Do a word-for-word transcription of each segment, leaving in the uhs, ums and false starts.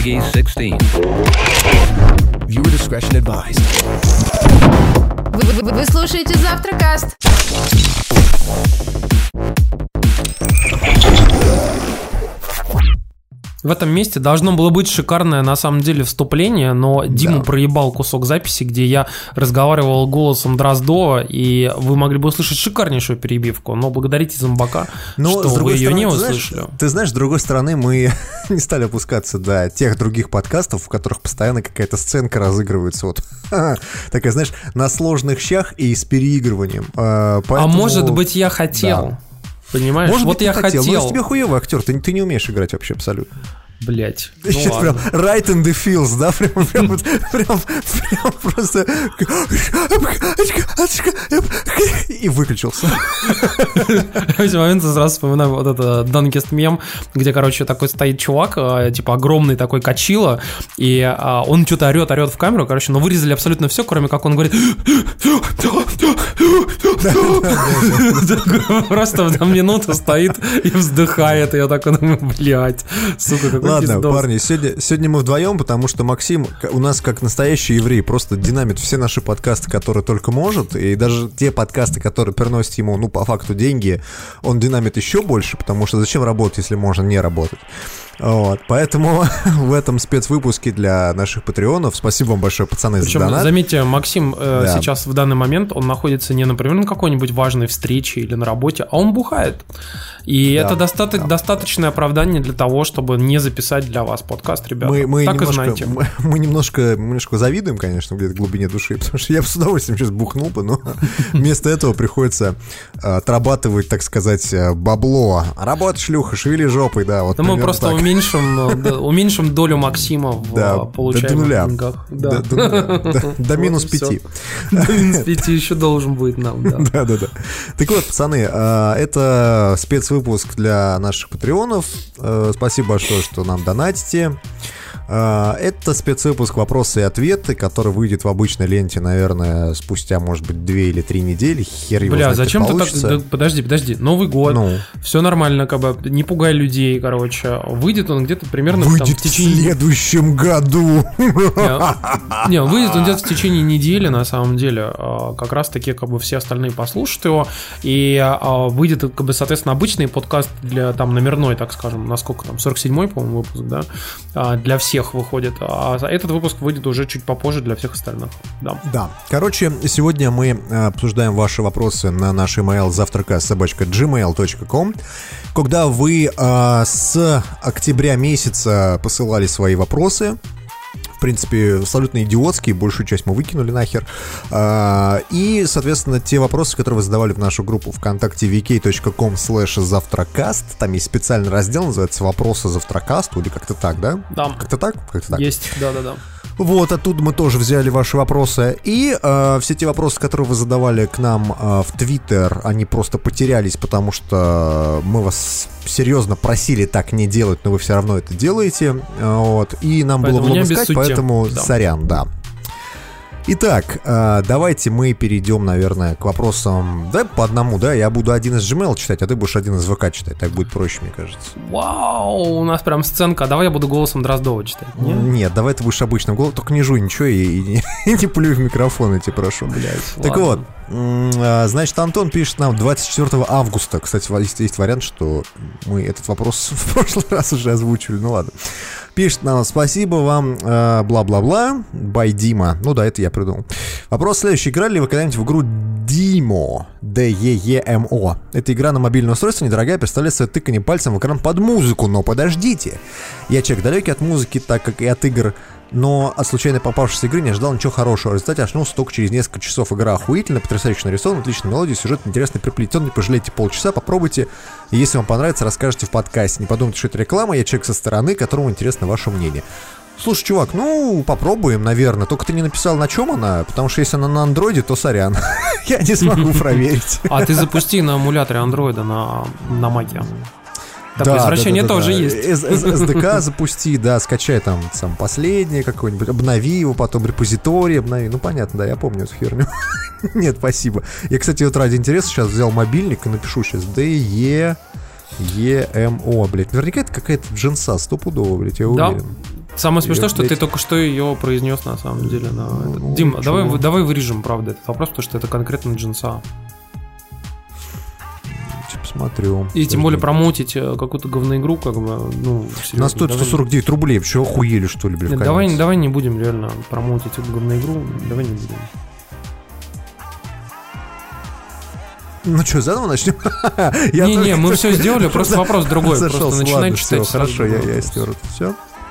Peggy sixteen. Viewer discretion advised. Вы, вы, вы слушаете Завтракаст. В этом месте должно было быть шикарное, на самом деле, вступление, но Дима Да. проебал кусок записи, где я разговаривал голосом Дроздова, и вы могли бы услышать шикарнейшую перебивку, но благодарите Зомбака, Но, что с другой вы ее стороны, не ты знаешь, услышали. ты знаешь, с другой стороны, мы не стали опускаться до тех других подкастов, в которых постоянно какая-то сценка разыгрывается. Вот. Такая, знаешь, на сложных щах и с переигрыванием. А, А поэтому- может быть, я хотел. Да. Понимаешь? Может вот быть, ты я хотел. хотел. Но из тебя хуёвый актер, ты, ты не умеешь играть вообще абсолютно. Блять. Ты сейчас прям right in the feels, да? Прям, прям, вот, прям, прям просто... И выключился. В эти моменты сразу вспоминаю вот это Данкист мем, где, короче, такой стоит чувак, а, типа огромный такой качило, и а, он что-то орет, орет в камеру, короче, но вырезали абсолютно все, кроме как он говорит... Просто в минуту стоит и вздыхает, и я такой думаю, блядь, сука, какой Ладно, пиздос. парни, сегодня, сегодня мы вдвоем, потому что Максим к- у нас как настоящий еврей просто динамит все наши подкасты, которые только может, и даже те подкасты, которые приносят ему, ну, по факту деньги, он динамит еще больше, потому что зачем работать, если можно не работать. Вот, поэтому в этом спецвыпуске для наших патреонов спасибо вам большое, пацаны, Причем, за донат. заметьте, Максим э, Да. сейчас в данный момент, он находится не, например, на какой-нибудь важной встрече или на работе, а он бухает. И Да, это достаточно, да. достаточное оправдание для того, чтобы не записать для вас подкаст, ребята. Мы, мы, так и немножко, знаете. мы, мы немножко, мы немножко завидуем, конечно, где-то в глубине души, потому что я бы с удовольствием сейчас бухнул бы, но вместо этого приходится э, отрабатывать, так сказать, э, бабло. Работа, шлюха, шевели жопой, да. Вот Да мы примерно просто так. уменьшим, э, да, уменьшим долю Максима в Да, э, до получаемых нуля. деньгах. До, Да. до нуля. До- до Вот минус и всё. пяти. До минус пяти еще должен будет нам, да. Да-да-да. Так вот, пацаны, э, это спецвыпуск для наших патреонов. Э, Спасибо большое, что нам донатите. Э, Это спецвыпуск «Вопросы и ответы», который выйдет в обычной ленте, наверное, спустя, может быть, две или три недели. Хер его Бля, знает, как зачем ты так... получится. да, подожди, подожди, Новый год, Ну. все нормально, как бы, не пугай людей, короче. Выйдет он где-то примерно там, Выйдет в в течение... следующем году. Не, не, выйдет он где-то в течение недели, на самом деле. А, Как раз-таки, как бы, все остальные послушают его. И а, выйдет, как бы, соответственно, обычный подкаст для, там, номерной, так скажем, насколько там, сорок седьмой, по-моему, выпуск, да, А, для всех выходит. А этот выпуск выйдет уже чуть попозже для всех остальных, да. Да. Короче, сегодня мы э, обсуждаем ваши вопросы на наш email завтракаст собака джи мейл точка ком. Когда вы э, с октября месяца посылали свои вопросы, в принципе, абсолютно идиотские, большую часть мы выкинули нахер. А, И, соответственно, те вопросы, которые вы задавали в нашу группу ВКонтакте ви кей точка ком слэш завтракаст, там есть специальный раздел, называется «Вопросы завтракасту», или как-то так, да? Да. Как-то так? Как-то так. Есть, да-да-да. Вот, оттуда мы тоже взяли ваши вопросы. И э, все те вопросы, которые вы задавали к нам э, в Твиттер, они просто потерялись, потому что мы вас серьезно просили так не делать, но вы все равно это делаете. Э, вот, и нам Поэтому было не много искать, обессудьте. поэтому Да. сорян, да. Итак, э, давайте мы перейдем, наверное, к вопросам. Давай по одному, да? Я буду один из Gmail читать, а ты будешь один из ВК читать. Так будет проще, мне кажется. Вау, у нас прям сценка. А давай я буду голосом Дроздова читать. Не? Нет, давай ты будешь обычным голосом. Только не жуй ничего и, и не, и не плюй в микрофон, я тебя прошу. Блять, Так вот, м, а, значит, Антон пишет нам двадцать четвёртого августа. Кстати, есть, есть вариант, что мы этот вопрос в прошлый раз уже озвучили. Ну ладно. Пишет нам: спасибо вам, э, бла-бла-бла, бай Дима. Ну да, это я придумал. Вопрос следующий. Играли ли вы когда-нибудь в игру Димо? ди и и эм о. Это игра на мобильное устройство, недорогая, представляет собой тыканье пальцем в экран под музыку. Но подождите. Я человек далекий от музыки, так как и от игр, но от случайно попавшейся игры не ожидал ничего хорошего. В результате очнулся только через несколько часов. Игра охуительно, потрясающе нарисована, отличная мелодия, сюжет интересно приплетен. Не пожалейте полчаса, попробуйте. И если вам понравится, расскажите в подкасте. Не подумайте, что это реклама, я человек со стороны, которому интересно ваше мнение. Слушай, чувак, ну, попробуем, наверное. Только ты не написал, на чем она, потому что если она на андроиде, то сорян. Я не смогу проверить. А ты запусти на эмуляторе андроида на, на маке. Такое Да, извращение да, да, тоже да. есть. Эс- эс- эс ди кей запусти, да, скачай там сам последнее какое-нибудь, обнови его, потом репозиторий обнови. Ну, понятно, да, я помню эту херню. Нет, спасибо. Я, кстати, вот ради интереса сейчас взял мобильник и напишу сейчас ди и и эм о, блядь. Наверняка это какая-то джинса, стопудово, блядь, я Да. уверен. Самое смешное, Её, что блядь. ты только что ее произнес на самом деле. На этот. Ну, Дим, чего? давай, давай вырежем, правда, этот вопрос, потому что это конкретно джинса. Посмотрю. И тем более промоутить э, какую-то говноигру, как бы, ну, серьезно. Она стоит давай- сто сорок девять рублей. Чего охуели, что ли, блин? Нет, в давай, комменте? давай не будем реально промоутить эту говноигру, давай не будем. Ну что, заново начнем? Я Не-не, только- мы все сделали, просто вопрос другой. Просто Зашелся, начинай ладно, читать. всё, сразу хорошо, я, другой я вопрос. стер это все.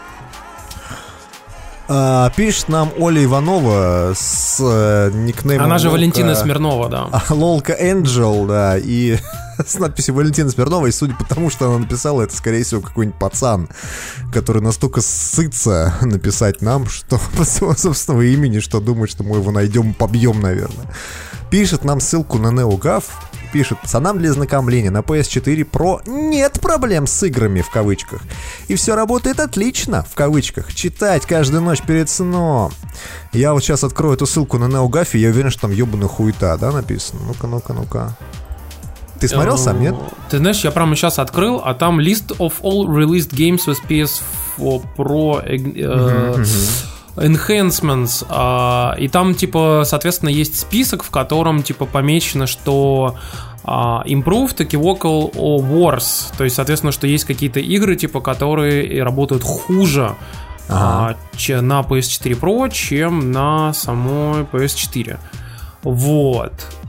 А, пишет нам Оля Иванова с э, никнеймом Она же Лолка- Валентина Смирнова, да. а, Лолка Энджел, да, и с надписью Валентина Смирнова, и судя по тому, что она написала, это, скорее всего, какой-нибудь пацан, который настолько сытся написать нам, что по своему собственного имени, что думает, что мы его найдем и побьем, наверное. Пишет нам ссылку на NeoGAF, пишет: пацанам для ознакомления на пи эс четыре Pro нет проблем с играми, в кавычках. И все работает отлично, в кавычках. Читать каждую ночь перед сном. Я вот сейчас открою эту ссылку на NeoGAF, и я уверен, что там ебаная хуета, да, написано? Ну-ка, ну-ка, ну-ка. Ты смотрел сам, нет? Ты знаешь, я прямо сейчас открыл, а там list of all released games with пи эс фор Pro э, enhancements, а, и там, типа, соответственно, есть список, в котором, типа, помечено, что а, improved, equivocal or worse, то есть, соответственно, что есть какие-то игры, типа, которые работают хуже Ага. а, че- на пи эс четыре Pro, чем на самой пи эс четыре. Вот.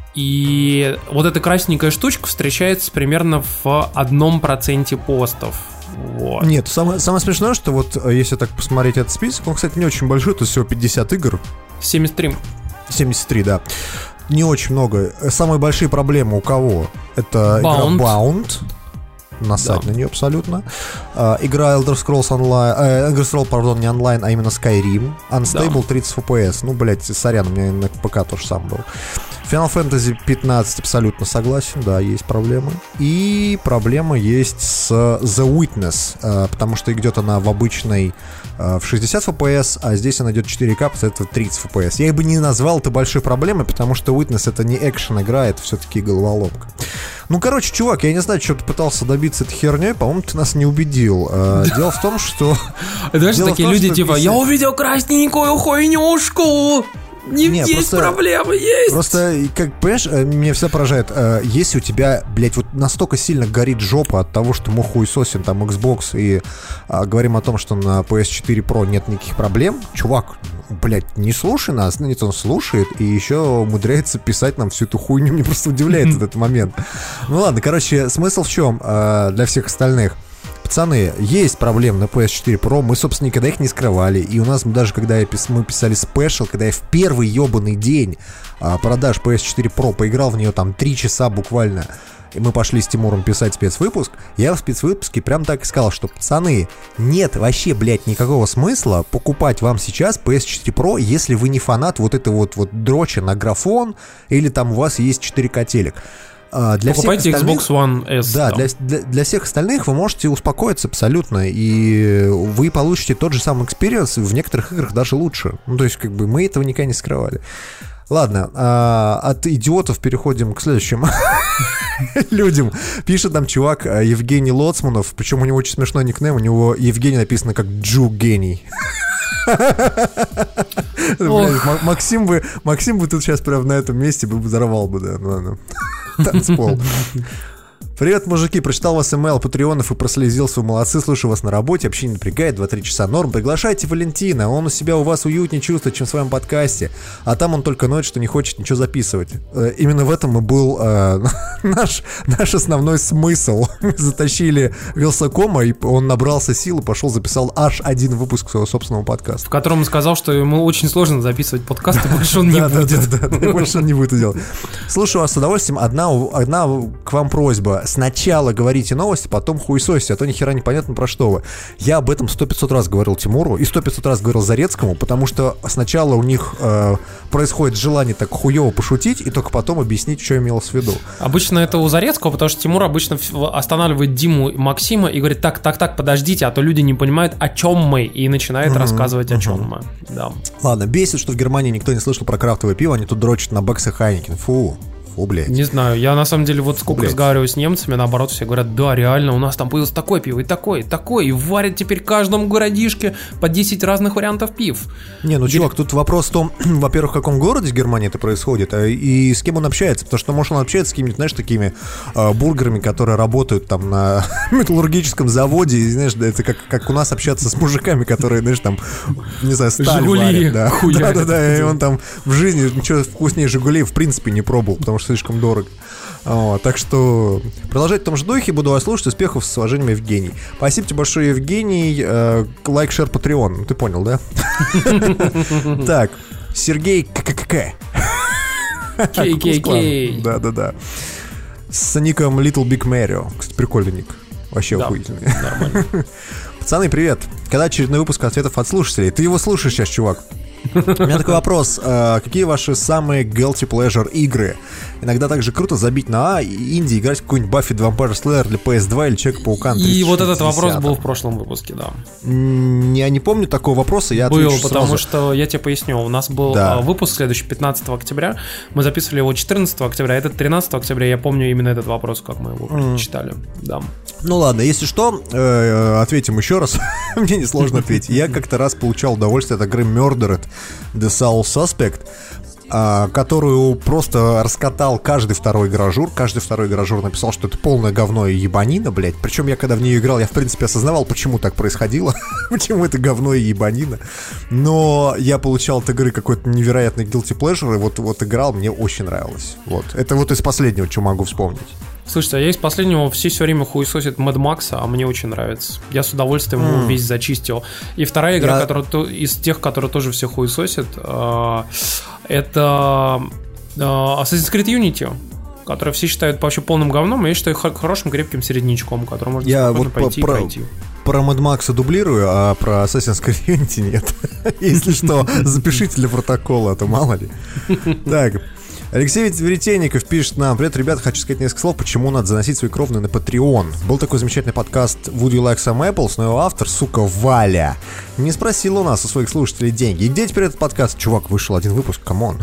И вот эта красненькая штучка встречается примерно в одном проценте постов. Вот. Нет, самое, самое смешное, что вот э, если так посмотреть этот список, он, кстати, не очень большой, то всего пятьдесят игр, семьдесят три. семьдесят три, да. Не очень много. Самые большие проблемы у кого? Это Bound. игра Bound. Насать Да. на нее абсолютно. А, игра Elder Scrolls Online, э, Elder Scrolls, пардон, не онлайн, а именно Skyrim. Unstable Да. тридцать эф пи эс. Ну, блять, сорян, у меня на ПК тоже сам был. Final Fantasy пятнадцать абсолютно согласен, да, есть проблемы. И проблема есть с The Witness, э, потому что идет она в обычной э, в шестьдесят эф пи эс, а здесь она идет четыре ка, это тридцать эф пи эс. Я бы не назвал это большой проблемой, потому что Witness это не экшен игра, это все-таки головоломка. Ну, короче, чувак, я не знаю, что ты пытался добиться этой херней, по-моему, ты нас не убедил. Э, Дело в том, что... Это, знаешь, Дело в такие том, люди что типа: пи си я увидел красненькую хуйнюшку. Не, Не, есть просто- проблемы, есть. Просто, как, понимаешь, э, меня всегда поражает, э, если у тебя, блядь, вот настолько сильно горит жопа от того, что мы хуесосим там Xbox и а, говорим о том, что на пи эс четыре Pro нет никаких проблем, чувак, блядь, не слушай нас, ну нет, он слушает и еще умудряется писать нам всю эту хуйню, мне просто удивляет этот момент. Ну ладно, короче, смысл в чем э, для всех остальных? Пацаны, есть проблемы на пи эс четыре Pro, мы, собственно, никогда их не скрывали. И у нас даже, когда я пис... мы писали спешл, когда я в первый ебаный день а, продаж пи эс четыре Pro поиграл в нее там три часа буквально, и мы пошли с Тимуром писать спецвыпуск, я в спецвыпуске прям так и сказал, что, пацаны, нет вообще, блядь, никакого смысла покупать вам сейчас пи эс четыре Pro, если вы не фанат вот этой вот, вот дрочи на графон, или там у вас есть четыре ка телек. А, для Покупайте всех остальных- Xbox One S. Да, там. для, для, для всех остальных вы можете успокоиться абсолютно, и вы получите тот же самый экспириенс, в некоторых играх даже лучше. Ну, то есть, как бы, мы этого никогда не скрывали. Ладно, а, от идиотов переходим к следующим людям. Пишет нам чувак а, Евгений Лоцманов, причем у него очень смешной никнейм, у него Евгений написано как Джу Гений. Блин, Ма- Максим бы, Максим бы тут сейчас прям на этом месте бы взорвал бы, да, ну ладно. Танцпол. Привет, мужики, прочитал вас имейл патреонов и прослезился, вы молодцы, слушаю вас на работе, вообще не напрягает, два-три часа норм. Приглашайте Валентина, он у себя у вас уютнее чувствует, чем в своем подкасте, а там он только ноет, что не хочет ничего записывать. Э, Именно в этом и был э, наш, наш основной смысл. Мы затащили Вилсакома, и он набрался сил и пошел, записал аж один выпуск своего собственного подкаста. В котором он сказал, что ему очень сложно записывать подкасты, больше он не Да, да, будет. да, да, да, больше он не будет это делать. Слушаю вас с удовольствием. Одна, одна к вам просьба. Сначала говорите новости, потом хуесосите, а то ни хера непонятно про что вы. Я об этом сто-пятьсот раз говорил Тимуру и сто-пятьсот раз говорил Зарецкому, потому что сначала у них э, происходит желание так хуево пошутить, и только потом объяснить, что имелось в виду. Обычно это у Зарецкого, потому что Тимур обычно в- останавливает Диму и Максима и говорит: так, так, так, подождите, а то люди не понимают, о чем мы, и начинает рассказывать, о чем мы. Да. Ладно, бесит, что в Германии никто не слышал про крафтовое пиво, они тут дрочат на Бекс и Хайнекен. Фу, О, блядь. Не знаю, я на самом деле вот сколько Блядь. разговариваю с немцами, наоборот, все говорят, да, реально, у нас там появился такое пиво, и такое, и такое, и варят теперь в каждом городишке по десять разных вариантов пив. Не, ну, чувак, тут вопрос в том, во-первых, в каком городе в Германии это происходит, а, и с кем он общается, потому что, может, он общается с какими-нибудь, знаешь, такими э, бургерами, которые работают там на металлургическом заводе, и, знаешь, это как, как у нас общаться с мужиками, которые, знаешь, там, не знаю, сталь Жигули варят, да. хуярят. Да-да-да, и он там в жизни ничего вкуснее Жигулей в принципе не пробовал, потому что слишком дорого. Вот, так что продолжать в том же духе, буду вас слушать. Успехов, с уважением, Евгений. Спасибо тебе большое, Евгений. Э, лайк, шер, патреон. Ты понял, да? Так, Сергей ККК. Кей-кей-кей. Да-да-да. С ником Little Big Mario. Кстати, прикольный ник. Вообще Да, охуительный. нормально. Пацаны, привет. Когда очередной выпуск ответов от слушателей? Ты его слушаешь сейчас, чувак. У меня такой вопрос. А, какие ваши самые guilty pleasure игры? Иногда также круто забить на А и инди играть в какой-нибудь Buffy the Vampire Slayer для пи эс два или Человека-паука на И вот этот триста шестьдесят. вопрос был в прошлом выпуске, да. М, Я не помню такого вопроса, я Был, отвечу потому сразу. что, я тебе поясню, у нас был Да. а, выпуск следующий пятнадцатого октября, мы записывали его четырнадцатого октября, а этот тринадцатого октября, я помню именно этот вопрос, как мы его читали, да. Ну ладно, если что, э, ответим еще раз. Мне несложно ответить. Я как-то раз получал удовольствие от игры Murdered The Soul Suspect, а, которую просто раскатал каждый второй гаражур. Каждый второй гаражур написал, что это полное говно и ебанина, блядь. Причем я когда в нее играл, я в принципе осознавал, почему так происходило. Почему это говно и ебанина. Но я получал от игры какой-то невероятный guilty pleasure, и вот, вот играл, мне очень нравилось. Вот. Это вот из последнего, что могу вспомнить. Слушайте, а я из последнего все все время хуесосит Мэд Макса, а мне очень нравится. Я с удовольствием его Mm. весь зачистил. И вторая игра, Я- которая то- из тех, которые тоже все хуесосят, э, это э, Assassin's Creed Unity, которую все считают вообще полным говном, а я считаю хо- хорошим крепким середнячком, который можно Я спокойно вот по- пойти и про- пройти. Про Mad Max дублирую, а про Assassin's Creed Unity нет. Если что, запишите для протокола, а то мало ли. Так, Алексей Веретенников пишет нам: привет, ребята, хочу сказать несколько слов, почему надо заносить свои кровные на Patreon. Был такой замечательный подкаст Would You Like Some Apples, но его автор, сука, Валя, не спросил у нас, у своих слушателей, деньги. И где теперь этот подкаст? Чувак, вышел один выпуск, камон.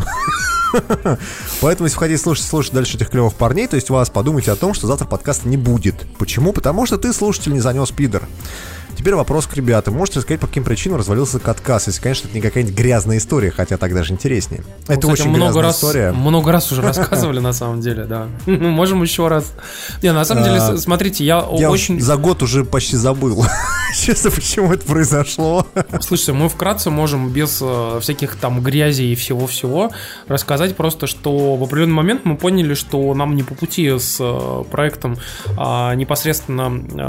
Поэтому, если хотите слушать, слушать дальше этих клевых парней, то есть вас, подумайте о том, что завтра подкаста не будет. Почему? Потому что ты, слушатель, не занес пидор. Теперь вопрос к ребятам. Можете рассказать, по каким причинам развалился каткас? Если, конечно, это не какая-нибудь грязная история, хотя так даже интереснее. Ну, Это кстати, очень много грязная раз, история. много раз уже рассказывали, на самом деле, да. Ну, можем еще раз. Не, на самом деле, А, с- смотрите, я, Я очень... за год уже почти забыл, честно, почему это произошло. Слушайте, мы вкратце можем без э, всяких там грязи и всего-всего рассказать просто, что в определенный момент мы поняли, что нам не по пути с э, проектом а, непосредственно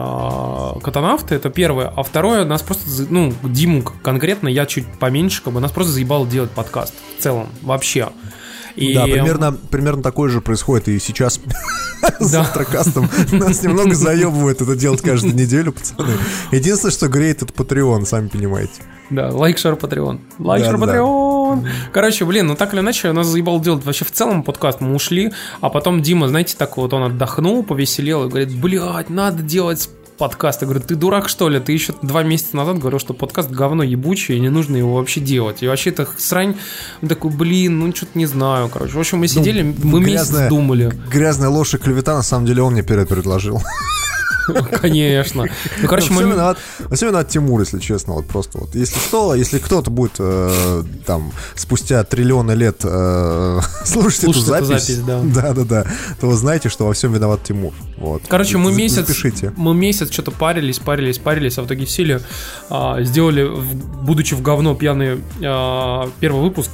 э, Катанавты, это первое. А второе, нас просто, за- ну, Диму конкретно, я чуть поменьше, как бы, нас просто заебало делать подкаст в целом, вообще. И... Да, примерно, примерно такое же происходит и сейчас с Да. Завтракастом. Нас немного заебывает это делать каждую неделю, пацаны. Единственное, что греет, это Patreon, сами понимаете. Да, лайк, шер, Patreon. Лайк, Да, шер, да. Patreon. Короче, блин, ну так или иначе, нас заебало делать вообще в целом подкаст. Мы ушли, а потом Дима, знаете, так вот он отдохнул, повеселел и говорит: блядь, надо делать подкаст. Я говорю: ты дурак, что ли? Ты еще два месяца назад говорил, что подкаст говно ебучее, и не нужно его вообще делать. И вообще это срань. Он такой: блин, ну что-то не знаю. Короче, в общем, мы сидели, мы месяц грязная- думали. Грязная ложь и клевета, на самом деле, он мне перед предложил. Конечно. Ну, короче, Все мы... виноват, все виноват Тимур, если честно, вот просто вот. Если что, если кто-то будет э, там спустя триллионы лет э, слушать, Слушать эту эту запись, запись, да. да, да, да, то вы знаете, что во всем виноват Тимур. Вот. Короче, мы За- месяц, Запишите. мы месяц что-то парились, парились, парились, а в итоге сели, а, сделали, в- будучи в говно пьяный, а, первый выпуск,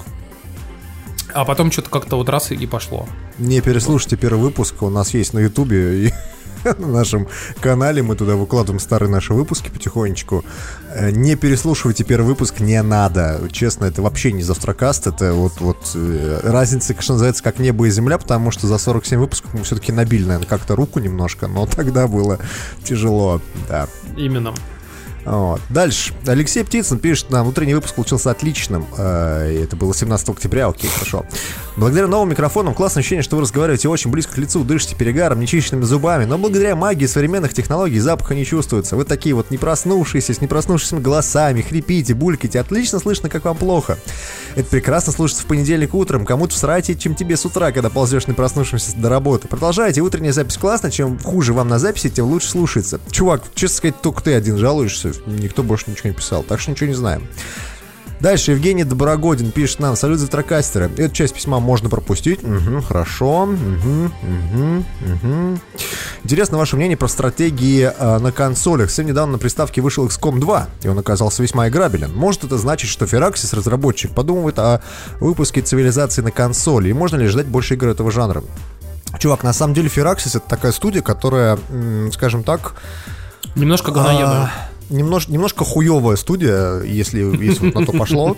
а потом что-то как-то вот раз и, и пошло. Не переслушайте первый выпуск, у нас есть на Ютубе и на нашем канале, мы туда выкладываем старые наши выпуски потихонечку. Э, Не переслушивайте первый выпуск, не надо. Честно, это вообще не Завтракаст, это вот, вот э, разница, что называется, как небо и земля, потому что за сорок семь выпусков мы все-таки набили, наверное, как-то руку немножко, но тогда было тяжело, да. Именно. Вот. Дальше. Алексей Птицын пишет нам: утренний выпуск получился отличным. Это было семнадцатого октября, окей, хорошо. Благодаря новым микрофонам классное ощущение, что вы разговариваете очень близко к лицу, дышите перегаром, нечищенными зубами. Но благодаря магии современных технологий запаха не чувствуется. Вы такие вот не проснувшиеся, с не проснувшимися голосами, хрипите, бульките. Отлично слышно, как вам плохо. Это прекрасно слушается в понедельник утром. Кому-то всрать, чем тебе с утра, когда ползешь не проснувшимся до работы. Продолжайте. Утренняя запись классная. Чем хуже вам на записи, тем лучше слушается. Чувак, честно сказать, только ты один жалуешься. Никто больше ничего не писал, так что ничего не знаем. Дальше Евгений Доброгодин пишет нам: салют, завтракастеры. Эту часть письма можно пропустить. Угу, хорошо. Угу, угу, угу. Интересно ваше мнение про стратегии э, на консолях. Совсем недавно на приставке вышел икс ком два, и он оказался весьма играбелен. Может это значит, что Firaxis, разработчик, подумывает о выпуске цивилизации на консоли? И можно ли ждать больше игр этого жанра? Чувак, на самом деле Firaxis — это такая студия, которая, м- скажем так... Немножко говноеда. Немнож, немножко хуевая студия, если, если вот на то пошло.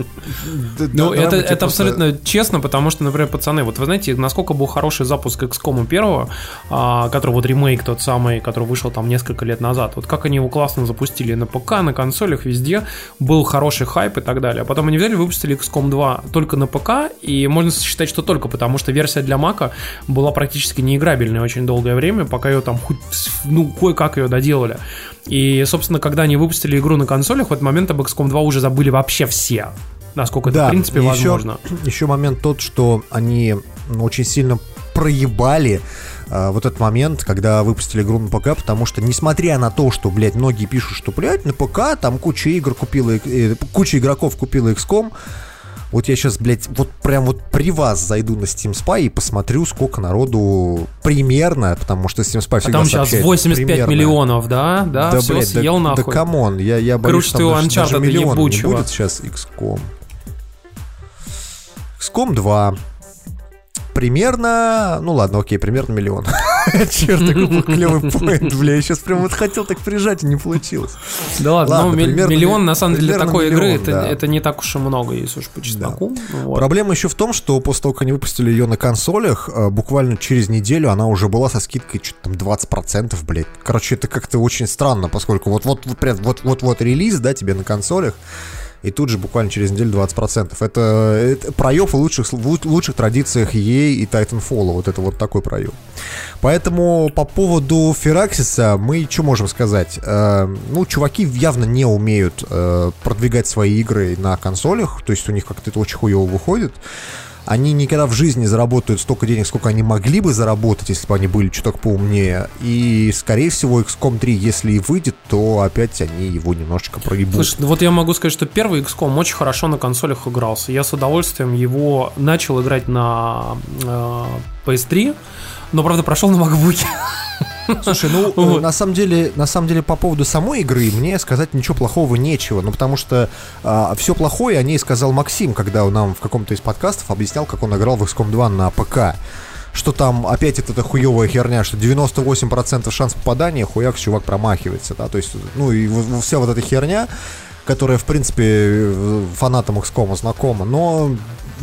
Ну, это, это абсолютно честно, потому что, например, пацаны, вот вы знаете, насколько был хороший запуск икс ком первого, который вот ремейк тот самый, который вышел там несколько лет назад. Вот как они его классно запустили на ПК, на консолях, везде. Был хороший хайп и так далее. Потом они взяли, выпустили икс ком два только на ПК, и можно считать, что только потому, что версия для Мака была практически неиграбельной очень долгое время, пока ее там хоть, ну, кое-как ее доделали. И, собственно, когда они выпустили игру на консолях, в этот момент об икс ком два уже забыли вообще все, насколько это, да, в принципе, еще, возможно. Еще момент тот, что они очень сильно проебали э, вот этот момент, когда выпустили игру на ПК, потому что, несмотря на то, что, блядь, многие пишут, что, блядь, на ПК там куча игр купила, э, куча игроков купила икс ком. Вот я сейчас, блядь, вот прям вот при вас зайду на Steam Spy и посмотрю, сколько народу примерно, потому что Steam Spy всегда сообщает. Там сейчас восемьдесят пять примерно миллионов, да? Да, да, все, блядь, съел да, нахуй. Да камон, я, я боюсь, что там даже, даже миллион не будет сейчас икс ком. икс ком два. Примерно, ну ладно, окей, примерно миллион. Черт, такой был клевый поинт, бля, я сейчас прям вот хотел так прижать, и не получилось. Да ладно, ладно, но примерно, миллион, на самом деле, такой миллион, игры, это, да. это не так уж и много, если уж по чесноку. Да. Вот. Проблема еще в том, что после того, как они выпустили ее на консолях, буквально через неделю она уже была со скидкой что-то там двадцать процентов, блядь. Короче, это как-то очень странно, поскольку вот-вот-вот релиз, да, тебе на консолях, и тут же буквально через неделю двадцать процентов. Это, это проеб в лучших, в лучших традициях и эй и Titanfall. Вот это вот такой проеб. Поэтому по поводу Firaxis мы что можем сказать? Э, ну, чуваки явно не умеют э, продвигать свои игры на консолях. То есть у них как-то это очень хуево выходит. Они никогда в жизни не заработают столько денег, сколько они могли бы заработать, если бы они были чуток поумнее. И, скорее всего, икс ком три, если и выйдет, то опять они его немножечко проебут. Слушай, вот я могу сказать, что первый икс ком очень хорошо на консолях игрался. Я с удовольствием его начал играть на э, пи эс три, но, правда, прошел на макбуке. Слушай, ну, вот. на самом деле, на самом деле, по поводу самой игры мне сказать ничего плохого нечего, ну, потому что а, все плохое о ней сказал Максим, когда он нам в каком-то из подкастов объяснял, как он играл в икс ком два на ПК. Что там опять эта хуевая херня, что девяносто восемь процентов шанс попадания, хуяк, чувак промахивается, да, то есть, ну, и вся вот эта херня, которая, в принципе, фанатам икс ком знакома, но...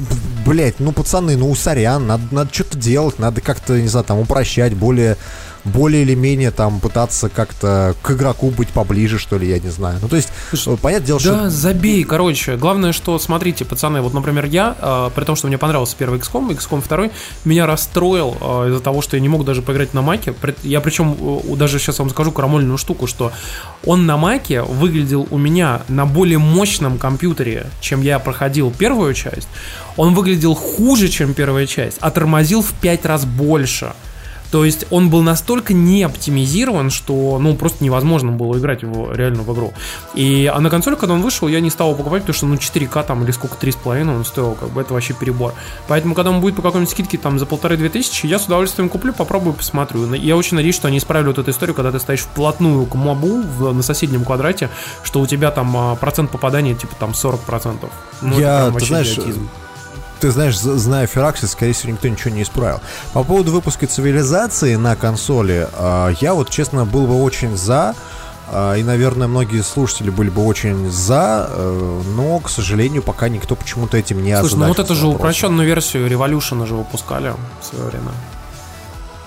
Блять, ну, пацаны, ну, сорян, надо, надо что-то делать, надо как-то, не знаю, там, упрощать, более, более или менее, там, пытаться как-то к игроку быть поближе, что ли, я не знаю. Ну, то есть, слушай, понятное дело, да, что... Да, забей, короче, главное, что, смотрите, пацаны, вот, например, я, э, при том, что мне понравился первый икс ком, икс ком два, меня расстроил э, из-за того, что я не мог даже поиграть на маке. Я, причем, э, даже сейчас вам скажу крамольную штуку, что он на маке выглядел у меня на более мощном компьютере, чем я проходил первую часть. Он выглядел хуже, чем первая часть, а тормозил в пять раз больше. То есть он был настолько не оптимизирован, что, ну, просто невозможно было играть его реально в игру. И, а на консоли, когда он вышел, я не стал его покупать, потому что, ну, четыре ка там, или сколько, три с половиной он стоил, как бы, это вообще перебор. Поэтому, когда он будет по какой-нибудь скидке, там, за полторы-две тысячи, я с удовольствием куплю, попробую, посмотрю. Я очень надеюсь, что они исправили вот эту историю, когда ты стоишь вплотную к мобу в, на соседнем квадрате, что у тебя там процент попадания, типа, там, сорок процентов. Ну, я, ты знаешь... Идиотизм. Ты знаешь, зная Firaxis, скорее всего, никто ничего не исправил. По поводу выпуска цивилизации на консоли, я вот, честно, был бы очень за, и, наверное, многие слушатели были бы очень за, но, к сожалению, пока никто почему-то этим не озадачился. Слушай, ну вот эту же упрощенную версию Revolution же выпускали в свое время.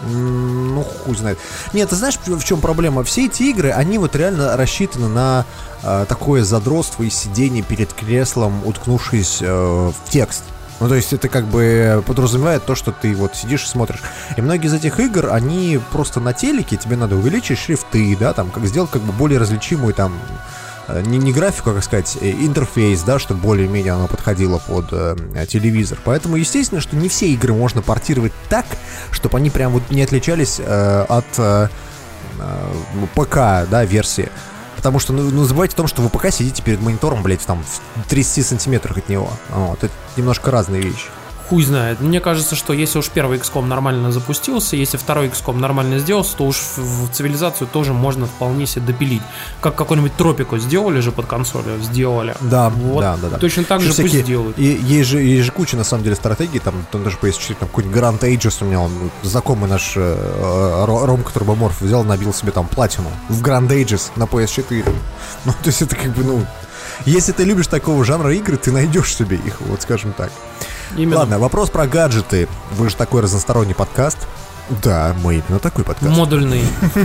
Ну, хуй знает. Нет, ты знаешь, в чем проблема? Все эти игры, они вот реально рассчитаны на э, такое задротство и сидение перед креслом, уткнувшись э, в текст. Ну, то есть это как бы подразумевает то, что ты вот сидишь и смотришь. И многие из этих игр, они просто на телеке, тебе надо увеличить шрифты, да, там, как сделать как бы более различимую там, не, не графику, а, как сказать, интерфейс, да, чтобы более-менее оно подходило под э, телевизор. Поэтому, естественно, что не все игры можно портировать так, чтобы они прям вот не отличались э, от э, э, ПК, да, версии. Потому что, ну, ну, забывайте о том, что вы пока сидите перед монитором, блядь, там, в тридцати сантиметрах от него. Вот, это немножко разные вещи. Хуй знает. Мне кажется, что если уж первый икс ком нормально запустился, если второй икс ком нормально сделался, то уж в, в цивилизацию тоже можно вполне себе допилить. Как какой-нибудь Тропику сделали же под консолью, сделали. Да, вот. да, да, да. Точно так Что же всякие, пусть сделают. И, есть, же, есть же куча, на самом деле, стратегий. Там, там даже по пи эс четыре, там какой-нибудь Grand Ages у меня, он, знакомый наш э, Ромка Турбоморф взял, набил себе там платину в Grand Ages на пи эс четыре. Ну, то есть это как бы, ну... Если ты любишь такого жанра игры, ты найдешь себе их, вот скажем так. Именно. Ладно, вопрос про гаджеты. Вы же такой разносторонний подкаст. Да, мы именно такой подкаст. Модульный.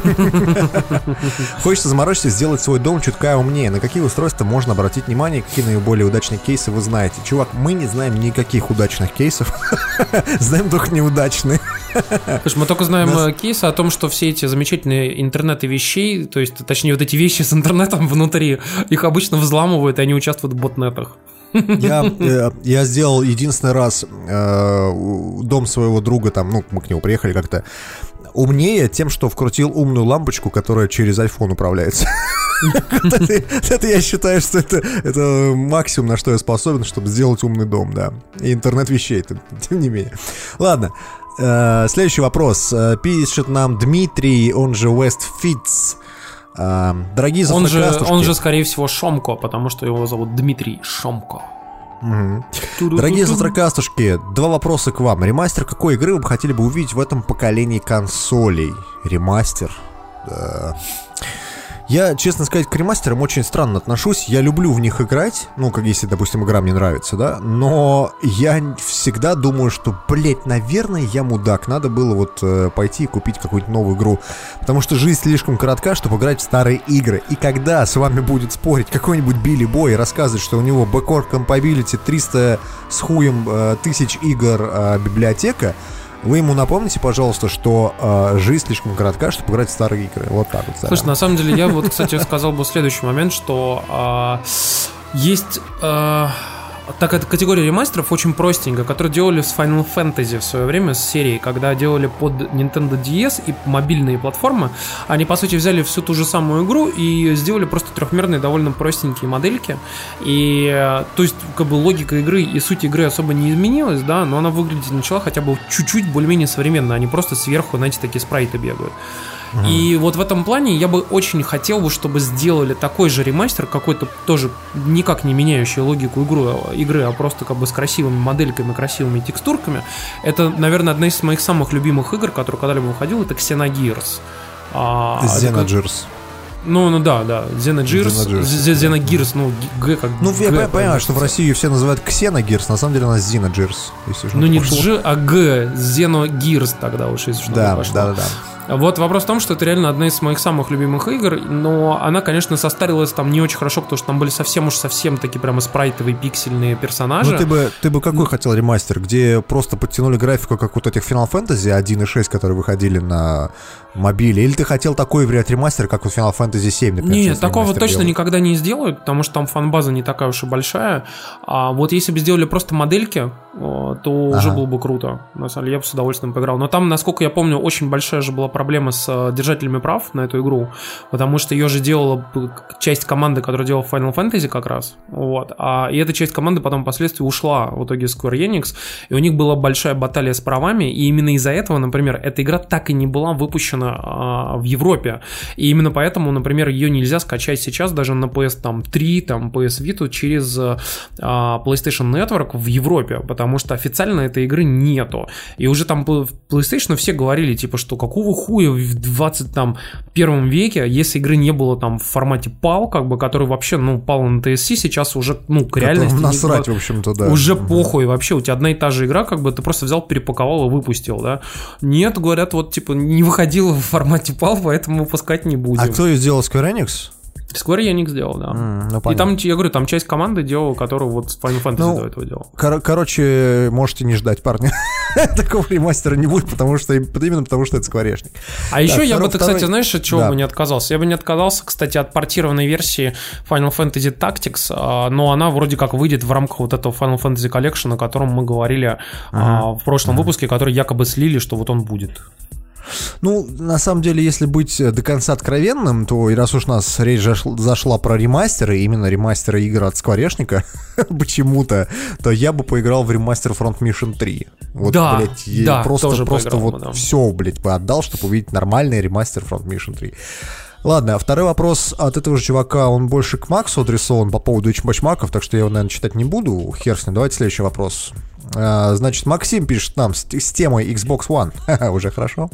Хочется заморочиться, сделать свой дом чутка умнее. На какие устройства можно обратить внимание, какие наиболее удачные кейсы вы знаете? Чувак, мы не знаем никаких удачных кейсов. Знаем только неудачные. Слушай, мы только знаем Нас... кейсы о том, что все эти замечательные интернеты вещей, то есть, точнее, вот эти вещи с интернетом внутри, их обычно взламывают, и они участвуют в ботнетах. Я, э, я сделал единственный раз э, дом своего друга, там, ну, мы к нему приехали как-то, умнее тем, что вкрутил умную лампочку, которая через iPhone управляется. Это я считаю, что это максимум, на что я способен, чтобы сделать умный дом, да. И интернет вещей, тем не менее. Ладно. Следующий вопрос. Пишет нам Дмитрий, он же Westfits. Дорогие завтракастушки. Он же, он же, скорее всего, Шомко, потому что его зовут Дмитрий Шомко. Угу. Дорогие завтракастушки, два вопроса к вам. Ремастер какой игры вы бы хотели бы увидеть в этом поколении консолей? Ремастер? Да. Я, честно сказать, к ремастерам очень странно отношусь. Я люблю в них играть, ну, как если, допустим, игра мне нравится, да. Но я всегда думаю, что, блять, наверное, я мудак. Надо было вот э, пойти и купить какую-нибудь новую игру. Потому что жизнь слишком коротка, чтобы играть в старые игры. И когда с вами будет спорить какой-нибудь Билли Бой и рассказывать, что у него backward compatibility триста с хуем э, тысяч игр э, библиотека, вы ему напомните, пожалуйста, что э, жизнь слишком коротка, чтобы играть в старые игры. Вот так вот. Слушай, на самом деле, я вот, кстати, сказал бы следующий момент, что э, есть э, такая категория ремастеров очень простенькая, которую делали с Final Fantasy в свое время, с серией, когда делали под Nintendo ди эс и мобильные платформы. Они, по сути, взяли всю ту же самую игру и сделали просто трехмерные, довольно простенькие модельки. И, то есть, как бы логика игры и суть игры особо не изменилась, да, но она выглядеть начала хотя бы чуть-чуть более-менее современно. Они просто сверху, знаете, такие спрайты бегают. Uh-huh. И вот в этом плане я бы очень хотел бы, чтобы сделали такой же ремастер, какой-то тоже никак не меняющий логику игру, игры, а просто как бы с красивыми модельками, красивыми текстурками. Это, наверное, одна из моих самых любимых игр, которая когда-либо выходила, это Xenogears. Xenogears. Ну, ну да, да, Xenogears, Xenogears, ну, Г как Ну, я G, понимаю, что в России ее все называют Xenogears, на самом деле она Xenogears. Ну, не G, а G, Xenogears тогда уж, если что да, пошло. Да, да, да. Вот вопрос в том, что это реально одна из моих самых любимых игр, но она, конечно, состарилась там не очень хорошо, потому что там были совсем уж совсем такие прямо спрайтовые пиксельные персонажи. Ну ты бы, ты бы какой хотел ремастер, где просто подтянули графику, как вот этих Final Fantasy один и шесть, которые выходили на мобиле, или ты хотел такой вариант ремастер, как вот Final Fantasy семь, например? Нет, такого точно делают. Никогда не сделают, потому что там фан-база не такая уж и большая. А вот если бы сделали просто модельки, то ага. уже было бы круто. На самом деле, я бы с удовольствием поиграл. Но там, насколько я помню, очень большая же была проблема с держателями прав на эту игру, потому что ее же делала часть команды, которая делала Final Fantasy как раз. Вот. А, и эта часть команды потом впоследствии ушла в итоге Square Enix, и у них была большая баталия с правами, и именно из-за этого, например, эта игра так и не была выпущена а, в Европе. И именно поэтому, например, ее нельзя скачать сейчас даже на пи эс три, там, пи эс Vita через а, PlayStation Network в Европе, потому что официально этой игры нету. И уже там в PlayStation все говорили, типа, что какого хуя в двадцать первом веке, если игры не было там в формате пал, как бы, который вообще, ну, пал на ти эс си, сейчас уже, ну, к реальности... Насрать, не, в общем-то, да. Уже угу. похуй вообще, у тебя одна и та же игра, как бы, ты просто взял, перепаковал и выпустил, да. Нет, говорят, вот, типа, не выходила в формате пал, поэтому выпускать не будем. А кто ее сделал, Square Enix? Square Enix делал, да. Mm, ну, и там, я говорю, там часть команды делала, которую вот Final Fantasy ну, до этого делал. Кор- короче, можете не ждать, парни. Такого ремастера не будет, потому что именно потому что это скворечник. А еще я бы, кстати, знаешь, от чего бы не отказался? Я бы не отказался, кстати, от портированной версии Final Fantasy Tactics, но она вроде как выйдет в рамках вот этого Final Fantasy Collection, о котором мы говорили в прошлом выпуске, который якобы слили, что вот он будет. Ну, на самом деле, если быть до конца откровенным, то и раз уж у нас речь зашла про ремастеры, именно ремастеры игр от Скворечника, почему-то, то я бы поиграл в ремастер Front Mission три. Вот, да, блядь, я да, просто, тоже просто поиграл, вот да. все, блядь, бы отдал, чтобы увидеть нормальный ремастер Front Mission три. Ладно, а второй вопрос от этого же чувака, он больше к Максу адресован по поводу ичмачмаков, так что я его, наверное, читать не буду. Хер с ним. Давайте следующий вопрос. А, значит, Максим пишет нам с, с темой Xbox One. Уже хорошо.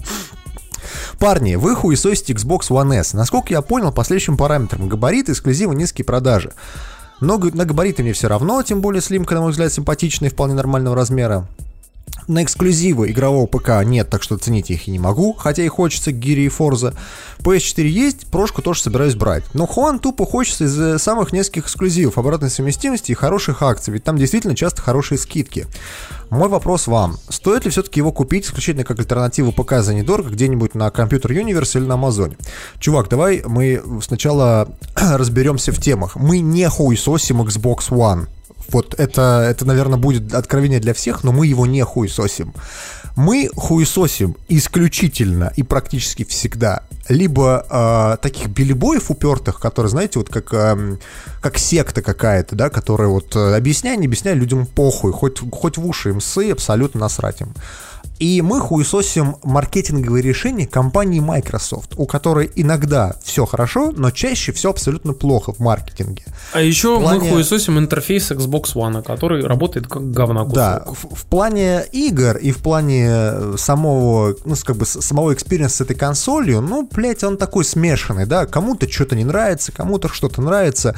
Парни, вы хуесосите Xbox One S. Насколько я понял, по следующим параметрам: габариты, эксклюзивы, низкие продажи. Но на габариты мне все равно, тем более слимка, на мой взгляд, симпатичная и вполне нормального размера. На эксклюзивы игрового ПК нет, так что ценить их и не могу, хотя и хочется Гири и Форза. пи эс четыре есть, прошку тоже собираюсь брать. Но Хуан тупо хочется из-за самых нескольких эксклюзивов, обратной совместимости и хороших акций, ведь там действительно часто хорошие скидки. Мой вопрос вам: стоит ли все-таки его купить исключительно как альтернативу ПК за недорого где-нибудь на Computer Universe или на Амазоне? Чувак, давай мы сначала разберемся в темах. Мы не хуесосим Xbox One. Вот это, это, наверное, будет откровение для всех, но мы его не хуесосим. Мы хуесосим исключительно и практически всегда либо э, таких билибоев упертых, которые, знаете, вот как, э, как секта какая-то, да, которая вот э, объясняй, не объясняй, людям похуй, хоть, хоть в уши им ссы, абсолютно насрать им. И мы хуесосим маркетинговые решения компании Microsoft, у которой иногда все хорошо, но чаще все абсолютно плохо в маркетинге. А еще плане... мы хуесосим интерфейс Xbox One, который работает как говна кусок. Да, в, в плане игр и в плане самого, ну, как бы самого экспириенса с этой консолью, ну, блять, он такой смешанный, да, кому-то что-то не нравится, кому-то что-то нравится.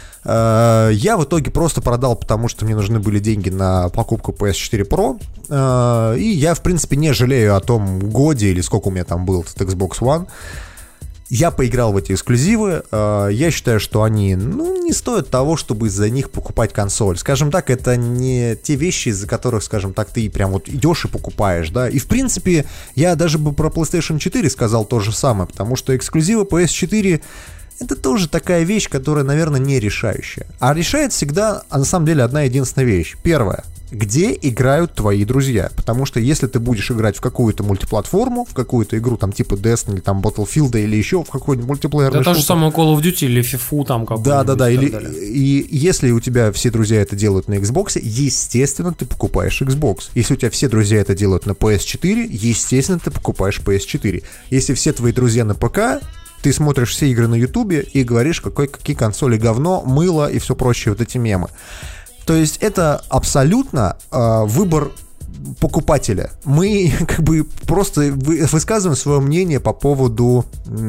Я в итоге просто продал, потому что мне нужны были деньги на покупку пи эс четыре Pro. И я, в принципе, не жалею о том годе или сколько у меня там был этот Xbox One. Я поиграл в эти эксклюзивы. Я считаю, что они, ну, не стоят того, чтобы из-за них покупать консоль. Скажем так, это не те вещи, из-за которых, скажем так, ты прям вот идешь и покупаешь, да. И, в принципе, я даже бы про PlayStation четыре сказал то же самое, потому что эксклюзивы пи эс четыре... это тоже такая вещь, которая, наверное, не решающая. А решает всегда, а на самом деле, одна единственная вещь. Первое. Где играют твои друзья? Потому что если ты будешь играть в какую-то мультиплатформу, в какую-то игру, там, типа Destiny, или там Battlefield, или еще в какой-нибудь мультиплеерный да, шутер. та же самая Call of Duty или FIFA там какой-нибудь. Да-да-да, или, и если у тебя все друзья это делают на Xbox, естественно, ты покупаешь Xbox. Если у тебя все друзья это делают на пи эс четыре, естественно, ты покупаешь пи эс четыре. Если все твои друзья на ПК, ты смотришь все игры на Ютубе и говоришь, какой, какие консоли говно, мыло и все прочее, вот эти мемы. То есть это абсолютно э, выбор покупателя. Мы как бы просто высказываем свое мнение по поводу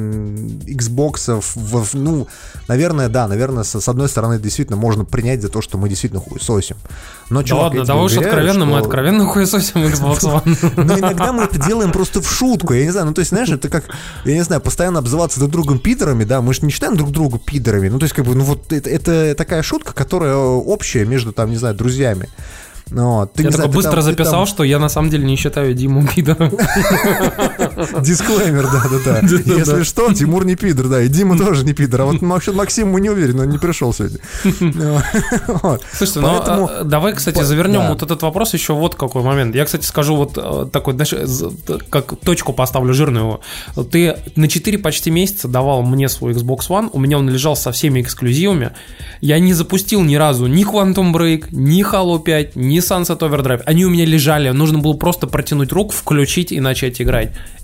Xbox. Ну, наверное, да, наверное, с одной стороны, действительно можно принять за то, что мы действительно хуесосим. Но, да чувак, ладно, давай уж откровенно, что... мы откровенно хуесосим Xbox One. Но иногда мы это делаем просто в шутку, я не знаю, ну то есть, знаешь, это как, я не знаю, постоянно обзываться друг другом пидорами, да, мы же не считаем друг друга пидорами, ну то есть, как бы, ну вот это, это такая шутка, которая общая между, там, не знаю, друзьями. Но, ты, я не такой знаю, быстро там, записал, там... что я на самом деле не считаю Диму пидором. Дисклеймер, да-да-да. Если что, Тимур не пидор, да, и Дима тоже не пидор. А вот Максим, мы не уверены, он не пришел сегодня. Слушайте, ну давай, кстати, завернем вот этот вопрос еще вот какой момент. Я, кстати, скажу вот такой, знаешь, как точку поставлю жирную. Ты на четыре почти месяца давал мне свой Xbox One, у меня он лежал со всеми эксклюзивами. Я не запустил ни разу ни Quantum Break, ни Halo пять, ни Sunset Overdrive. Они у меня лежали, нужно было просто протянуть руку, включить и начать играть.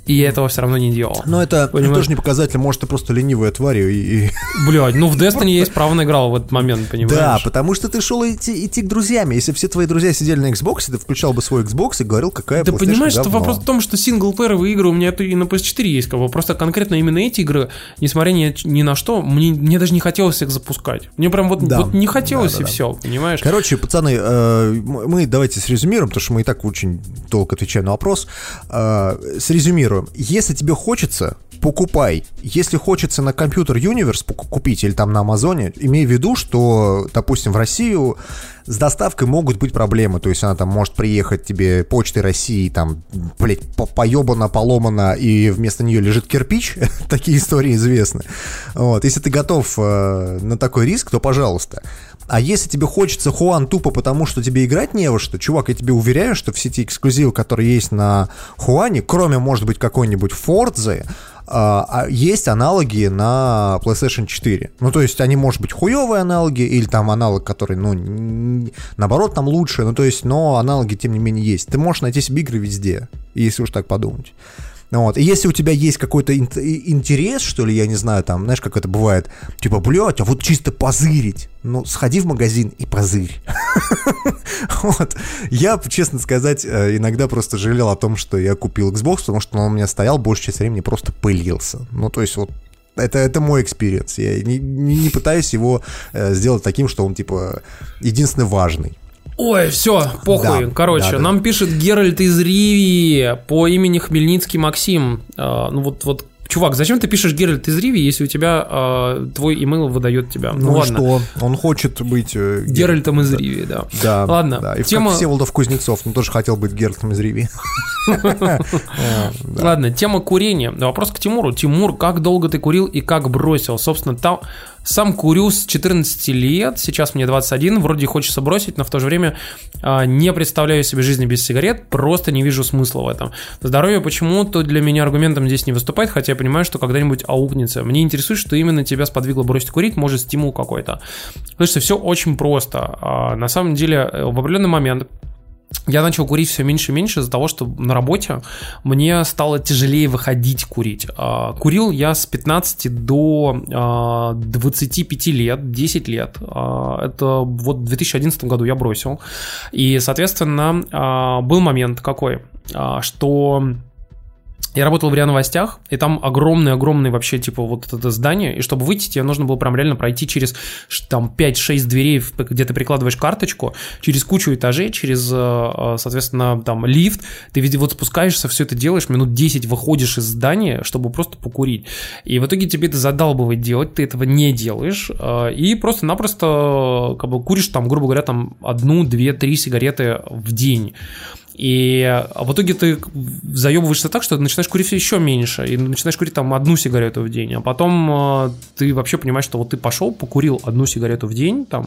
и я этого все равно не делал. Но это Понимаешь? тоже не показатель, может, ты просто ленивая тварь и... Блядь, ну в Destiny я исправно играл в этот момент, понимаешь? Да, потому что ты шел идти, идти к друзьям. Если все твои друзья сидели на Xbox, ты включал бы свой Xbox и говорил, какая Да PlayStation понимаешь, что говно. вопрос в том, что синглплееровые игры у меня и на пи эс четыре есть, как бы, просто конкретно именно эти игры, несмотря ни, ни на что, мне, мне даже не хотелось их запускать. Мне прям вот, Да. вот не хотелось, Да, да, и да. все, понимаешь? Короче, пацаны, э, мы давайте срезюмируем, потому что мы и так очень долго отвечаем на вопрос. Э, срезюмируем. Если тебе хочется, покупай. Если хочется на компьютер Universe купить или там на Амазоне, имей в виду, что, допустим, в Россию с доставкой могут быть проблемы. То есть она там может приехать тебе почтой России, там, блядь, поебана, поломана, и вместо нее лежит кирпич. Такие истории известны. Вот. Если ты готов э, на такой риск, то пожалуйста. А если тебе хочется Хуан тупо потому, что тебе играть не во что, чувак, я тебе уверяю, что все эти эксклюзивы, которые есть на Хуане, кроме, может быть, какой-нибудь Фордзы, а, есть аналоги на PlayStation четыре. Ну, то есть они, может быть, хуевые аналоги, или там аналог, который, ну, наоборот, там лучше, ну, то есть, но аналоги, тем не менее, есть. Ты можешь найти себе игры везде, если уж так подумать. Вот. И если у тебя есть какой-то интерес, что ли, я не знаю, там, знаешь, как это бывает, типа, блядь, а вот чисто позырить, ну, сходи в магазин и позырь. Вот. Я, честно сказать, иногда просто жалел о том, что я купил Xbox, потому что он у меня стоял большую часть времени, просто пылился. Ну, то есть, вот, это, это мой экспириенс. Я не, не, не пытаюсь его э, сделать таким, что он, типа, единственный важный. Ой, все, похуй. Да, Короче, да, да. нам пишет Геральт из Ривии по имени Хмельницкий Максим. А, ну вот, вот, чувак, зачем ты пишешь Геральт из Ривии, если у тебя а, твой имейл выдает тебя? Ну, Ну, ладно. что? Он хочет быть... Э, Геральтом из да. Ривии, да. Да. Ладно, Да. И тема... как Всеволодов Кузнецов, он тоже хотел быть Геральтом из Ривии. Ладно, тема курения. Вопрос к Тимуру. Тимур, как долго ты курил и как бросил? Собственно, там... Сам курю с четырнадцати лет, сейчас мне двадцать один, вроде хочется бросить, но в то же время а, не представляю себе жизни без сигарет, просто не вижу смысла в этом. Здоровье почему-то для меня аргументом здесь не выступает, хотя я понимаю, что когда-нибудь аукнется. Мне интересует, что именно тебя сподвигло бросить курить, может, стимул какой-то. Слушайте, все очень просто. А, на самом деле, в определенный момент я начал курить все меньше и меньше из-за того, что на работе мне стало тяжелее выходить курить. Курил я с пятнадцати до двадцати пяти лет, десять лет. Это вот в две тысячи одиннадцатом году я бросил. И, соответственно, был момент какой, что... Я работал в РИА Новостях, и там огромное-огромное вообще, типа, вот это здание, и чтобы выйти, тебе нужно было прям реально пройти через, там, пять-шесть дверей, где ты прикладываешь карточку, через кучу этажей, через, соответственно, там, лифт, ты везде вот спускаешься, все это делаешь, минут десять выходишь из здания, чтобы просто покурить. И в итоге тебе это задалбывает делать, ты этого не делаешь, и просто-напросто, как бы, куришь, там, грубо говоря, там, одну, две, три сигареты в день. И в итоге ты заебываешься так, что ты начинаешь курить все еще меньше, и начинаешь курить там одну сигарету в день, а потом э, ты вообще понимаешь, что вот ты пошел, покурил одну сигарету в день там,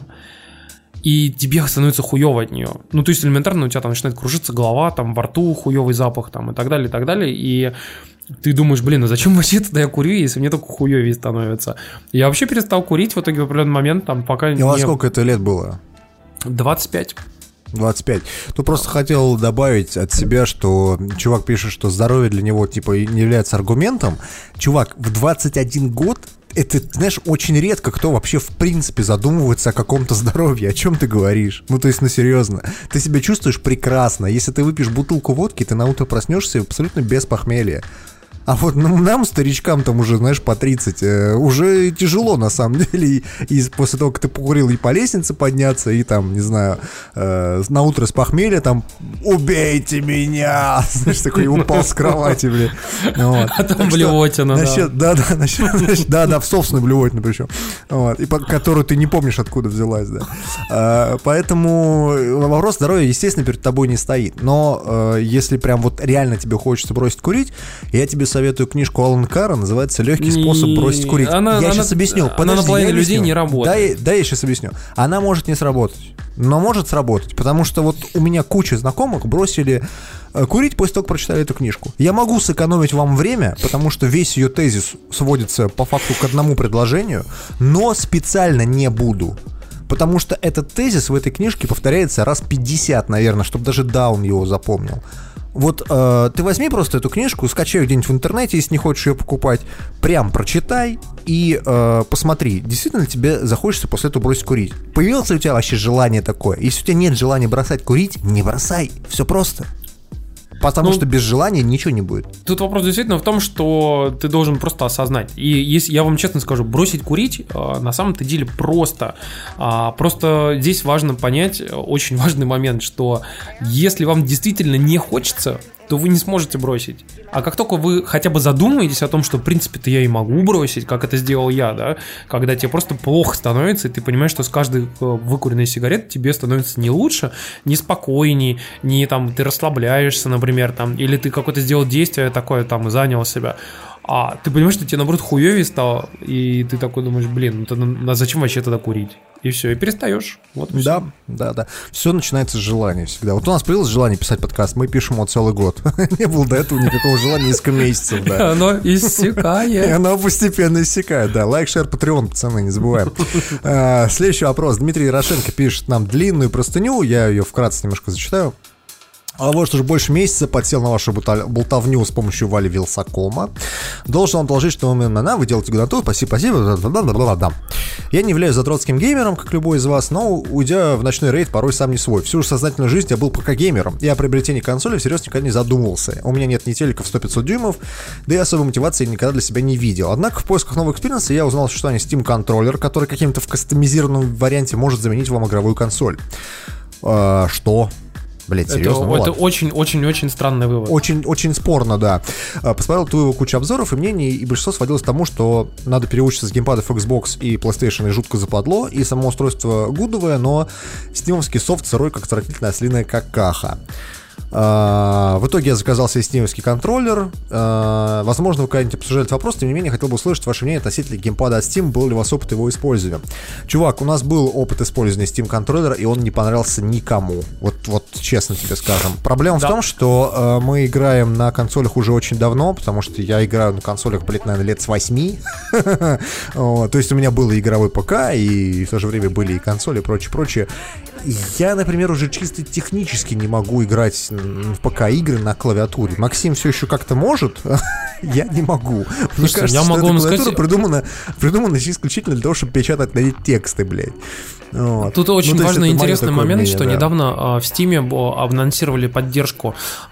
и тебе становится хуево от нее. Ну, то есть элементарно у тебя там начинает кружиться голова, там во рту хуевый запах там, и так далее, и так далее, и ты думаешь, блин, а зачем вообще тогда я курю, если мне только хуевее становится? Я вообще перестал курить в итоге в определенный момент, там, пока И не... у вас сколько это лет было? двадцать пять. двадцать пять. Тут просто хотел добавить от себя, что чувак пишет, что здоровье для него типа не является аргументом. Чувак, в двадцать один год это, знаешь, очень редко кто вообще в принципе задумывается о каком-то здоровье. О чем ты говоришь? Ну, то есть, ну, серьезно. Ты себя чувствуешь прекрасно. Если ты выпьешь бутылку водки, ты на утро проснешься абсолютно без похмелья. А вот нам, нам, старичкам, там уже, знаешь, по тридцать, э, уже тяжело, на самом деле. И, и после того, как ты покурил, и по лестнице подняться, и там, не знаю, э, на утро с похмелья, там, убейте меня! Знаешь, такой упал с кровати, блин. Вот. А там блевотина, да. Да, да, насчет, да, да, в собственную блевотину причем. Вот, и по, которую ты не помнишь, откуда взялась, да. А, поэтому вопрос здоровья, естественно, перед тобой не стоит. Но э, если прям вот реально тебе хочется бросить курить, я тебе советую книжку Алана Карра, называется «Легкий способ бросить курить». Она, я она, сейчас объясню. Она Подожди, на половине я людей объясню. не работает. Да, да, я сейчас объясню. Она может не сработать, но может сработать, потому что вот у меня куча знакомых бросили курить после того, как прочитали эту книжку. Я могу сэкономить вам время, потому что весь ее тезис сводится по факту к одному предложению, но специально не буду. Потому что этот тезис в этой книжке повторяется раз пятьдесят, наверное, чтобы даже Даун его запомнил. Вот э, ты возьми просто эту книжку, скачай где-нибудь в интернете, если не хочешь ее покупать, прям прочитай и э, посмотри, действительно ли тебе захочется после этого бросить курить. Появилось ли у тебя вообще желание такое? Если у тебя нет желания бросать курить, не бросай, все просто. Потому ну, что без желания ничего не будет. Тут вопрос действительно в том, что ты должен просто осознать. И если я вам честно скажу, бросить курить на самом-то деле просто. Просто здесь важно понять очень важный момент, что если вам действительно не хочется, то вы не сможете бросить. А как только вы хотя бы задумаетесь о том, что в принципе-то я и могу бросить, как это сделал я, да, когда тебе просто плохо становится, и ты понимаешь, что с каждой выкуренной сигареты тебе становится не лучше, не спокойней, не там ты расслабляешься, например, там, или ты какое-то сделал действие такое, там, занял себя, а ты понимаешь, что тебе, наоборот, хуёвее стало, и ты такой думаешь, блин, ну, а зачем вообще тогда курить? И все, и перестаешь. Вот и да, да, да. Все начинается с желания всегда. Вот у нас появилось желание писать подкаст, мы пишем его целый год. Не было до этого никакого желания несколько месяцев, да. Оно иссякает. Оно постепенно иссякает, да. Лайк, шер, патреон, пацаны, не забываем. Следующий вопрос. Дмитрий Ярошенко пишет нам длинную простыню, я ее вкратце немножко зачитаю. А вот что же больше месяца подсел на вашу болтовню с помощью Вали Вилсакома. Должен вам доложить, что именно вы делаете гноту. Спасибо, спасибо. Я не являюсь задротским геймером, как любой из вас, но, уйдя в ночной рейд, порой сам не свой. Всю же сознательную жизнь я был ПК-геймером. И о приобретении консоли всерьез никогда не задумывался. У меня нет ни телеков сто-пятьсот дюймов, да и особой мотивации никогда для себя не видел. Однако в поисках новых экспириенса я узнал существование Steam контроллер, который каким-то в кастомизированном варианте может заменить вам игровую консоль. А, что? Блять, серьезно? Это, это очень-очень-очень странный вывод. Очень, очень спорно, да. Посмотрел твою кучу обзоров и мнений, и большинство сводилось к тому, что надо переучиться с геймпадов Xbox и PlayStation, и жутко западло, и само устройство гудовое, но стимовский софт сырой, как отвратительная ослиная какаха. Uh, в итоге я заказал себе стимовский контроллер. uh, Возможно, вы когда-нибудь обсуждали этот вопрос. Тем не менее, хотел бы услышать ваше мнение относительно геймпада от Steam. Был ли у вас опыт его использования? Чувак, у нас был опыт использования Steam контроллера, и он не понравился никому. Вот, вот честно тебе скажем. Проблема да. в том, что uh, мы играем на консолях уже очень давно, потому что я играю на консолях, блядь, наверное, лет с восьми. То есть у меня был и игровой ПК, и в то же время были и консоли, и прочее, прочее. Я, например, уже чисто технически не могу играть в ПК-игры на клавиатуре. Максим все еще как-то может, я не могу. Мне кажется, я что могу эта клавиатура сказать... придумана, придумана исключительно для того, чтобы печатать на ней тексты, блядь. Вот. Тут очень ну, важный интересный момент, мнение, что да. недавно а, в Steam анонсировали поддержку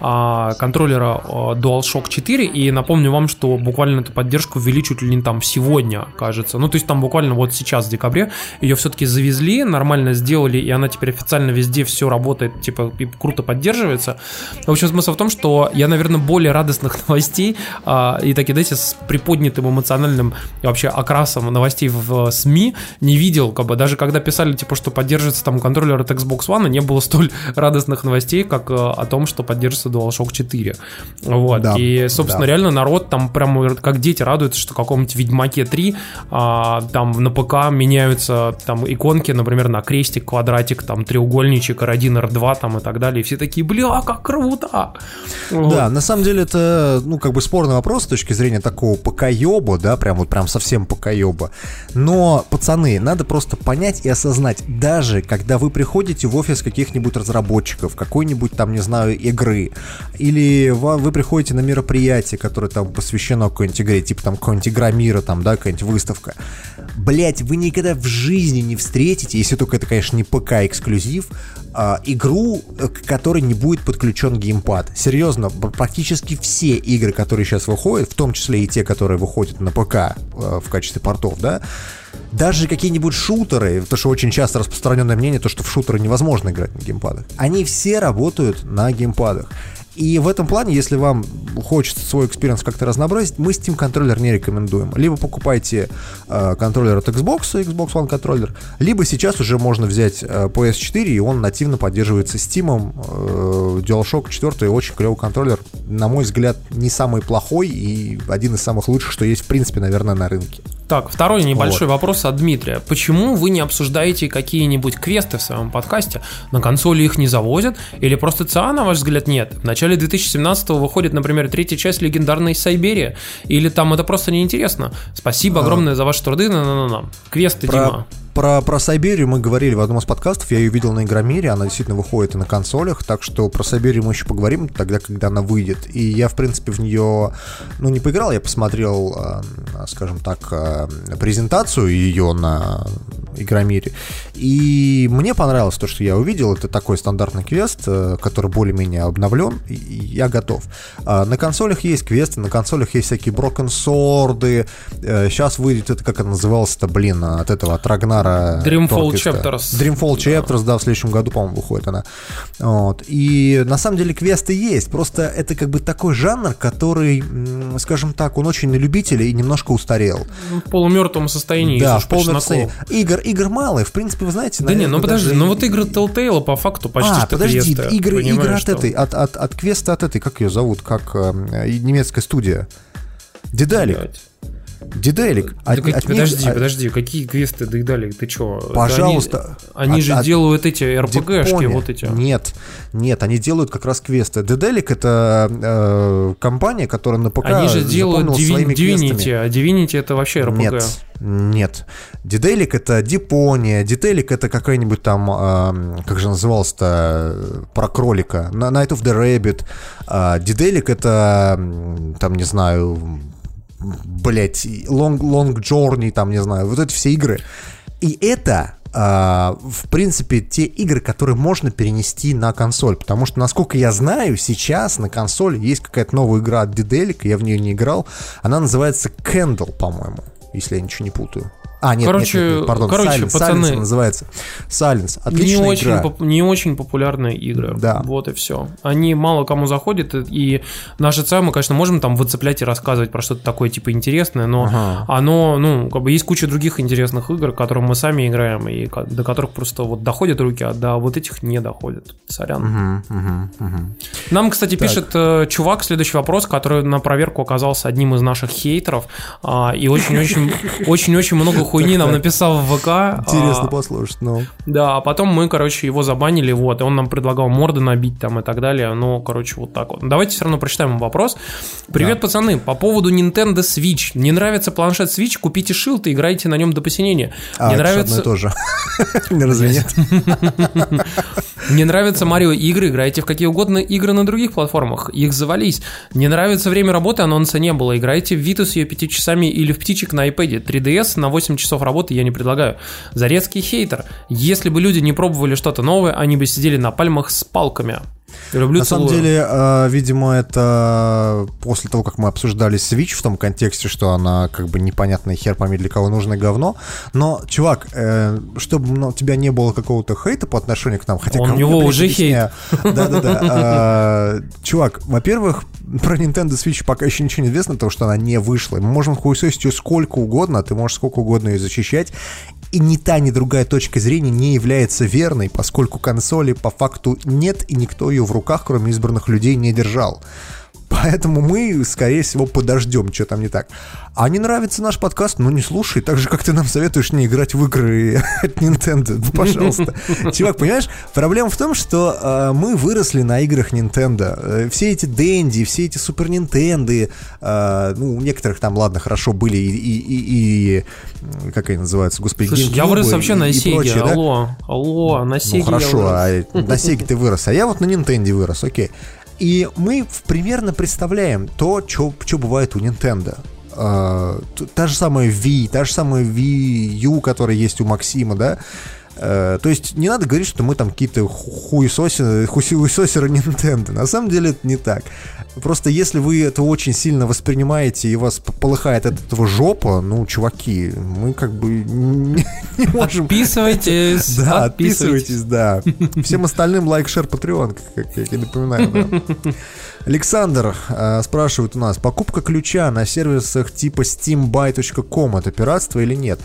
а, контроллера а, DualShock четыре, и напомню вам, что буквально эту поддержку ввели чуть ли не там сегодня, кажется. Ну, то есть там буквально вот сейчас, в декабре, ее все-таки завезли, нормально сделали, и она теперь официально везде все работает, типа, и круто поддерживается. В общем, смысл в том, что я, наверное, более радостных новостей а, и такие, знаете, с приподнятым эмоциональным вообще окрасом новостей в СМИ не видел, как бы, даже когда писали типа, что поддерживается там контроллер от Xbox One, не было столь радостных новостей, как э, о том, что поддерживается DualShock четыре. Вот. Да, и, собственно, да. реально народ там прямо как дети радуются, что в каком-нибудь Ведьмаке три а, там на ПК меняются там иконки, например, на крестик, квадратик, там треугольничек, эр один, эр два там и так далее. И все такие, бля, как круто! Вот. Да, на самом деле это, ну, как бы спорный вопрос с точки зрения такого ПК-ёба, да, прям вот прям совсем ПК-ёба. Но, пацаны, надо просто понять и осознать, даже когда вы приходите в офис каких-нибудь разработчиков, какой-нибудь там, не знаю, игры, или вы приходите на мероприятие, которое там посвящено какой-нибудь игре, типа там какой-нибудь игра мира, там, да, какая-нибудь выставка, блять, вы никогда в жизни не встретите, если только это, конечно, не ПК-эксклюзив, а, игру, к которой не будет подключен геймпад. Серьезно, практически все игры, которые сейчас выходят, в том числе и те, которые выходят на ПК а, в качестве портов, да, даже какие-нибудь шутеры, потому что очень часто распространенное мнение, то, что в шутеры невозможно играть на геймпадах, они все работают на геймпадах. И в этом плане, если вам хочется свой экспириенс как-то разнообразить, мы Steam контроллер не рекомендуем. Либо покупайте э, контроллер от Xbox, Xbox One контроллер, либо сейчас уже можно взять э, пи эс четыре, и он нативно поддерживается Steam. Э, DualShock четыре очень клевый контроллер. На мой взгляд, не самый плохой и один из самых лучших, что есть, в принципе, наверное, на рынке. Так, второй небольшой вот. вопрос от Дмитрия. Почему вы не обсуждаете какие-нибудь квесты в своем подкасте? На консоли их не завозят? Или просто ЦА, на ваш взгляд, нет? В начале две тысячи семнадцатого выходит, например, третья часть легендарной Сайберии. Или там это просто неинтересно? Спасибо огромное а... за ваши труды. На-на-на-на. Квесты, Про... Дима. Про, про Сайберию мы говорили в одном из подкастов, я ее видел на Игромире, она действительно выходит и на консолях, так что про Сайберию мы еще поговорим тогда, когда она выйдет. И я, в принципе, в нее, ну, не поиграл, я посмотрел, скажем так, презентацию ее на Игромире, и мне понравилось то, что я увидел. Это такой стандартный квест, который более-менее обновлен, и я готов. На консолях есть квесты, на консолях есть всякие Broken Sword. Сейчас выйдет, это как это называлось-то, блин, от этого, от Рагнара. Dreamfall Chapters. Dreamfall Chapters, да. да, в следующем году, по-моему, выходит она. Вот. И на самом деле квесты есть, просто это как бы такой жанр, который, скажем так, он очень на любителя и немножко устарел. В полумертвом состоянии. Да, в полумертвом состоянии. Игр, игр мало, в принципе, вы знаете... Да не, ну подожди, даже... ну вот игры Telltale по факту почти а, что подожди, квесты. игры, игры от этой, от, от, от квеста от этой, как ее зовут, как э, немецкая студия. Дедалик. Дедалик. Да, как, подожди, них... подожди, какие квесты Дедалик? Ты чё? Пожалуйста. Они, они от, же от... делают эти эр пи гэ-шки, вот эти. Нет, нет, они делают как раз квесты. Дедалик — это э, компания, которая на ПК они же делают Divinity, Divinity, а Divinity — это вообще эр пи гэ. Нет, нет. Дедалик — это Дипония, Дедалик — это какая-нибудь там, э, как же называлось-то, про кролика, Night of the Rabbit. э, Дедалик — это, там, не знаю... Блять, long, long Journey, там, не знаю, вот эти все игры. И это, э, в принципе, те игры, которые можно перенести на консоль. Потому что, насколько я знаю, сейчас на консоли есть какая-то новая игра от Дедалик, я в нее не играл. Она называется Candle, по-моему, если я ничего не путаю. А, нет, короче, нет, нет, нет, пардон, короче, Silence, пацаны, Silence называется. Silence, отличная не очень, игра. Поп- не очень популярные игры. Да. Вот и все. Они мало кому заходят, и наши цель мы, конечно, можем там выцеплять и рассказывать про что-то такое, типа, интересное, но ага. оно, ну, как бы есть куча других интересных игр, к которым мы сами играем, и до которых просто вот доходят руки, а до вот этих не доходят. Сорян. Угу, угу, угу. Нам, кстати, так. пишет э, чувак, следующий вопрос, который на проверку оказался одним из наших хейтеров, э, и очень-очень много хуйни нам написал в ВК. Интересно а, послушать, ну. Да, а потом мы, короче, его забанили, вот, и он нам предлагал морды набить там и так далее, ну, короче, вот так вот. Давайте все равно прочитаем вопрос. Привет, да. пацаны, по поводу Nintendo Switch. Не нравится планшет Switch, купите шилд и играйте на нем до посинения. А, не это нравится... одно и то же. Разве нет? Не нравятся Марио игры, играйте в какие угодно игры на других платформах. Их завались. Не нравится время работы, анонса не было. Играйте в Виту с ее пятью часами или в птичек на iPad. три ди эс на восемь часов работы я не предлагаю. Зарецкий хейтер. Если бы люди не пробовали что-то новое, они бы сидели на пальмах с палками. Люблю, на целую. самом деле, э, видимо, это после того, как мы обсуждали Switch в том контексте, что она как бы непонятная хер пойми для кого нужное говно. Но, чувак, э, чтобы ну, у тебя не было какого-то хейта по отношению к нам, хотя у него уже хейт. Да-да-да. Чувак, во-первых, про Nintendo Switch пока еще ничего не известно, потому что она не вышла. Мы можем хуесосить ее сколько угодно, ты можешь сколько угодно ее защищать. И ни та, ни другая точка зрения не является верной, поскольку консоли по факту нет, и никто ее в руках, кроме избранных людей, не держал. Поэтому мы, скорее всего, подождем, что там не так. А не нравится наш подкаст? Ну, не слушай. Так же, как ты нам советуешь не играть в игры от Nintendo. Ну, пожалуйста. Чувак, понимаешь, проблема в том, что э, мы выросли на играх Nintendo. Э, все эти Dendy, все эти Super Nintendo, э, ну, у некоторых там, ладно, хорошо были и, и, и, и как они называются, господи, слушай, GameCube, я вырос вообще на Sega, прочее, да? Алло, алло, на Sega. Ну, хорошо, а на Sega ты вырос, а я вот на Nintendo вырос, окей. И мы примерно представляем то, что бывает у Nintendo. Uh, та же самая Wii, та же самая Wii U, которая есть у Максима, да? Uh, то есть не надо говорить, что мы там какие-то хуесосеры, хуесосеры Nintendo. На самом деле это не так. Просто если вы это очень сильно воспринимаете и вас полыхает от этого жопа, ну, чуваки, мы как бы не, не можем... Отписывайтесь. Да, отписывайтесь, да. Всем остальным лайк, шер, патреон, как я напоминаю, да. Александр э, спрашивает у нас: покупка ключа на сервисах типа steam buy точка com — это пиратство или нет?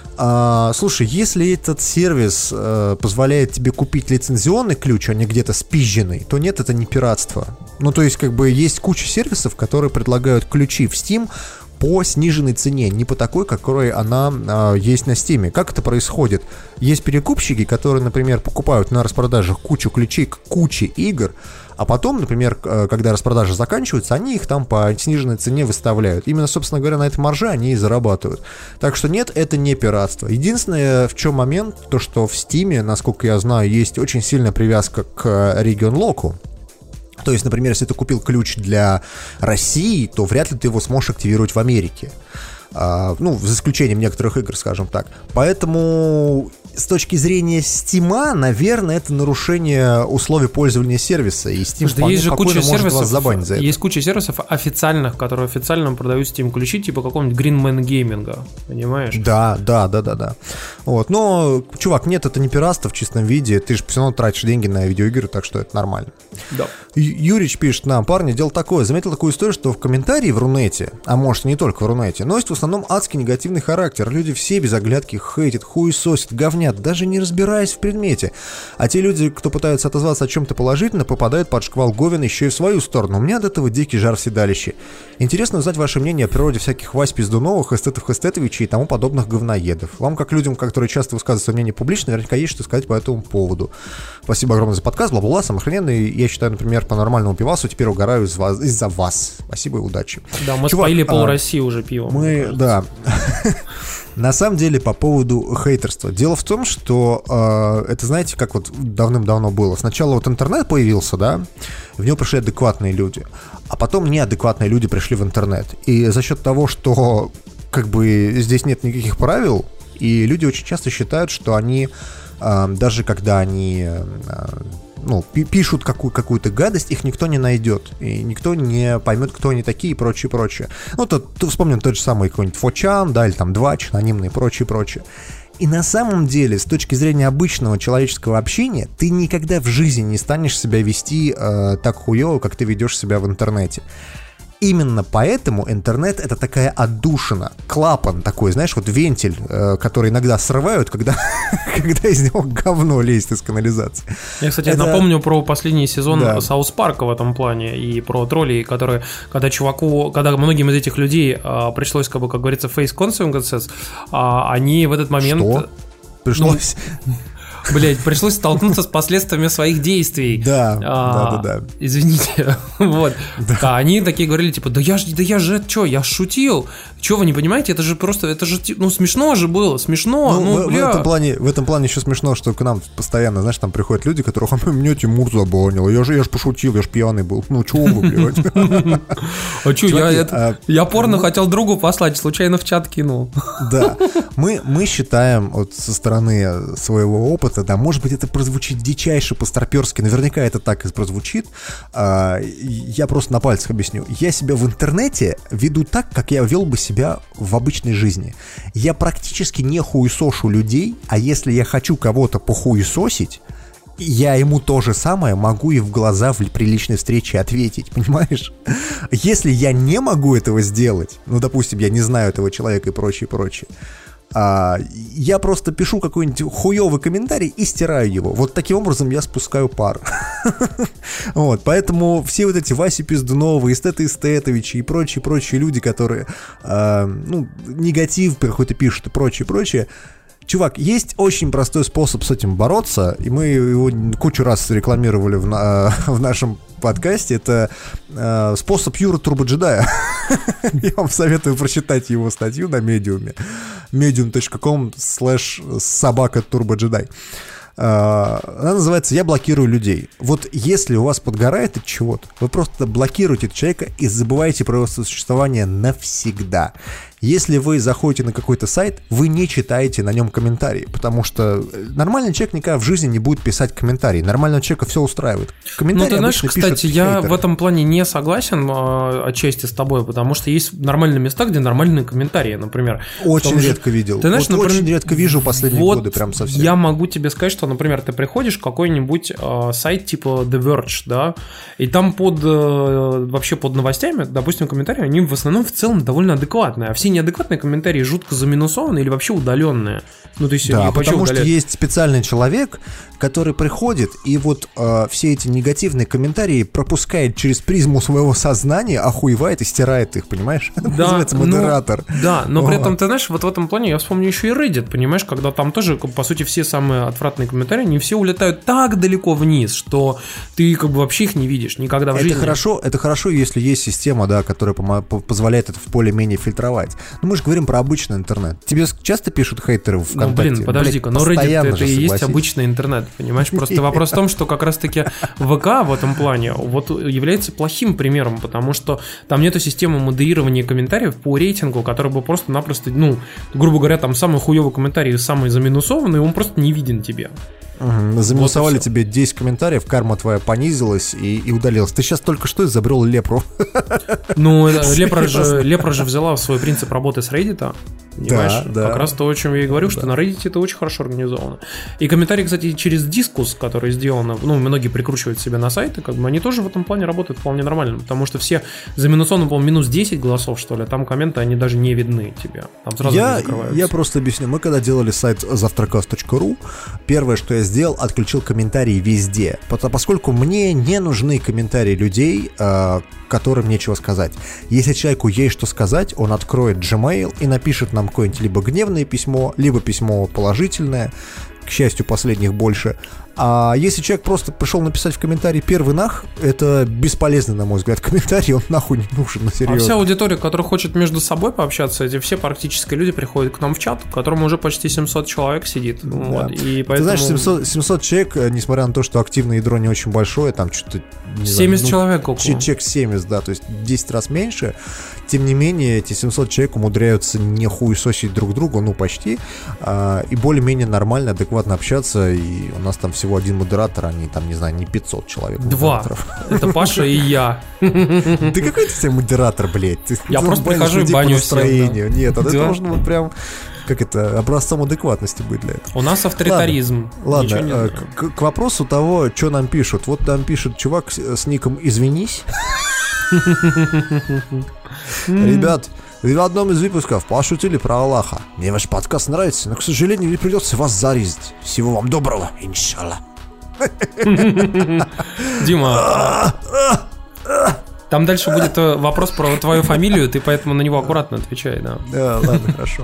А, слушай, если этот сервис э, позволяет тебе купить лицензионный ключ, а не где-то спизженный, то нет, это не пиратство. Ну, то есть, как бы, есть куча сервисов, которые предлагают ключи в Steam по сниженной цене, не по такой, какой она э, есть на Steam. Как это происходит? Есть перекупщики, которые, например, покупают на распродажах кучу ключей к куче игр, А потом, например, когда распродажи заканчиваются, они их там по сниженной цене выставляют. Именно, собственно говоря, на этой марже они и зарабатывают. Так что нет, это не пиратство. Единственное, в чем момент, то что в Steam, насколько я знаю, есть очень сильная привязка к регион-локу. То есть, например, если ты купил ключ для России, то вряд ли ты его сможешь активировать в Америке. А, ну, за исключением некоторых игр, скажем так. Поэтому с точки зрения Steam, наверное, это нарушение условий пользования сервиса. И Steam вполне есть же куча может сервисов, вас забанить за это. Есть куча сервисов официальных, которые официально продают Steam ключи, типа какого-нибудь Greenman Gaming, понимаешь? Да, да, да, да, да. Вот, но, чувак, нет, это не пиратство в чистом виде. Ты же все равно тратишь деньги на видеоигры, так что это нормально. Да. Юрич пишет нам: парни, дело такое. Заметил такую историю, что в комментарии в Рунете, а может и не только в Рунете, носит в основном адский негативный характер. Люди все без оглядки хейтят, хуесосят, говнят, даже не разбираясь в предмете. А те люди, кто пытаются отозваться о чем-то положительно, попадают под шквал говен еще и в свою сторону. У меня от этого дикий жар в седалище. Интересно узнать ваше мнение о природе всяких Вась Пиздуновых, эстетов Эстетовичей и тому подобных говноедов. Вам, как людям, которые часто высказывают свое мнение публично, наверняка есть что сказать по этому поводу. Спасибо огромное за подкаст, бла-бла-бла, самый охрененный. Я считаю, например, по нормальному пивасу теперь угораю из вас, из-за вас. Спасибо и удачи. Да, мы Чувак, споили пол а, России уже пивом. Мы, да. На самом деле, по поводу хейтерства. Дело в том, что э, это, знаете, как вот давным-давно было. Сначала вот интернет появился, да, в него пришли адекватные люди, а потом неадекватные люди пришли в интернет. И за счет того, что как бы здесь нет никаких правил, и люди очень часто считают, что они, э, даже когда они... Э, ну, пишут какую- какую-то гадость, их никто не найдет, и никто не поймет, кто они такие и прочее, прочее. Ну, то, ты вспомним тот же самый какой-нибудь фочан, да, или там двач, анонимный и прочее, прочее. И на самом деле, с точки зрения обычного человеческого общения, ты никогда в жизни не станешь себя вести э, так хуёво, как ты ведешь себя в интернете. Именно поэтому интернет — это такая отдушина, клапан такой, знаешь, вот вентиль, э, который иногда срывают, когда, когда из него говно лезет из канализации. Я, кстати, это... напомню про последний сезон да. Саус Парка в этом плане и про троллей, которые, когда чуваку, когда многим из этих людей а, пришлось, как бы, как говорится, face consequences, а, они в этот момент... Что? Пришлось... Ну, блять, пришлось столкнуться с последствиями своих действий. Да, а, да, да, да. Извините. Вот. Да. Да, они такие говорили, типа, да я же, да я же, что, я шутил. Че, вы не понимаете, это же просто, это же, ну, смешно же было, смешно. Ну, ну в, бля. в, этом плане, в этом плане еще смешно, что к нам постоянно, знаешь, там приходят люди, которых, а меня Тимур забанил, я же, я же пошутил, я же пьяный был. Ну, чего вы, блядь? А что, я порно хотел другу послать, случайно в чат кинул. Да, мы, мы считаем вот со стороны своего опыта, да, может быть, это прозвучит дичайше по-старперски, наверняка это так и прозвучит, а, я просто на пальцах объясню. Я себя в интернете веду так, как я вел бы себя в обычной жизни. Я практически не хуесошу людей, а если я хочу кого-то похуесосить, я ему то же самое могу и в глаза при личной встрече ответить, понимаешь? Если я не могу этого сделать, ну, допустим, я не знаю этого человека и прочее, прочее, а, я просто пишу какой-нибудь хуёвый комментарий и стираю его. Вот таким образом я спускаю пар. Вот, поэтому все вот эти Васи Пиздуновы, Эстеты Эстетовичи и прочие-прочие люди, которые, ну, негатив какой-то пишут и прочее-прочее. Чувак, есть очень простой способ с этим бороться, и мы его кучу раз рекламировали в, на, в нашем подкасте. Это э, способ Юры Турбоджедая. Я вам советую прочитать его статью на медиуме. медиум точка ком слэш собака турбоджедай. Она называется «Я блокирую людей». Вот если у вас подгорает от чего-то, вы просто блокируете человека и забываете про его существование навсегда. Если вы заходите на какой-то сайт, вы не читаете на нем комментарии, потому что нормальный человек никогда в жизни не будет писать комментарии. Нормального человека все устраивает. Ну, ты знаешь, кстати, я хейтеры. В этом плане не согласен э, отчасти с тобой, потому что есть нормальные места, где нормальные комментарии, например. Очень редко же... видел. Ты знаешь, вот например, очень редко вижу последние вот годы, прям совсем. Я могу тебе сказать, что, например, ты приходишь в какой-нибудь э, сайт типа The Verge, да, и там под э, вообще под новостями, допустим, комментарии, они в основном в целом довольно адекватные, а все неадекватные комментарии жутко заминусованы или вообще удаленные. Ну, то есть, да, потому что есть специальный человек, который приходит и вот э, все эти негативные комментарии пропускает через призму своего сознания, охуевает и стирает их, понимаешь? Да, называется модератор. Ну, да, но при этом, ты знаешь, вот в этом плане я вспомню еще и Reddit, понимаешь, когда там тоже, по сути, все самые отвратные комментарии, не все улетают так далеко вниз, что ты как бы вообще их не видишь никогда в это жизни. Хорошо, это хорошо, если есть система, да, которая помо- позволяет это в более-менее фильтровать. Но мы же говорим про обычный интернет. Тебе часто пишут хейтеры в ВКонтакте? Ну, блин, подожди-ка, но Reddit это и есть обычный интернет, понимаешь? Просто вопрос в том, что как раз-таки ВК в этом плане вот является плохим примером, потому что там нету системы модерирования комментариев по рейтингу, который бы просто-напросто, ну, грубо говоря, там самый хуёвый комментарий, самый заминусованный, он просто не виден тебе. Угу. Заминусовали вот тебе десять комментариев, карма твоя понизилась и, и удалилась. Ты сейчас только что изобрел лепру. Ну, лепра же, лепра же взяла в свой принцип работы с Reddit. Понимаешь? Да, да. Как раз то, о чем я и говорю, да. Что на Reddit это очень хорошо организовано. И комментарии, кстати, через дискус, который сделан, ну, многие прикручивают себя на сайты, как бы они тоже в этом плане работают вполне нормально, потому что все заминусованы, по-моему, минус десять голосов, что ли, там комменты, они даже не видны тебе. Там сразу я, не закрываются. Я просто объясню. Мы когда делали сайт завтракаст точка ру, первое, что я сделал, отключил комментарии везде, поскольку мне не нужны комментарии людей, которым нечего сказать. Если человеку есть что сказать, он откроет Gmail и напишет нам какое-нибудь либо гневное письмо, либо письмо положительное, к счастью, последних больше. А если человек просто пришел написать в комментарии первый нах, это бесполезный, на мой взгляд, комментарий, он нахуй не нужен, на серьезно. А вся аудитория, которая хочет между собой пообщаться, эти все практически люди приходят к нам в чат, в котором уже почти семьсот человек сидит. Да. Вот, и поэтому... Ты знаешь, семьсот, семьсот человек, несмотря на то, что активное ядро не очень большое, там что-то... семьдесят ну, человек около. Человек семьдесят, да, то есть десять раз меньше. Тем не менее, эти семьсот человек умудряются не хуесосить друг другу, ну почти, а, и более-менее нормально, адекватно общаться, и у нас там всего один модератор, а не там, не знаю, не пятьсот человек. Два. Это Паша и я. Ты какой ты себе модератор, блядь? Я просто прихожу и баню всем. Нет, это должно вот прям... Как это, образцом адекватности быть для этого. У нас авторитаризм. Ладно, ладно к, к вопросу того, что нам пишут. Вот нам пишет чувак с, с ником «Извинись». Ребят, в одном из выпусков пошутили про Аллаха. Мне ваш подкаст нравится, но, к сожалению, мне придется вас зарезать. Всего вам доброго, иншаллах. Дима, там дальше будет вопрос про твою фамилию, ты поэтому на него аккуратно отвечай, да. Да, ладно, хорошо.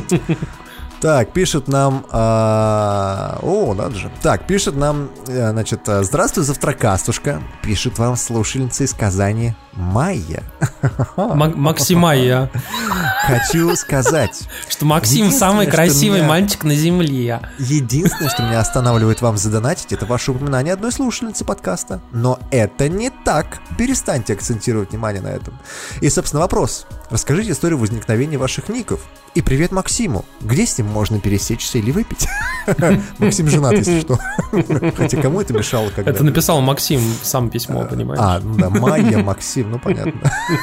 Так, пишет нам... А... О, надо же. Так, пишет нам, значит, здравствуй, завтракастушка. Пишет вам слушательница из Казани Майя. Максимайя. Хочу сказать, что Максим самый красивый меня... мальчик на земле. Единственное, что меня останавливает вам задонатить, это ваше упоминание одной слушательницы подкаста. Но это не так. Перестаньте акцентировать внимание на этом. И, собственно, вопрос. Расскажите историю возникновения ваших ников. И привет Максиму. Где с ним можно пересечься или выпить? Максим женат, если что. Хотя кому это мешало когда-то? Это написал Максим сам письмо, понимаешь? А, ну да, Майя, Максим, ну понятно.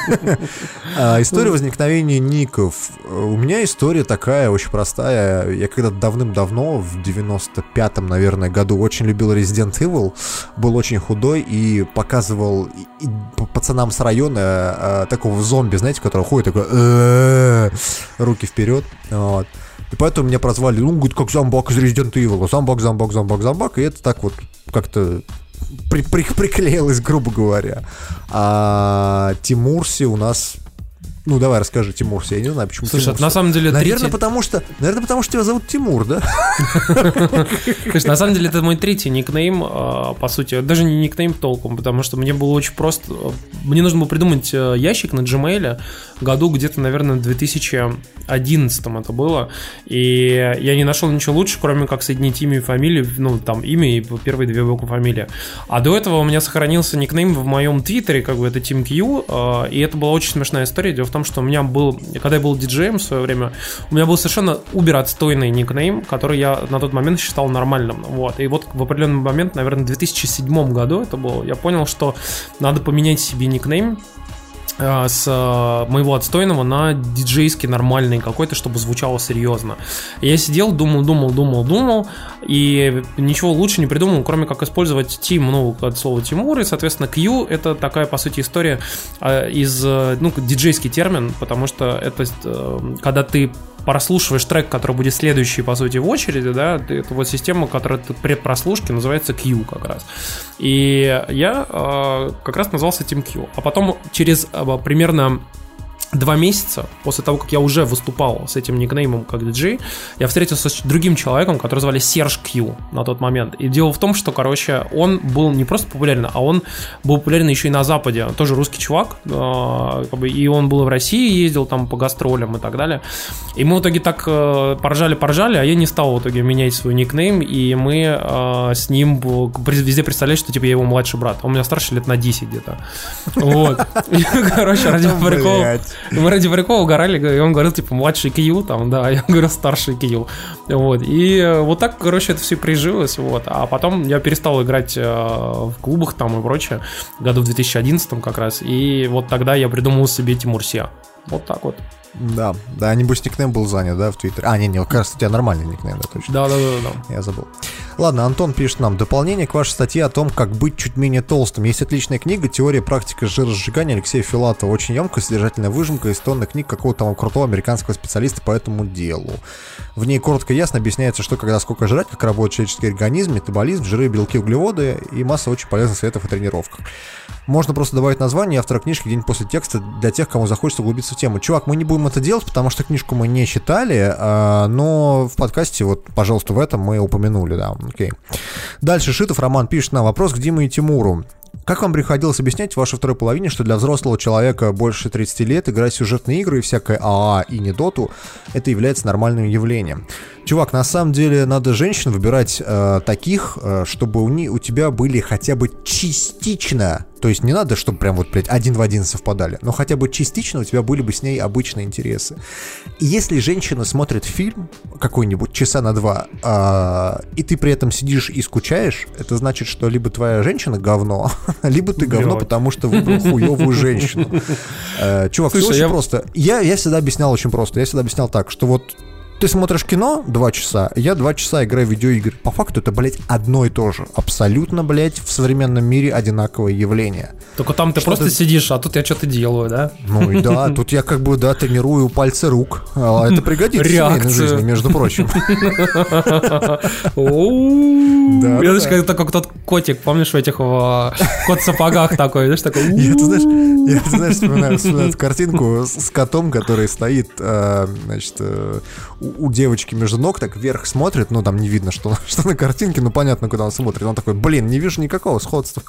История возникновения ников. У меня история такая, очень простая. Я когда-то давным-давно, в девяносто пятом, наверное, году очень любил Resident Evil. Был очень худой и показывал пацанам с района такого зомби, знаете, который ходит такой... Руки вперед. Вот. И поэтому меня прозвали, ну, говорит, как зомбак из Resident Evil. Зомбак, зомбак, зомбак, зомбак. И это так вот как-то при- при- приклеилось, грубо говоря. А Тимурси у нас... Ну, давай расскажи, Тимурси, я не знаю, почему Слушай, Тимурси. на самом деле... Наверное, третий... потому что... Наверное, потому что тебя зовут Тимур, да? Слушай, на самом деле это мой третий никнейм, по сути. Даже не никнейм толком, потому что мне было очень просто... Мне нужно было придумать ящик на Gmail году где-то, наверное, в две тысячи одиннадцатом это было. И я не нашел ничего лучше, кроме как соединить имя и фамилию. Ну, там, имя и первые две буквы фамилии. А до этого у меня сохранился никнейм в моем твиттере, как бы это Team Q. И это была очень смешная история. Дело в том, что у меня был, когда я был диджеем в свое время, у меня был совершенно убер-отстойный никнейм, который я на тот момент считал нормальным. Вот. И вот в определенный момент, наверное, в две тысячи седьмом году это было, я понял, что надо поменять себе никнейм с моего отстойного на диджейский нормальный какой-то, чтобы звучало серьезно. Я сидел, думал, думал, думал, думал, и ничего лучше не придумал, кроме как использовать Тим, ну, от слова Тимур, и, соответственно, Q — это такая, по сути, история из, ну, диджейский термин, потому что это когда ты прослушиваешь трек, который будет следующий, по сути, в очереди, да, это вот система, которая предпрослушки, называется Q как раз. И я э, как раз назвался Team Q. А потом через э, примерно два месяца после того, как я уже выступал с этим никнеймом как диджей, я встретился с другим человеком, который звали Серж Q на тот момент. И дело в том, что, короче, он был не просто популярен, а он был популярен еще и на Западе. Тоже русский чувак, и он был в России, ездил там по гастролям и так далее. И мы в итоге так поржали-поржали, а я не стал в итоге менять свой никнейм, и мы с ним везде представляли, что типа я его младший брат. Он меня старше лет на десять где-то. Вот. Короче, ради прикола. Мы ради прикола угорали, и он говорил, типа, младший Кью, там, да, я говорю, старший Кью. Вот, и вот так, короче, это все прижилось, вот. А потом я перестал играть в клубах там и прочее, году в две тысячи одиннадцатом как раз, и вот тогда я придумал себе Тимурсия. Вот так вот. Да, да, небось никнейм был занят, да, в Твиттере. А, не, не, кажется, у тебя нормальный никнейм, да, точно. Да, да, да, да. Я забыл. Ладно, Антон пишет нам: дополнение к вашей статье о том, как быть чуть менее толстым. Есть отличная книга «Теория практика жиросжигания» Алексея Филатова. Очень емкая, содержательная выжимка из тонны книг какого-то там крутого американского специалиста по этому делу. В ней коротко и ясно объясняется, что, когда, сколько жрать, как работает человеческий организм, метаболизм, жиры, белки, углеводы и масса очень полезных советов и тренировках. Можно просто добавить название автора книжки где-нибудь после текста для тех, кому захочется углубиться в тему. Чувак, мы не будем это делать, потому что книжку мы не читали, но в подкасте, вот, пожалуйста, в этом мы упомянули, да, окей. Дальше Шитов Роман пишет нам вопрос к Диме и Тимуру. Как вам приходилось объяснять в вашей второй половине, что для взрослого человека больше тридцати лет играть в сюжетные игры и всякое АА и не доту, это является нормальным явлением? Чувак, на самом деле надо женщин выбирать э, таких, э, чтобы у, не, у тебя были хотя бы частично, то есть не надо, чтобы прям вот, блядь, один в один совпадали, но хотя бы частично у тебя были бы с ней обычные интересы. И если женщина смотрит фильм какой-нибудь часа на два, э, и ты при этом сидишь и скучаешь, это значит, что либо твоя женщина говно, либо ты говно, потому что выбрал хуевую женщину. Э, чувак, все очень просто. Я, я всегда объяснял очень просто. Я всегда объяснял так, что вот ты смотришь кино два часа, я два часа играю в видеоигры. По факту это, блядь, одно и то же. Абсолютно, блядь, в современном мире одинаковое явление. Только там ты что просто ты... сидишь, а тут я что-то делаю, да? Ну и да, тут я как бы, да, тренирую пальцы рук. Это пригодится в семейной жизни, между прочим. Я даже как тот котик, помнишь, в этих кот в сапогах такой, знаешь, такой. Я, ты знаешь, я, ты знаешь, вспоминаю, вспоминаю картинку с котом, который стоит, значит, у девочки между ног, так вверх смотрит, ну там не видно, что, что на картинке, но понятно, куда он смотрит. Он такой, блин, не вижу никакого сходства.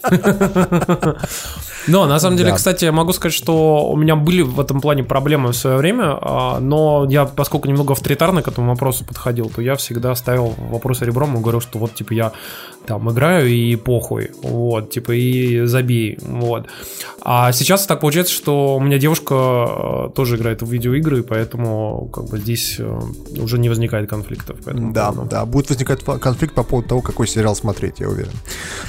Но, на самом деле, да. Кстати, я могу сказать, что у меня были в этом плане проблемы в свое время, но я, поскольку немного авторитарно к этому вопросу подходил, то я всегда ставил вопрос ребром и говорил, что вот, типа, я там играю и похуй, вот, типа, и забей, вот. А сейчас так получается, что у меня девушка тоже играет в видеоигры, поэтому, как бы, здесь уже не возникает конфликтов. Да, поводу. Да, будет возникать конфликт по поводу того, какой сериал смотреть, я уверен.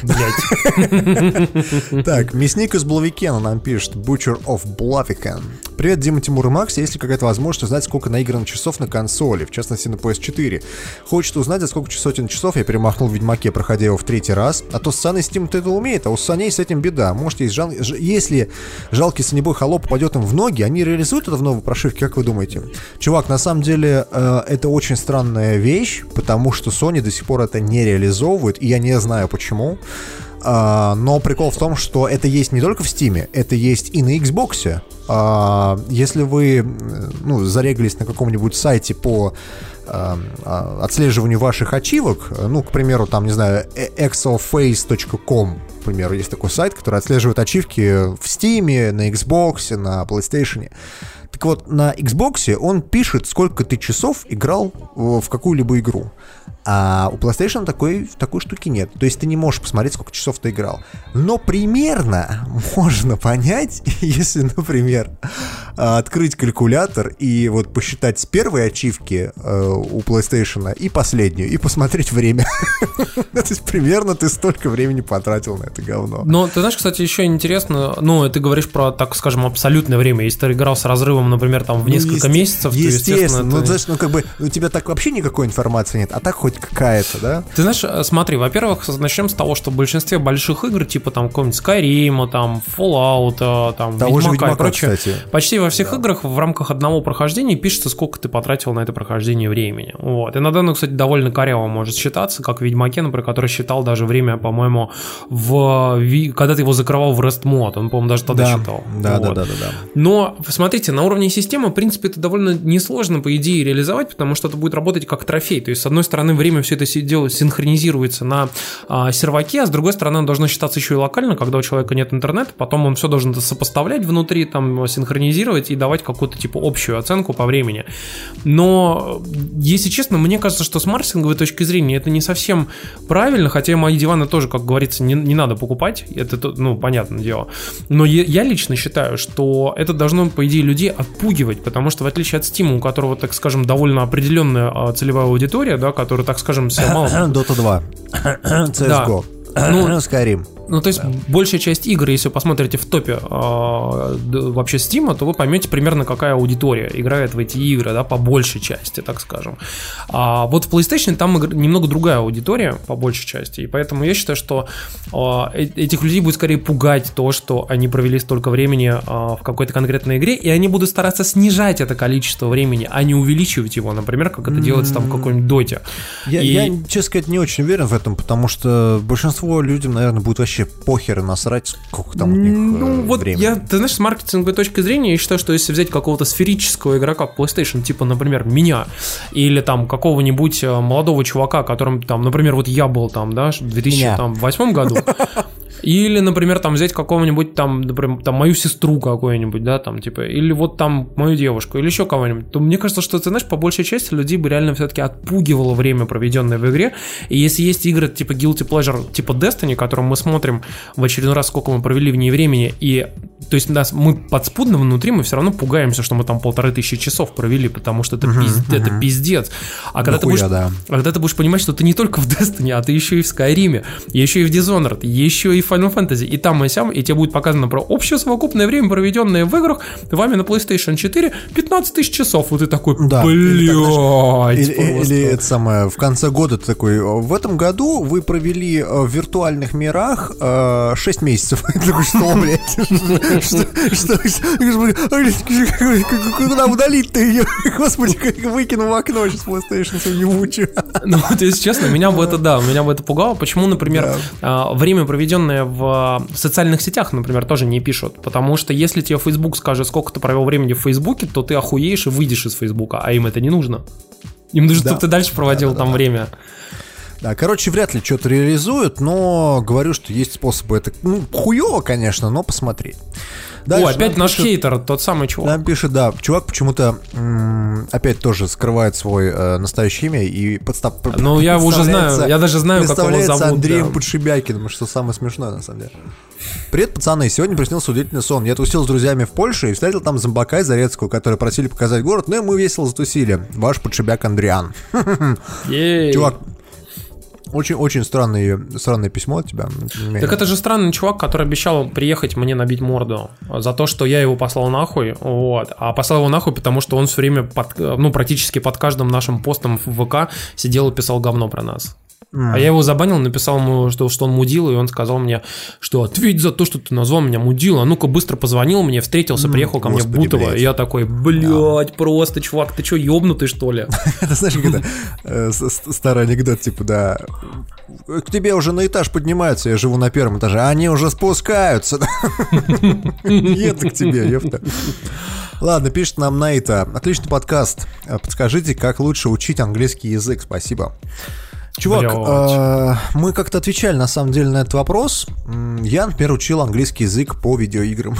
Блять. Так, мясник из Блавикена нам пишет: Butcher of Blaviken. Привет, Дима, Тимур и Макс. Есть ли какая-то возможность узнать, сколько наиграно часов на консоли, в частности на пи эс четыре? Хочется узнать, за сколько сотен часов я перемахнул в Ведьмаке, проходя его в третий раз. А то Сан и Steam это умеет, а у Саней с этим беда. Может, есть жал... если жалкий санебой холоп попадет им в ноги, они реализуют это в новой прошивке, как вы думаете? Чувак, на самом деле э, это очень странная вещь, потому что Sony до сих пор это не реализовывает, и я не знаю почему. Uh, но прикол в том, что это есть не только в Steam, это есть и на Xbox. Uh, если вы ну, зареглись на каком-нибудь сайте по uh, отслеживанию ваших ачивок, ну, к примеру, там, не знаю, exoface точка ком, к примеру, есть такой сайт, который отслеживает ачивки в Steam, на Xbox, на PlayStation. Так вот, на Xbox он пишет, сколько ты часов играл в какую-либо игру. А у PlayStation такой, такой штуки нет. То есть ты не можешь посмотреть, сколько часов ты играл. Но примерно можно понять, если, например, открыть калькулятор и вот посчитать с первой ачивки у PlayStation и последнюю, и посмотреть время. То есть примерно ты столько времени потратил на это говно. Но ты знаешь, кстати, еще интересно, ну, ты говоришь про, так скажем, абсолютное время. Если ты играл с разрывом минимум, например, там в несколько ну, месяцев, естественно, то, естественно, ну, это... знаешь, ну, как бы, у тебя так вообще никакой информации нет, а так хоть какая-то, да? Ты знаешь, смотри, во-первых, начнем с того, что в большинстве больших игр, типа там какого-нибудь Skyrim, там Fallout, там того же Ведьмака, Ведьмака и прочее, кстати. почти во всех Да. играх в рамках одного прохождения пишется, сколько ты потратил на это прохождение времени. Вот. Иногда, ну, кстати, довольно коряво может считаться, как в Ведьмаке, например, который считал даже время, по-моему, в... когда ты его закрывал в Rest мод, он, по-моему, даже тогда Да. считал. Да, Вот. да, да, да, да. Но, смотрите, на уровне системы, в принципе, это довольно несложно, по идее, реализовать, потому что это будет работать как трофей. То есть, с одной стороны, время все это дело синхронизируется на а, серваке, а с другой стороны, оно должно считаться еще и локально, когда у человека нет интернета, потом он все должен это сопоставлять внутри, там, синхронизировать и давать какую-то, типа, общую оценку по времени. Но, если честно, мне кажется, что с маркетинговой точки зрения это не совсем правильно, хотя мои диваны тоже, как говорится, не, не надо покупать, это, ну, понятное дело. Но я, я лично считаю, что это должно, по идее, людей отпугивать, потому что, в отличие от Steam, у которого, так скажем, довольно определенная а, целевая аудитория, да, которая, так скажем, себя мало... Дота два, си эс го, Ну, Skyrim. Ну, то есть, да. большая часть игр, если вы посмотрите в топе э, вообще Steam, то вы поймете примерно, какая аудитория играет в эти игры, да, по большей части, так скажем. А вот в PlayStation там игр, немного другая аудитория, по большей части, и поэтому я считаю, что э, этих людей будет скорее пугать то, что они провели столько времени э, в какой-то конкретной игре, и они будут стараться снижать это количество времени, а не увеличивать его, например, как это делается там в какой-нибудь доте. Я, и... я, честно сказать, не очень уверен в этом, потому что большинство людям, наверное, будет вообще похер и насрать, сколько там у них ну, э, вот времени. Я, ты знаешь, с маркетинговой точки зрения, я считаю, что если взять какого-то сферического игрока в PlayStation, типа, например, меня, или там какого-нибудь молодого чувака, которым там, например, вот я был там, да, в две тысячи восьмом году, или, например, там взять какого-нибудь там, например, там мою сестру какую-нибудь, да, там, типа, или вот там мою девушку, или еще кого-нибудь, то мне кажется, что, ты знаешь, по большей части людей бы реально все-таки отпугивало время, проведенное в игре, и если есть игры типа Guilty Pleasure, типа Destiny, которым мы смотрим в очередной раз, сколько мы провели в ней времени, и, то есть, нас, мы подспудно внутри, мы все равно пугаемся, что мы там полторы тысячи часов провели, потому что это, uh-huh, пиздец, uh-huh. это пиздец, а когда, ты будешь, да. а когда ты будешь понимать, что ты не только в Destiny, а ты еще и в Skyrim, еще и в Dishonored, еще и в Final Fantasy, и там, и сям, и тебе будет показано про общее совокупное время, проведенное в играх вами на PlayStation четыре, пятнадцать тысяч часов. Вот ты такой, да, блядь. Или, или, или это самое, в конце года ты такой, в этом году вы провели в виртуальных мирах э, шесть месяцев. Что, блядь? Куда удалить-то ее? Господи, как выкину в окно сейчас PlayStation свою ебучую. Ну, вот, если честно, меня бы это, да, меня бы это пугало. Почему, например, время, проведенное в социальных сетях, например, тоже не пишут, потому что если тебе Facebook скажет, сколько ты провел времени в Фейсбуке, то ты охуеешь и выйдешь из Фейсбука, а им это не нужно. Им нужно, да. чтобы ты дальше проводил да, да, там да. время. Да, короче, вряд ли что-то реализуют, но говорю, что есть способы. Это, ну, хуёво, конечно, но посмотри. Дальше О, опять наш пишет, хейтер, тот самый чувак. Нам пишет, да, чувак почему-то м- опять тоже скрывает свое э, настоящее имя и подстав... Ну, я уже знаю, я даже знаю, как его зовут. Андреем да. Подшибякиным, что самое смешное, на самом деле. Привет, пацаны, сегодня приснился удивительный сон. Я тусил с друзьями в Польше и встретил там зомбака и Зарецкую, которые просили показать город, ну и мы весело затусили. Ваш Подшибяк Андриан. Чувак, очень-очень странное, странное письмо от тебя. Так это же странный чувак, который обещал приехать мне набить морду за то, что я его послал нахуй, вот. А послал его нахуй, потому что он все время, под, ну, практически под каждым нашим постом в ВК сидел и писал говно про нас. Mm. А я его забанил, написал ему, что, что он мудил, и он сказал мне, что ответь за то, что ты назвал меня мудил. А ну-ка быстро позвонил мне, встретился, приехал ко Господи, мне в Бутово. Блядь. И я такой, блядь, yeah. просто, чувак, ты что, ёбнутый, что ли? Это, знаешь, как старый анекдот, типа, да, к тебе уже на этаж поднимаются, я живу на первом этаже, а они уже спускаются. Еду к тебе, ёпта. Ладно, пишет нам Нейта. Отличный подкаст. Подскажите, как лучше учить английский язык? Спасибо. Чувак, э, мы как-то отвечали на самом деле на этот вопрос. Я, например, учил английский язык по видеоиграм.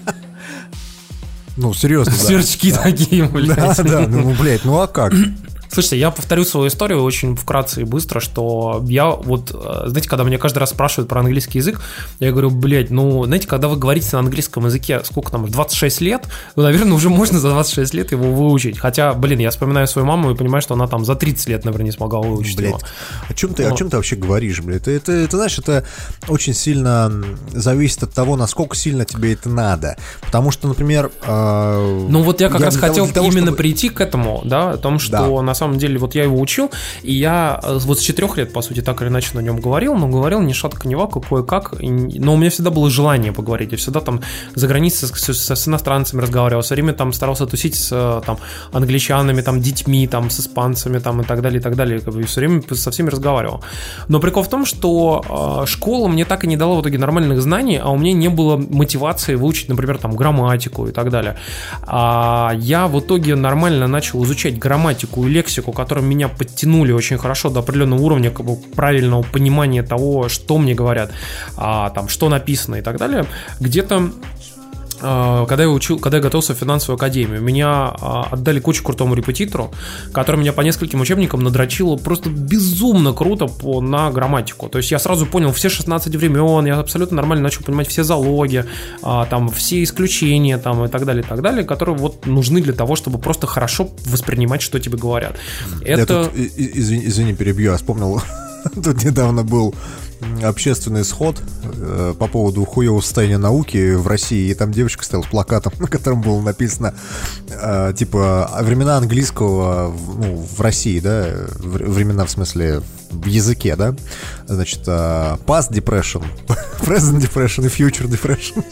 Ну, серьезно, да. Сверчки такие, блядь. Да, да, ну, блядь, ну а как? Слушайте, я повторю свою историю очень вкратце и быстро, что я вот, знаете, когда меня каждый раз спрашивают про английский язык, я говорю, блядь, ну, знаете, когда вы говорите на английском языке, сколько там, двадцать шесть лет, ну, наверное, уже можно за двадцать шесть лет его выучить. Хотя, блин, я вспоминаю свою маму и понимаю, что она там за тридцать лет, наверное, не смогла выучить блядь, его. О чем ты, Но... о чем ты вообще говоришь, блядь? Это, это, это, знаешь, это очень сильно зависит от того, насколько сильно тебе это надо. Потому что, например... Э, ну, вот я как я раз хотел того, именно чтобы... прийти к этому, да, о том, что да. на самом деле вот я его учил, и я вот с четырех лет, по сути, так или иначе на нем говорил, но говорил ни шатка, ни вака, кое-как, но у меня всегда было желание поговорить, я всегда там за границей с, с, с иностранцами разговаривал, все время там старался тусить с там, англичанами, там, детьми, там, с испанцами, там, и так далее, и так далее, как бы все время со всеми разговаривал. Но прикол в том, что э, школа мне так и не дала в итоге нормальных знаний, а у меня не было мотивации выучить, например, там, грамматику и так далее. А я в итоге нормально начал изучать грамматику и лексику, которые меня подтянули очень хорошо до определенного уровня как бы, правильного понимания того, что мне говорят, а, там, что написано и так далее. Где-то когда я учил, когда я готовился в финансовую академию, меня отдали к очень крутому репетитору, который меня по нескольким учебникам надрочил просто безумно круто по, на грамматику. То есть я сразу понял все шестнадцать времен, я абсолютно нормально начал понимать все залоги, там, все исключения там, и так далее, и так далее, которые вот нужны для того, чтобы просто хорошо воспринимать, что тебе говорят. Это... Тут, извини, извини, перебью, я вспомнил, тут недавно был общественный сход э, по поводу хуевого состояния науки в России, и там девочка стояла с плакатом, на котором было написано э, типа времена английского ну, в России, да, времена в смысле в языке, да, значит, э, past depression, present depression и future depression.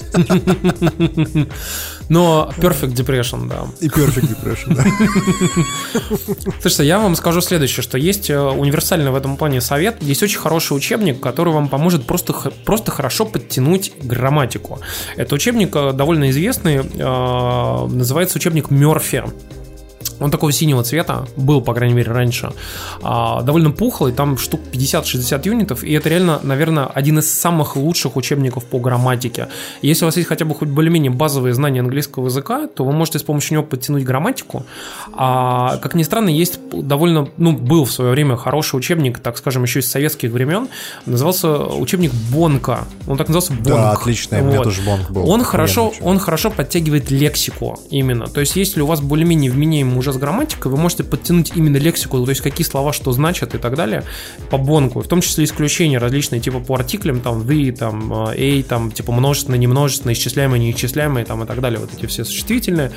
Но perfect depression, да. И perfect depression, да. Слушайте, я вам скажу следующее, что есть универсальный в этом плане совет, есть очень хороший учебник, который вам поможет просто, просто хорошо подтянуть грамматику. Это учебник довольно известный, называется учебник Мёрфи. Он такого синего цвета, был, по крайней мере, раньше, а, довольно пухлый, там штук пятьдесят-шестьдесят юнитов, и это реально, наверное, один из самых лучших учебников по грамматике. Если у вас есть хотя бы хоть более-менее базовые знания английского языка, то вы можете с помощью него подтянуть грамматику. А, как ни странно, есть довольно, ну, был в свое время хороший учебник, так скажем, еще из советских времен, назывался учебник Бонка. Он так назывался Бонк. Да, отлично, вот. У меня тоже Бонк был. Он хорошо, он хорошо подтягивает лексику именно. То есть, если у вас более-менее вменяемый уже с грамматикой, вы можете подтянуть именно лексику, то есть какие слова что значат и так далее по Бонку, в том числе исключения различные типа по артиклям, там the, там a, там типа множественное, немножественное, исчисляемое, неисчисляемое там и так далее, вот эти все существительные.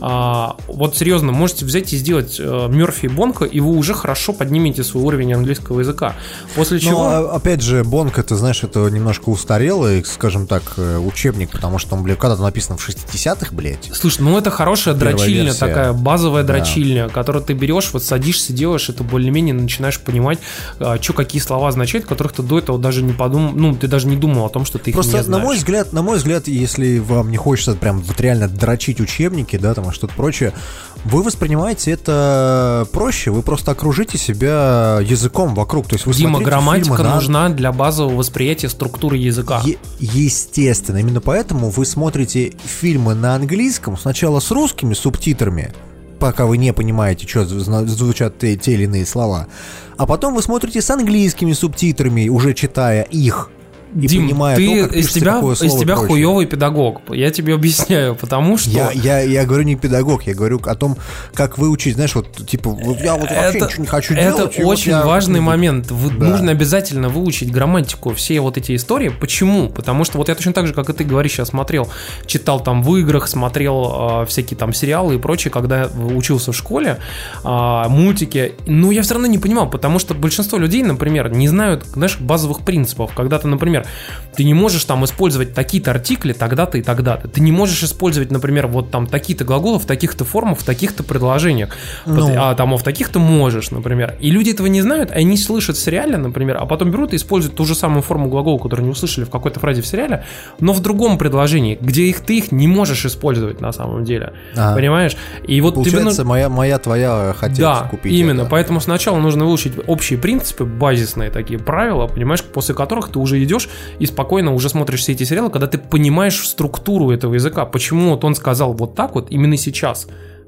А, вот серьезно, можете взять и сделать Мёрфи и Бонка, и вы уже хорошо поднимете свой уровень английского языка. После чего... Но, опять же, Бонк, это, знаешь, это немножко устарелый, скажем так, учебник, потому что он, блядь, когда-то написан в шестидесятых, блядь. Слушай, ну это хорошая дрочильня, версия. Такая базовая Да. дрочильня, которую ты берешь, вот садишься, делаешь, это более-менее начинаешь понимать, что какие слова означают, которых ты до этого даже не подумал, ну, ты даже не думал о том, что ты их Просто, не знаешь. на мой взгляд, на мой взгляд, если вам не хочется прям вот реально дрочить учебники, да, там, и что-то прочее, вы воспринимаете это проще, вы просто окружите себя языком вокруг, то есть вы Дима, грамматика на... нужна для базового восприятия структуры языка. Е- естественно, именно поэтому вы смотрите фильмы на английском сначала с русскими субтитрами, пока вы не понимаете, что звучат те, те или иные слова, а потом вы смотрите с английскими субтитрами, уже читая их. И Дим, ты, то, из тебя, из тебя хуёвый педагог. Я тебе объясняю, потому что... Я, я, я говорю не педагог, я говорю о том, как выучить, знаешь, вот, типа, вот я вот вообще это, ничего не хочу это делать. Это очень вот я... важный момент. Вы, да. Нужно обязательно выучить грамматику, все вот эти истории. Почему? Потому что вот я точно так же, как и ты говоришь, я смотрел, читал там в играх, смотрел э, всякие там сериалы и прочее, когда учился в школе, э, мультики. Но я все равно не понимал, потому что большинство людей, например, не знают, знаешь, базовых принципов. Когда ты, например, ты не можешь там использовать такие-то артикли тогда-то и тогда-то. Ты не можешь использовать, например, вот там такие-то глаголы в таких-то формах, в таких-то предложениях. Ну. А там а в таких-то можешь, например. И люди этого не знают, они слышат в сериале, например, а потом берут и используют ту же самую форму глагола, которую не услышали в какой-то фразе в сериале, но в другом предложении, где их ты их не можешь использовать на самом деле. А. Понимаешь? И вот получается, тебе... моя, моя твоя хотеть да, купить. Именно. Это. Поэтому сначала нужно выучить общие принципы, базисные такие правила, понимаешь, после которых ты уже идешь и спокойно уже смотришь все эти сериалы, когда ты понимаешь структуру этого языка, почему вот он сказал вот так вот именно сейчас.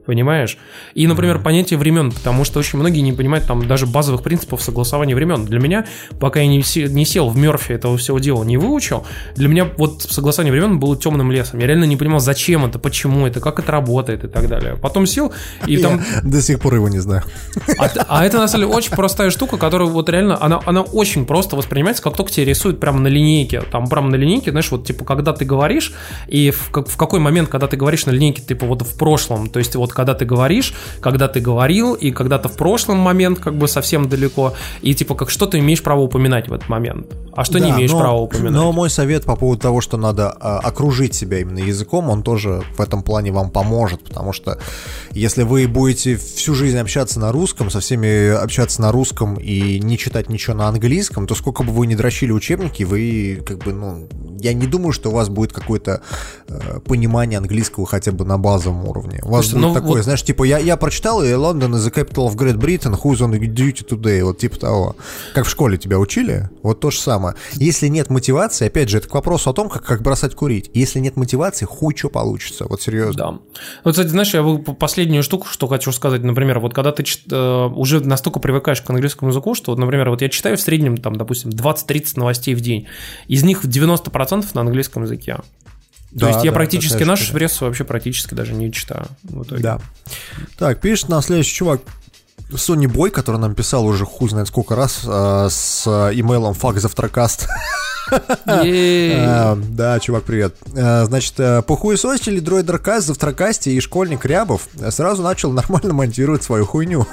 Понимаешь? И, например, mm-hmm. понятие времен, потому что очень многие не понимают там даже базовых принципов согласования времен. Для меня, пока я не, се- не сел в Мёрфи этого всего дела, не выучил, для меня вот согласование времен было темным лесом. Я реально не понимал, зачем это, почему это, как это работает и так далее. Потом сел и я там... до сих пор его не знаю. А, а это, на самом деле, очень простая штука, которая вот реально, она, она очень просто воспринимается, как только тебе рисуют прямо на линейке. Там прямо на линейке, знаешь, вот типа, когда ты говоришь, и в, в какой момент, когда ты говоришь на линейке, типа вот в прошлом, то есть вот когда ты говоришь, когда ты говорил, и когда-то в прошлом момент, как бы совсем далеко, и типа как что ты имеешь право упоминать в этот момент, а что да, не имеешь но, права упоминать. Но мой совет по поводу того, что надо а, окружить себя именно языком, он тоже в этом плане вам поможет, потому что если вы будете всю жизнь общаться на русском, со всеми общаться на русском и не читать ничего на английском, то сколько бы вы ни дрочили учебники, вы как бы, ну, я не думаю, что у вас будет какое-то э, понимание английского хотя бы на базовом уровне. У вас Слушай, будет такое, вот... знаешь, типа, я, я прочитал, и London is the capital of Great Britain, who's on duty today, вот типа того. Как в школе тебя учили, вот то же самое. Если нет мотивации, опять же, это к вопросу о том, как, как бросать курить. Если нет мотивации, хуй что получится, вот серьезно. Да. Вот, кстати, знаешь, я последнюю штуку, что хочу сказать, например, вот когда ты э, уже настолько привыкаешь к английскому языку, что, вот, например, вот я читаю в среднем, там, допустим, двадцать-тридцать новостей в день, из них девяносто процентов на английском языке. То да, есть я да, практически нашу прессу вообще практически даже не читаю. Да. Так, пишет нам следующий чувак. Sony Boy, который нам писал уже хуй знает сколько раз э, с имейлом fuck завтракаст. Да, чувак, привет. Значит, похуесосили дроидер Каз, завтракасте, и школьник Рябов сразу начал нормально монтировать свою хуйню.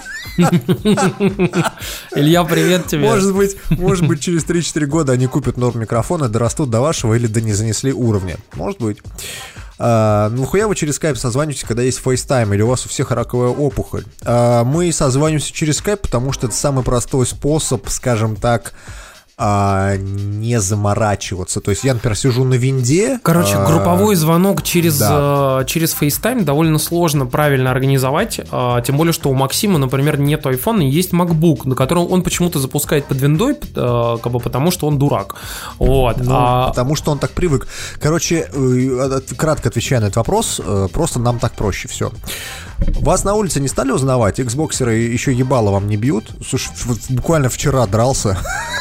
Илья, привет тебе. Может быть, может быть, через три-четыре года они купят новый микрофон и дорастут до вашего или до не занесли уровня. Может быть. Uh, ну, хуя вы через скайп созваниваетесь, когда есть FaceTime, или у вас у всех раковая опухоль. Uh, мы созваниваемся через скайп, потому что это самый простой способ, скажем так, а, не заморачиваться. То есть я, например, сижу на винде. Короче, а, групповой звонок через, да. а, через FaceTime довольно сложно правильно организовать. А, тем более, что у Максима, например, нет iPhone, и есть MacBook, на котором он почему-то запускает под виндой, а, как бы потому что он дурак. Вот. Ну, а... Потому что он так привык. Короче, кратко отвечая на этот вопрос, просто нам так проще, все. Вас на улице не стали узнавать? Xboxеры еще ебало вам не бьют? Слушай, буквально вчера дрался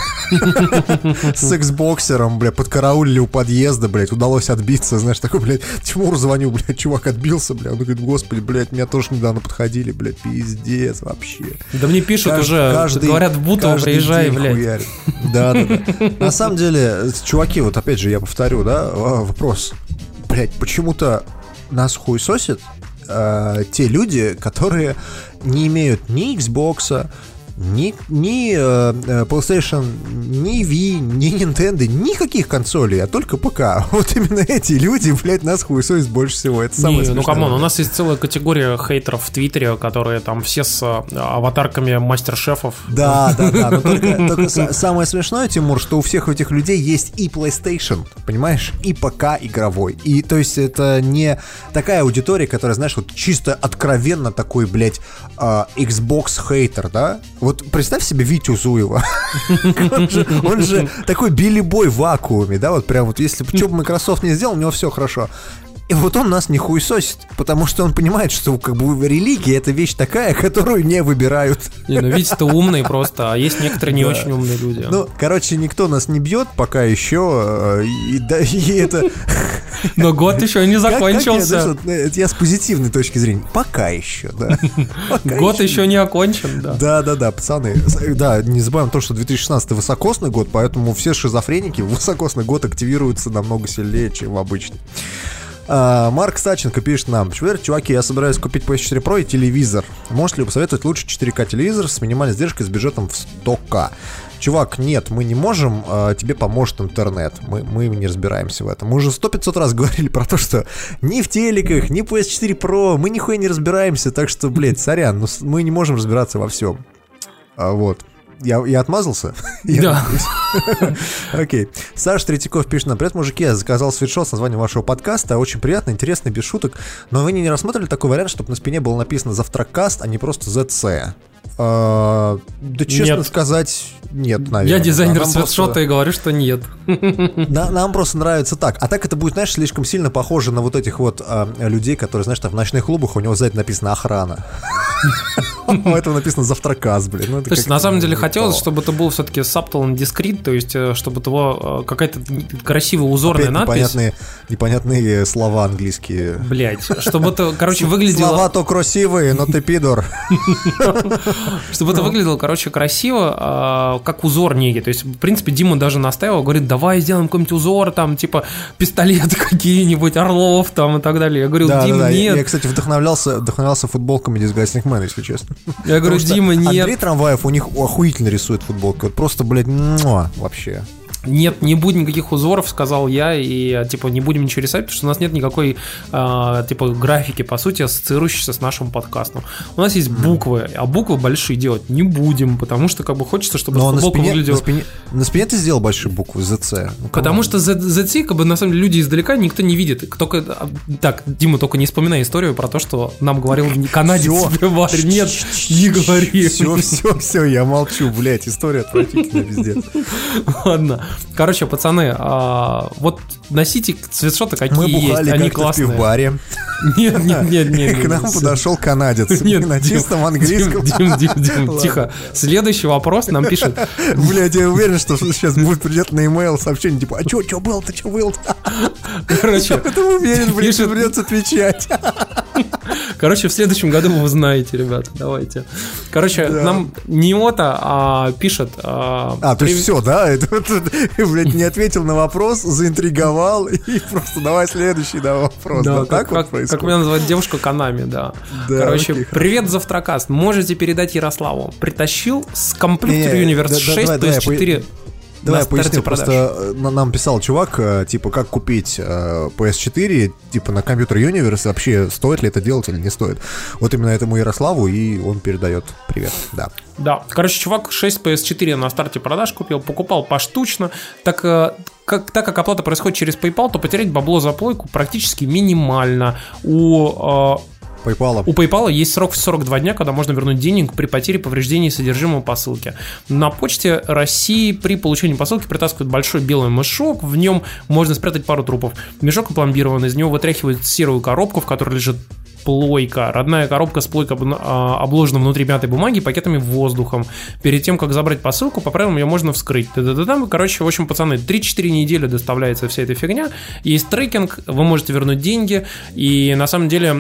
с Xboxером, бля, подкараулили у подъезда, блядь, удалось отбиться, знаешь, такой, блядь, Тимуру звоню, блядь, чувак отбился, блядь, он говорит, господи, блядь, меня тоже недавно подходили, блядь, пиздец вообще. Да мне пишут каждый, уже, каждый, говорят, в Бутово приезжай, блядь. Да, да, да. На самом деле, чуваки, вот опять же, я повторю, да, вопрос, блядь, почему-то нас хуесосит э, те люди, которые не имеют ни Xbox'а, Ни, ни э, PlayStation, ни Wii, ни Nintendo, никаких консолей, а только ПК. Вот именно эти люди, блядь, нас хуесосят больше всего. Это самое смешное. Ну, камон, у нас есть целая категория хейтеров в Твиттере, которые там все с аватарками мастер-шефов. Да, да, да. Но только, только самое смешное, Тимур, что у всех этих людей есть и PlayStation, понимаешь, и ПК игровой. И, то есть, это не такая аудитория, которая, знаешь, вот чисто откровенно такой, блядь, э, Xbox-хейтер, да? Вот представь себе Витю Зуева. он, же, он же такой Билли Бой в вакууме, да, вот прям вот если бы что бы Microsoft не сделал, у него все хорошо. И вот он нас не хуесосит, потому что он понимает, что как бы религия — это вещь такая, которую не выбирают. Не, ну Витя-то умный просто, а есть некоторые не да. очень умные люди. Ну, короче, никто нас не бьет пока еще, и, да, и это... Но год еще не закончился. Как, как я, это я с позитивной точки зрения. Пока еще, да. Пока год еще. еще не окончен, да. Да, да, да, пацаны. Да, не забываем то, что две тысячи шестнадцатый высокосный год, поэтому все шизофреники в высокосный год активируются намного сильнее, чем обычно. Uh, Марк Саченко пишет нам: чуваки, я собираюсь купить пи эс четыре Pro и телевизор. Можете ли вы посоветовать лучше четыре ка телевизор с минимальной сдержкой с бюджетом в сто ка? Чувак, нет, мы не можем, uh, тебе поможет интернет. Мы, мы не разбираемся в этом. Мы уже сто-пятьсот раз говорили про то, что ни в телеках, ни пи эс четыре Pro мы нихуя не разбираемся. Так что, блядь, сорян, но мы не можем разбираться во всем. uh, Вот. Я, я отмазался? Да. Окей. Саша Третьяков пишет нам: привет, мужики, я заказал свитшот с названием вашего подкаста. Очень приятно, интересно, без шуток. Но вы не рассматривали такой вариант, чтобы на спине было написано «Завтракаст», а не просто «зет си»? А, да, честно Нет. сказать, нет, наверное. Я дизайнер Да, нам свитшота просто- и говорю, что нет. На- Нам просто нравится так. А так это будет, знаешь, слишком сильно похоже на вот этих вот а, людей, которые, знаешь, там в ночных клубах у него сзади написано «охрана». У этого написано «завтракас», блин. Ну, это То есть, как-то на самом деле, не хотелось, то. чтобы это был все-таки subtle and discreet, то есть, э, чтобы того э, какая-то красивая узорная Опять надпись. непонятные, непонятные слова английские. Блять, чтобы это, короче, выглядело... Слова-то красивые, но ты пидор. Чтобы это выглядело, короче, красиво, а, как узор некий. То есть, в принципе, Дима даже настаивал, говорит, давай сделаем какой-нибудь узор, там, типа, пистолеты какие-нибудь, орлов, там, и так далее. Я говорю, Да, Дима, да, да. Я, нет. я, кстати, вдохновлялся, вдохновлялся футболками Disgusting Man, если честно. Я говорю, Потому что Дима, нет. Андрей Трамваев у них охуительно рисует футболки. Вот просто, блядь, муа, вообще. Нет, не будет никаких узоров, сказал я, и, типа, не будем ничего рисовать, потому что у нас нет никакой, а, типа, графики, по сути, ассоциирующейся с нашим подкастом. У нас есть буквы, а буквы большие делать не будем, потому что, как бы, хочется, чтобы Но на футболка спине, на, выглядела... спине, на спине ты сделал большие буквы зэ цэ. Ну, Потому что зэ цэ, как бы, на самом деле, люди издалека никто не видит. Только, а, так, Дима, только не вспоминай историю про то, что нам говорил канадец Всё. в пивбаре. Нет, не говори. Все, все, все, я молчу, блядь, история отвратительная, пиздец. Ладно. Короче, пацаны, а, вот носите свитшоты, какие Мы есть, бухали они как-то в классные. пивбаре. Нет, нет, нет, нет. К нам нет, подошел канадец Нет, на Дим, чистом английском. Дим, Дим, Дим, Ладно. тихо. Следующий вопрос нам пишет. Блядь, я уверен, что сейчас будет придет на имейл сообщение, типа, а чё, чё было-то, чё было-то? Короче, Это уверен, блядь, Пишет- придется отвечать. короче, в следующем году вы узнаете, ребята. Давайте. Короче, Да. нам не Ота, а пишет. А, А, то есть привет- все, да? Это, это, блядь, не ответил на вопрос, заинтриговал и просто давай следующий да, вопрос. Да, Да, так как, вот как- происходит? как меня называют девушка Канами, да. Да, Короче, окей, хорошо. привет, Завтракаст. Можете передать Ярославу. Притащил с комплектор Не-не, Universe да- да, шесть давай, пи эс давай, четыре. Давай на я поясню, старте продаж. просто э, на- нам писал чувак, э, типа, как купить э, пи эс четыре, типа, на компьютер Universe, вообще стоит ли это делать или не стоит. Вот именно этому Ярославу, и он передает привет, да. Да, короче, чувак шесть пи эс четыре на старте продаж купил, покупал поштучно, так э, как, так как оплата происходит через PayPal, то потерять бабло за плойку практически минимально. У, э, PayPal. у PayPal есть срок в сорок два дня, когда можно вернуть денег при потере повреждений содержимого посылки. На почте России при получении посылки притаскивают большой белый мешок, в нем можно спрятать пару трупов. Мешок опломбирован, из него вытряхивают серую коробку, в которой лежит плойка. Родная коробка с плойкой об- а, обложена внутри мятой бумаги пакетами воздухом. Перед тем, как забрать посылку, по правилам ее можно вскрыть. Та-да-да-да. Короче, в общем, пацаны, три-четыре недели доставляется вся эта фигня. Есть трекинг, вы можете вернуть деньги. И на самом деле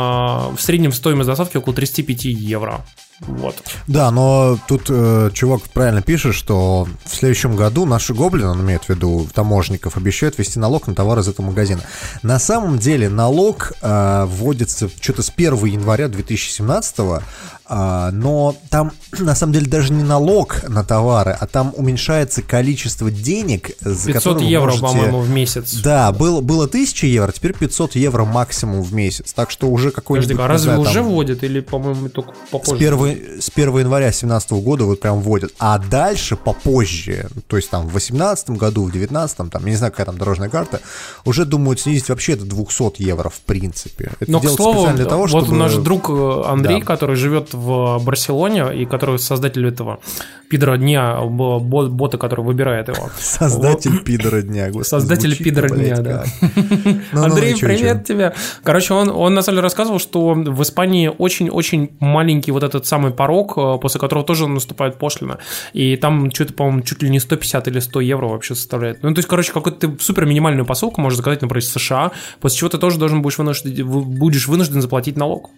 а, в среднем стоимость доставки около тридцать пять евро. Вот. Да, но тут э, чувак правильно пишет, что в следующем году наши гоблины, он имеет в виду таможенников, обещают ввести налог на товары из этого магазина. На самом деле налог э, вводится что-то с первого января две тысячи семнадцатого, э, но там на самом деле даже не налог на товары, а там уменьшается количество денег, за пятьсот которые вы евро, можете... по-моему, в месяц. Да, было, было тысяча евро, теперь пятьсот евро максимум в месяц. Так что уже какой-нибудь... Подожди, а не разве знаю, уже там- вводят или, по-моему, только С попозже? первого, с первого января две тысячи семнадцатого года вот прям вводят. А дальше, попозже, то есть там в восемнадцатом году, в девятнадцатом, там, я не знаю, какая там дорожная карта, уже думают снизить вообще до двухсот евро в принципе. Это Но, к делается слову, специально для того, вот чтобы... наш друг э, Андрей, Да. который живет в Барселоне и который создатель этого пидора дня, бо- бо- бота, который выбирает его. Создатель пидора дня. Господи, Создатель звучит, пидора блядь, дня, да. как. Ну, Андрей, ну, чё, привет чё. тебе. Короче, он, он на самом деле рассказывал, что в Испании очень-очень маленький вот этот самый порог, э, после которого тоже наступает пошлина. И там что-то, по-моему, чуть ли не сто пятьдесят или сто евро вообще составляет. Ну, то есть, короче, какую-то ты супер минимальную посылку можешь заказать, например, из США, после чего ты тоже должен будешь вынужден, будешь вынужден заплатить налог.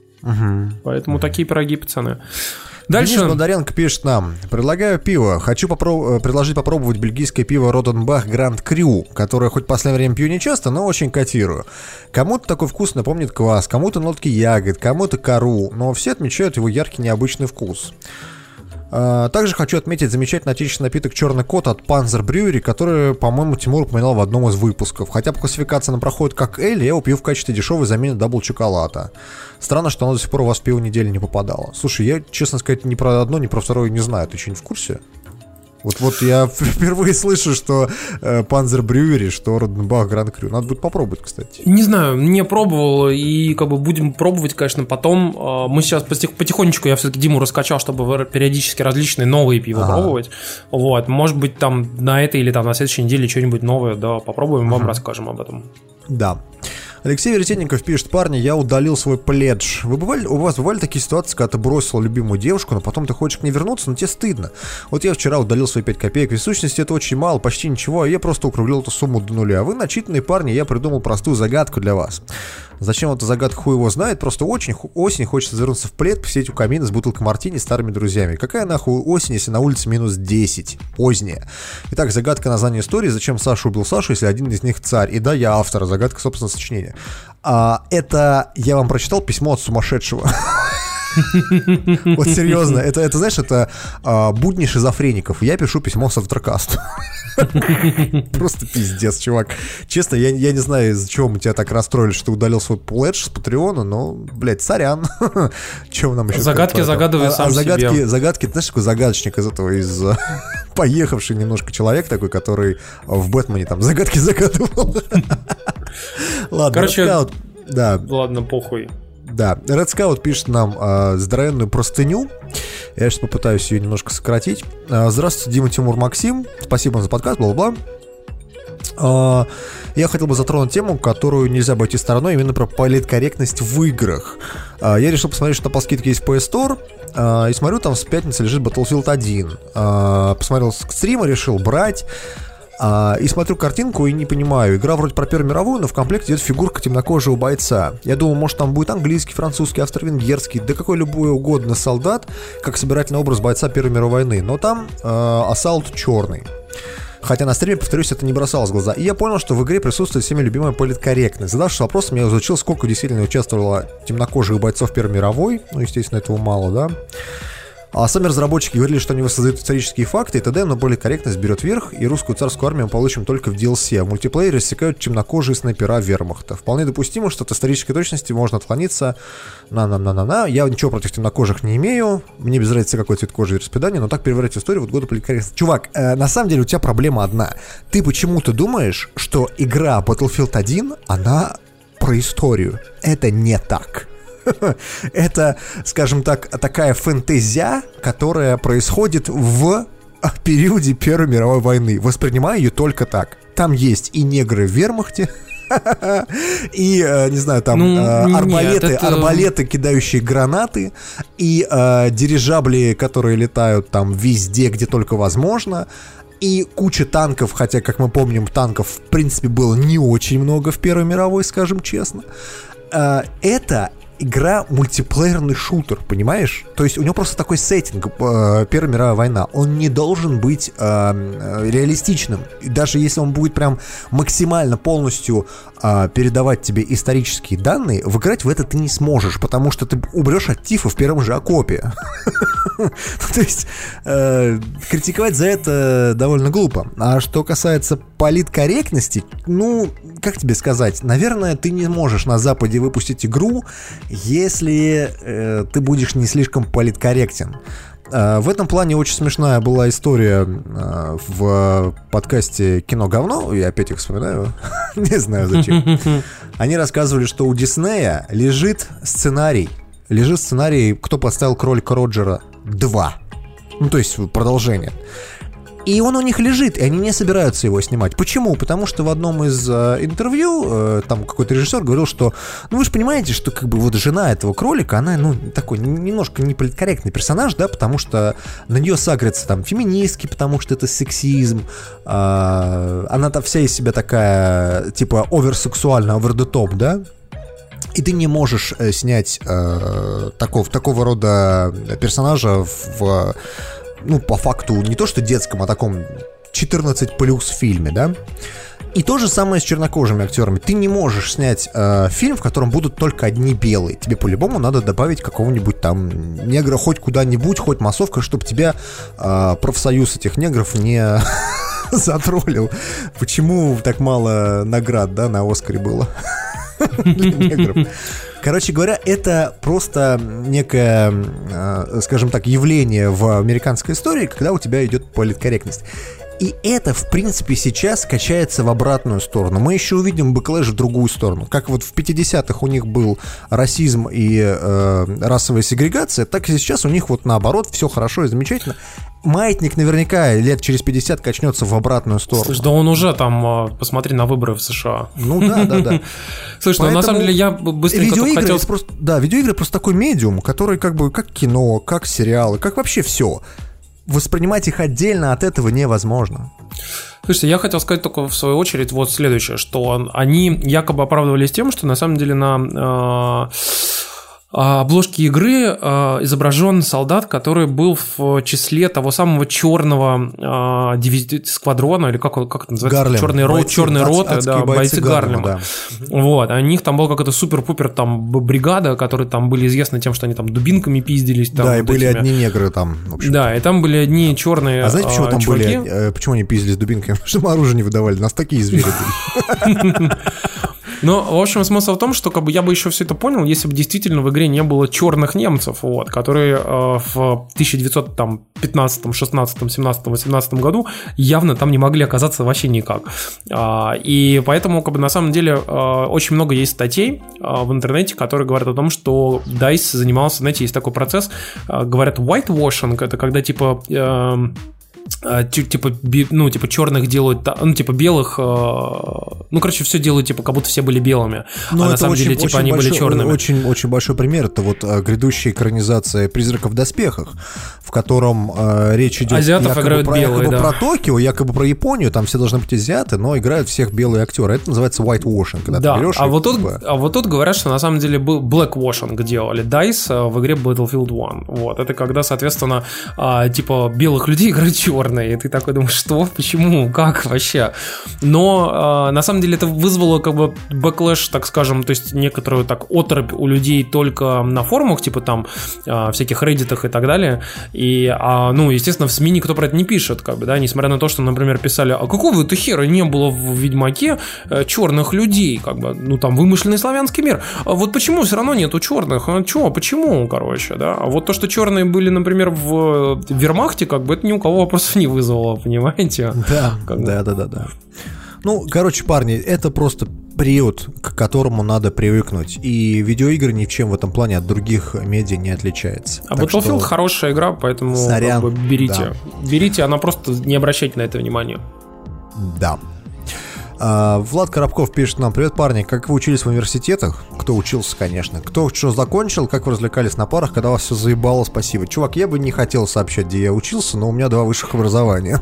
Мгм. Поэтому такие пироги, пацаны. Денис Дальше. Бондаренко пишет нам: предлагаю пиво. Хочу попро- предложить попробовать бельгийское пиво Роденбах Гранд Крю, которое хоть в последнее время пью не часто, но очень котирую. Кому-то такой вкус напомнит квас, кому-то нотки ягод, кому-то кору, но все отмечают его яркий необычный вкус. А, Также хочу отметить замечательный отечественный напиток «Черный кот» от Panzer Brewery, который, по-моему, Тимур упоминал в одном из выпусков. Хотя по классификации она проходит как эль, я его пью в качестве дешевой замены дабл чоколада. Странно, что оно до сих пор у вас в пиво недели не попадало. Слушай, я, честно сказать, ни про одно, ни про второе не знаю. Ты что, не в курсе? Вот, вот я впервые слышу, что Панзер Брюери, что Роденбах Гранд Крю. Надо будет попробовать, кстати. Не знаю, не пробовал, и как бы будем пробовать, конечно, потом. Мы сейчас потихонечку, я все-таки Диму раскачал, чтобы периодически различные новые пива ага. пробовать. Вот, может быть, там на этой или там на следующей неделе что-нибудь новое, да, попробуем, вам ага. расскажем об этом. Да. Алексей Веретенников пишет: парни, я удалил свой пледж. Вы бывали, у вас бывали такие ситуации, когда ты бросил любимую девушку, но потом ты хочешь к ней вернуться, но тебе стыдно? Вот я вчера удалил свои пять копеек. В сущности, это очень мало, почти ничего, а я просто округлил эту сумму до нуля. А вы начитанные парни, я придумал простую загадку для вас. Зачем эта загадка, хуй его знает, просто очень осень хочется завернуться в плед, посидеть у камина с бутылкой мартини с старыми друзьями. Какая нахуй осень, если на улице минус десять? Поздняя. Итак, загадка названия истории: зачем Саша убил Сашу, если один из них царь? И да, я автор, загадка, собственно, сочинения. А, это я вам прочитал письмо от сумасшедшего. Вот серьезно, это, это знаешь, это а, будни шизофреников. Я пишу письмо с Авторкасту. Просто пиздец, чувак. Честно, я, я не знаю, из-за чего мы тебя так расстроили, что ты удалил свой пледж с Патреона, но, блядь, сорян. Чего нам еще загадки загадывай сам а, загадки, себе. Загадки, ты знаешь, такой загадочник из этого, из поехавший немножко человек такой, который в Бэтмене там загадки загадывал. Ладно, короче, да. Ладно, похуй. Да, Red Scout пишет нам э, здоровенную простыню. Я сейчас попытаюсь ее немножко сократить. э, Здравствуйте, Дима, Тимур, Максим. Спасибо за подкаст, бла-бла-бла. э, Я хотел бы затронуть тему, которую нельзя обойти стороной, именно про политкорректность в играх. э, Я решил посмотреть, что по скидке есть в пи эс Store. э, И смотрю, там с пятницы лежит Battlefield один. э, Посмотрел стримы, решил брать. А, и смотрю картинку и не понимаю. Игра вроде про Первую мировую, но в комплекте идет фигурка темнокожего бойца. Я думал, может там будет английский, французский, австро-венгерский, да какой любой угодно солдат, как собирательный образ бойца Первой мировой войны. Но там э, ассалт черный. Хотя на стриме, повторюсь, это не бросалось в глаза. И я понял, что в игре присутствует всеми любимая политкорректность. Задавшись вопросом, я изучил, сколько действительно участвовало темнокожих бойцов Первой мировой. Ну, естественно, этого мало, да. А сами разработчики говорили, что они воссоздают исторические факты и т.д., но политкорректность берет верх, и русскую царскую армию мы получим только в ди эл си, а в мультиплеере рассекают темнокожие снайпера вермахта. Вполне допустимо, что от исторической точности можно отклониться на-на-на-на-на. Я ничего против темнокожих не имею, мне без разницы, какой цвет кожи и вероисповедания, но так переврать историю вот года политкорректности. Чувак, э, на самом деле у тебя проблема одна. Ты почему-то думаешь, что игра Battlefield один, она про историю. Это не так. Это, скажем так, такая фэнтезия, которая происходит в периоде Первой мировой войны. Воспринимаю ее только так. Там есть и негры в вермахте, и, не знаю, там ну, арбалеты, нет, это... арбалеты, кидающие гранаты, и э, дирижабли, которые летают там везде, где только возможно. И куча танков, хотя, как мы помним, танков, в принципе, было не очень много в Первой мировой, скажем честно. э, Это игра мультиплеерный шутер, понимаешь? То есть у него просто такой сеттинг, э, Первая мировая война. Он не должен быть э, реалистичным. И даже если он будет прям максимально полностью э, передавать тебе исторические данные, выиграть в это ты не сможешь, потому что ты умрешь от тифа в первом же окопе. То есть критиковать за это довольно глупо. А что касается политкорректности, ну, как тебе сказать, наверное, ты не можешь на Западе выпустить игру, если э, ты будешь не слишком политкорректен. Э, в этом плане очень смешная была история э, в подкасте «Кино говно», я опять их вспоминаю, не знаю зачем. Они рассказывали, что у Диснея лежит сценарий, лежит сценарий «Кто подставил кролика Роджера два». Ну, то есть продолжение. И он у них лежит, и они не собираются его снимать. Почему? Потому что в одном из э, интервью э, там какой-то режиссер говорил, что ну вы же понимаете, что как бы вот жена этого кролика, она ну такой немножко неполиткорректный персонаж, да, потому что на нее сагрятся там феминистки, потому что это сексизм, э, она-то вся из себя такая типа оверсексуальная, over the top, да. И ты не можешь э, снять э, такого, такого рода персонажа в... ну, по факту, не то что детском, а таком четырнадцать плюс фильме, да? И то же самое с чернокожими актерами. Ты не можешь снять э, фильм, в котором будут только одни белые. Тебе по-любому надо добавить какого-нибудь там негра хоть куда-нибудь, хоть массовка, чтобы тебя э, профсоюз этих негров не затроллил. Почему так мало наград, да, на Оскаре было для негров? Короче говоря, это просто некое, скажем так, явление в американской истории, когда у тебя идет политкорректность. И это, в принципе, сейчас качается в обратную сторону. Мы еще увидим бэклэш в другую сторону. Как вот в пятидесятых у них был расизм и э, расовая сегрегация, так и сейчас у них вот наоборот все хорошо и замечательно. Маятник наверняка лет через пятьдесят качнется в обратную сторону. Слушай, да он уже там, посмотри на выборы в США. Ну да, да, да. Слушай, ну на самом деле я быстренько тут хотел... Просто, да, видеоигры просто такой медиум, который как бы как кино, как сериалы, как вообще все. Воспринимать их отдельно от этого невозможно. Слушайте, я хотел сказать только в свою очередь вот следующее, что они якобы оправдывались тем, что на самом деле на... Э- обложке игры э, изображен солдат, который был в числе того самого черного э, диви- сквадрона, или как, как это называется? Гарлем. Черные, ро- бойцы, черные роты, адские да, бойцы, бойцы Гарлема. Да. Вот, а у них там была какая-то супер-пупер там бригада, которые там были известны тем, что они там дубинками пиздились. Там, да, вот и были этими. одни негры там. Да, и там были одни черные. А знаете, почему э, там чуваки? были? Э, почему они пиздились дубинками? Потому что мы оружие не выдавали, нас такие звери были. Ну, в общем, смысл в том, что как бы я бы еще все это понял, если бы действительно в игре не было черных немцев, вот, которые э, в тысяча девятьсот пятнадцатом, шестнадцатом, семнадцатом, восемнадцатом году явно там не могли оказаться вообще никак. А, и поэтому, как бы, на самом деле, э, очень много есть статей э, в интернете, которые говорят о том, что дайс занимался, знаете, есть такой процесс, э, говорят, whitewashing, это когда, типа... Э, типа, ну, типа черных делают, ну, типа белых, ну, короче, все делают, типа, как будто все были белыми, но а на самом очень, деле, типа, они большой, были черными. Очень, очень большой пример, это вот грядущая экранизация «Призраков в доспехах», в котором э, речь идет азиатов играют про, белые, якобы да. про Токио, якобы про Японию, там все должны быть азиаты, но играют всех белые актеры. Это называется whitewashing, когда да. ты берешь а, и, вот тут, типа... а вот тут говорят, что на самом деле был blackwashing делали дайс в игре Battlefield один. Вот, это когда, соответственно, а, типа, белых людей играют черные, и ты такой думаешь, что, почему, как вообще? Но э, на самом деле это вызвало как бы бэклэш, так скажем, то есть некоторую так оторопь у людей только на форумах, типа там э, всяких реддитах и так далее. И, а, ну, естественно, в СМИ никто про это не пишет, как бы, да, несмотря на то, что, например, писали, а какого это хера не было в Ведьмаке э, черных людей, как бы, ну, там, вымышленный славянский мир. А вот почему все равно нету черных? А чё, почему, короче, да? А вот то, что черные были, например, в Вермахте, как бы, это ни у кого вопросов не вызвало, понимаете? Да, да, да, да, да. Ну, короче, парни, это просто период, к которому надо привыкнуть. И видеоигры ни в чем в этом плане от других медиа не отличается. А Battlefield что... хорошая игра, поэтому Сорян, как бы, берите. Да. Берите, она просто не обращайте на это внимания. Да. А, Влад Коробков пишет нам: привет, парни, как вы учились в университетах? Кто учился, конечно. Кто что закончил, как вы развлекались на парах, когда вас все заебало, спасибо. Чувак, я бы не хотел сообщать, где я учился, но у меня два высших образования.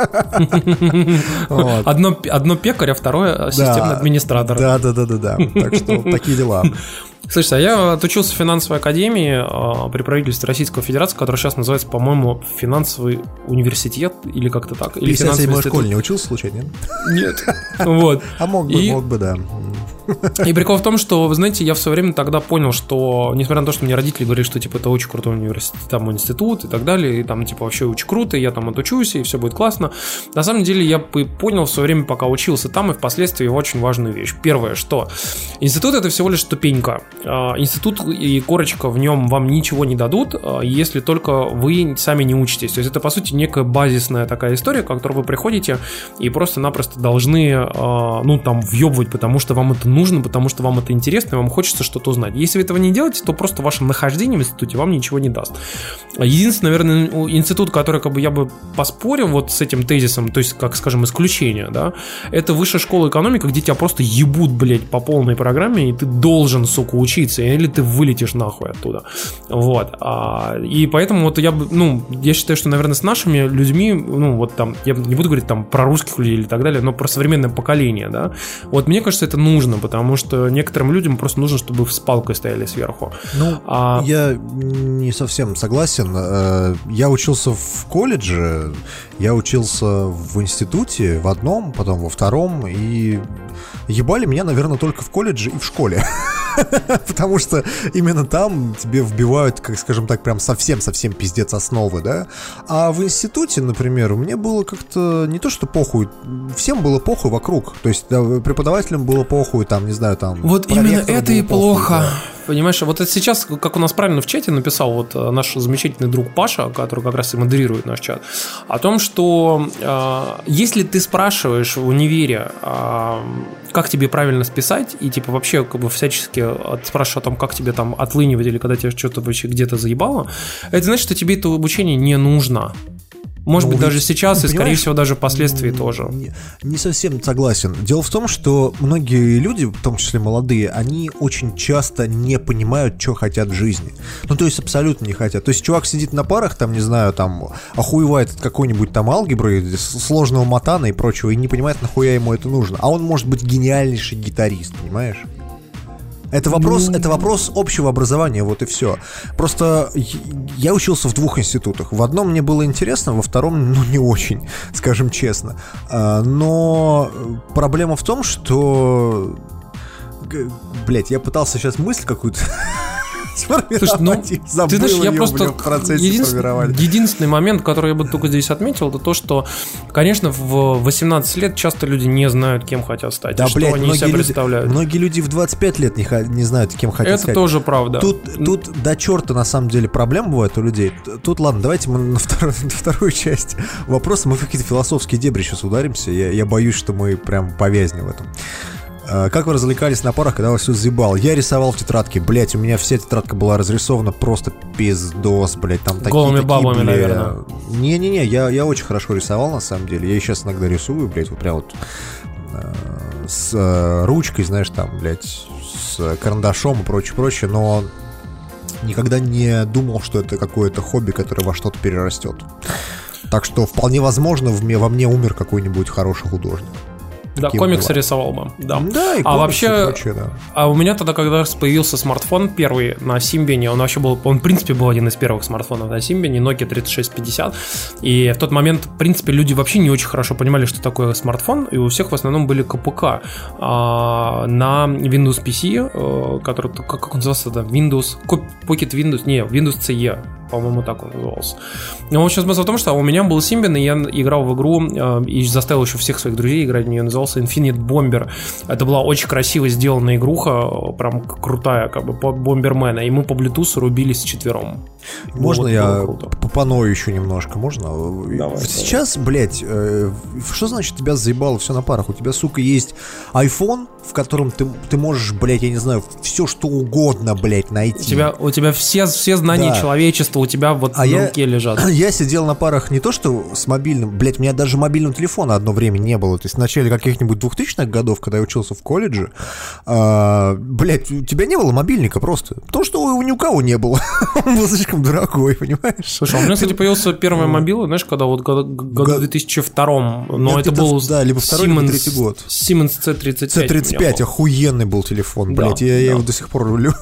Одно пекарь, а второе системный администратор. Да, да, да, да, да. Так что такие дела. Слушайте, а я отучился в финансовой академии э, при правительстве Российской Федерации, которая сейчас называется, по-моему, финансовый университет или как-то так. Или пятьдесят седьмой школе не учился случайно? Нет. Вот. А мог бы, мог бы, да. И прикол в том, что, вы знаете, я в свое время тогда понял, что, несмотря на то, что мне родители говорили, что, типа, это очень крутой университет, там, институт и так далее, и там, типа, вообще очень круто, и я там отучусь, и все будет классно. На самом деле, я понял в свое время, пока учился там, и впоследствии очень важную вещь. Первое, что институт — это всего лишь ступенька. Институт и корочка в нем вам ничего не дадут, если только вы сами не учитесь. То есть это, по сути, некая базисная такая история, к которой вы приходите и просто-напросто должны, ну, там, въебывать, потому что вам это нужно, потому что вам это интересно, и вам хочется что-то узнать. Если вы этого не делаете, то просто ваше нахождение в институте вам ничего не даст. Единственный, наверное, институт, который, как бы, я бы поспорил вот с этим тезисом, то есть, как, скажем, исключение, да, это высшая школа экономики, где тебя просто ебут, блядь, по полной программе, и ты должен, сука, учиться, или ты вылетишь нахуй оттуда. Вот. А, и поэтому вот я бы, ну, я считаю, что, наверное, с нашими людьми, ну, вот там, я не буду говорить там про русских людей или так далее, но про современное поколение, да, вот мне кажется, это нужно, потому что некоторым людям просто нужно, чтобы с палкой стояли сверху. Ну, а... я не совсем согласен. Я учился в колледже, я учился в институте, в одном, потом во втором, и ебали меня, наверное, только в колледже и в школе. Потому что именно там тебе вбивают, как, скажем так, прям совсем-совсем пиздец основы, да? А в институте, например, мне было как-то не то, что похуй, всем было похуй вокруг. То есть да, преподавателям было похуй, там, не знаю, там... Вот именно это и похуй, плохо. Да. Понимаешь, вот это сейчас, как у нас правильно в чате написал вот наш замечательный друг Паша, который как раз и модерирует наш чат, о том, что э, если ты спрашиваешь в универе, э, как тебе правильно списать, и типа вообще как бы всячески спрашиваешь о том, как тебе там отлынивать, или когда тебе что-то вообще где-то заебало, это значит, что тебе это обучение не нужно. Может ну, быть, даже сейчас, и, скорее всего, даже впоследствии не, тоже. Не, не совсем согласен. Дело в том, что многие люди, в том числе молодые, они очень часто не понимают, что хотят в жизни. Ну, то есть, абсолютно не хотят. То есть, чувак сидит на парах, там, не знаю, там, охуевает от какой-нибудь там алгебры, сложного матана и прочего, и не понимает, нахуя ему это нужно. А он может быть гениальнейший гитарист, понимаешь? Это вопрос, это вопрос общего образования, вот и все. Просто я учился в двух институтах. В одном мне было интересно, во втором, ну, не очень, скажем честно. Но проблема в том, что... Блять, я пытался сейчас мысль какую-то... Слушай, ну, ты знаешь, я просто единственный, единственный момент, который я бы только здесь отметил, это то, что, конечно, в восемнадцать лет часто люди не знают, кем хотят стать, да, и блядь, что они себя представляют. Многие люди в двадцать пять лет не, не знают, кем хотят это стать. Это тоже правда. Тут, тут до черта, на самом деле, проблем бывает у людей. Тут, ладно, давайте мы на вторую, на вторую часть вопроса, мы в какие-то философские дебри сейчас ударимся. Я, я боюсь, что мы прям повязнем в этом. Как вы развлекались на парах, когда вас все заебало? Я рисовал в тетрадке, блять, у меня вся тетрадка была разрисована просто пиздос, блять, там такие, голыми такие, бабами, бля... наверное. Не-не-не, я, я очень хорошо рисовал, на самом деле. Я и сейчас иногда рисую, блять, вот прям вот э, с э, ручкой, знаешь, там, блять, с карандашом и прочее-прочее, но никогда не думал, что это какое-то хобби, которое во что-то перерастет. Так что вполне возможно, в мне, во мне умер какой-нибудь хороший художник. Да, комиксы дела. Рисовал бы, да. Да, и а вообще, и прочее, да. А у меня тогда, когда появился смартфон первый на Symbian, он вообще был, он в принципе был один из первых смартфонов на Symbian, Nokia тридцать шесть пятьдесят, и в тот момент, в принципе, люди вообще не очень хорошо понимали, что такое смартфон, и у всех в основном были КПК а, на Windows пи си, который, как он назывался, да, Windows, Pocket Windows, не, Windows си и, по-моему, так он назывался. Но в общем, смысл в том, что у меня был Symbian, и я играл в игру, э, и заставил еще всех своих друзей играть в нее, назывался Infinite Bomber. Это была очень красиво сделанная игруха, прям крутая, как бы, по Бомбермена, и мы по Bluetooth рубились вчетвером. Можно вот, я попаною еще немножко? Можно? Давай, Сейчас, давай. блядь, э, что значит тебя заебало все на парах? У тебя, сука, есть iPhone, в котором ты, ты можешь, блядь, я не знаю, все что угодно, блядь, найти. У тебя, у тебя все, все знания да. человечества у тебя вот а на я, руке лежат. Я сидел на парах не то что с мобильным, блядь, у меня даже мобильного телефона одно время не было. То есть в начале каких-нибудь двухтысячных годов, когда я учился в колледже, э, блядь, у тебя не было мобильника просто. Потому что у, ни у кого не было. Он был слишком дорогой, понимаешь? Слушай, у меня, кстати, появился первый мобила, знаешь, когда вот году в две тысячи втором, но это был да, либо второй, либо третий год. Siemens си тридцать пять. си тридцать пять, охуенный был телефон, блядь, да, я, да. я его до сих пор люблю.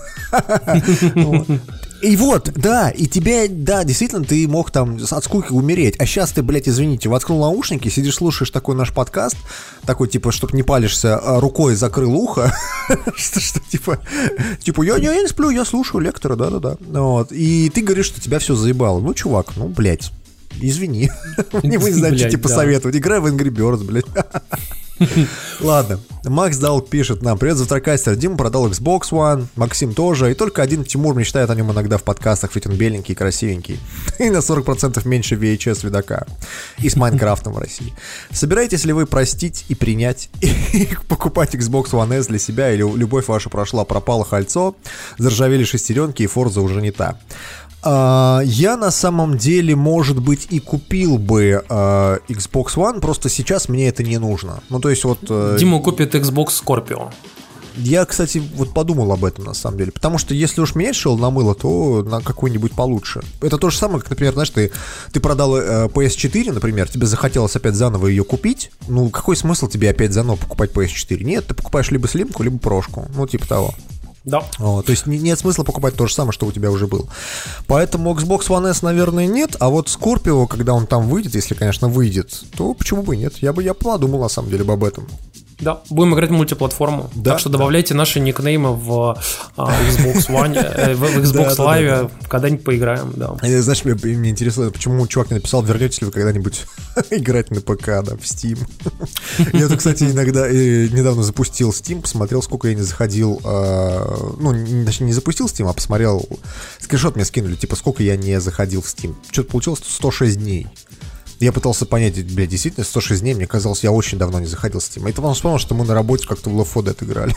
И вот, да, и тебе, да, действительно, ты мог там от скуки умереть. А сейчас ты, блядь, извините, воткнул наушники, сидишь, слушаешь такой наш подкаст, такой, типа, чтоб не палишься, рукой закрыл ухо, что, что, типа, типа, я, я не сплю, я слушаю лектора, да-да-да. Вот. И ты говоришь, что тебя все заебало. Ну, чувак, ну, блядь, извини. Мне не знаю, что тебе посоветовать. Играй в Angry Birds, блядь. Ладно, Макс Дал пишет нам: привет, завтракастер, Дима продал Xbox One, Максим тоже, и только один Тимур мечтает о нем иногда в подкастах, ведь он беленький и красивенький. И на сорок процентов меньше ви эйч эс видака. И с Майнкрафтом в России. Собираетесь ли вы простить и принять и покупать Xbox One S для себя, или любовь ваша прошла, пропало кольцо, заржавели шестеренки и Forza уже не та? Uh, я на самом деле, может быть, и купил бы uh, Xbox One, просто сейчас мне это не нужно. Ну, то есть вот... Uh, Дима купит Xbox Scorpio. Я, кстати, вот подумал об этом на самом деле. Потому что если уж менять шел на мыло, то на какой-нибудь получше. Это то же самое, как, например, знаешь, ты, ты продал uh, пи эс четыре, например, тебе захотелось опять заново ее купить. Ну, какой смысл тебе опять заново покупать пи эс четыре? Нет, ты покупаешь либо слимку, либо прошку. Ну, типа того. Да. О, то есть нет смысла покупать то же самое, что у тебя уже было. Поэтому Xbox One S, наверное, нет. А вот Scorpio, когда он там выйдет, если, конечно, выйдет, то почему бы нет? Я бы я подумал, на самом деле, об этом. Да, будем играть в мультиплатформу. Да, так что да. добавляйте наши никнеймы в а, Xbox One, э, в Xbox Да, Live, да, да, когда-нибудь поиграем, да. Э, Знаешь, мне, мне интересно, почему чувак не написал, вернетесь ли вы когда-нибудь играть на ПК, да, в Steam. Я тут, кстати, иногда э, недавно запустил Steam, посмотрел, сколько я не заходил, э, ну, не, точнее, не запустил Steam, а посмотрел, скриншот мне скинули, типа, сколько я не заходил в Steam. Что-то получилось сто шесть дней. Я пытался понять, блядь, действительно, сто шесть дней, мне казалось, я очень давно не заходил в Steam. И потом вспомнил, что мы на работе как-то в Left фор Dead играли.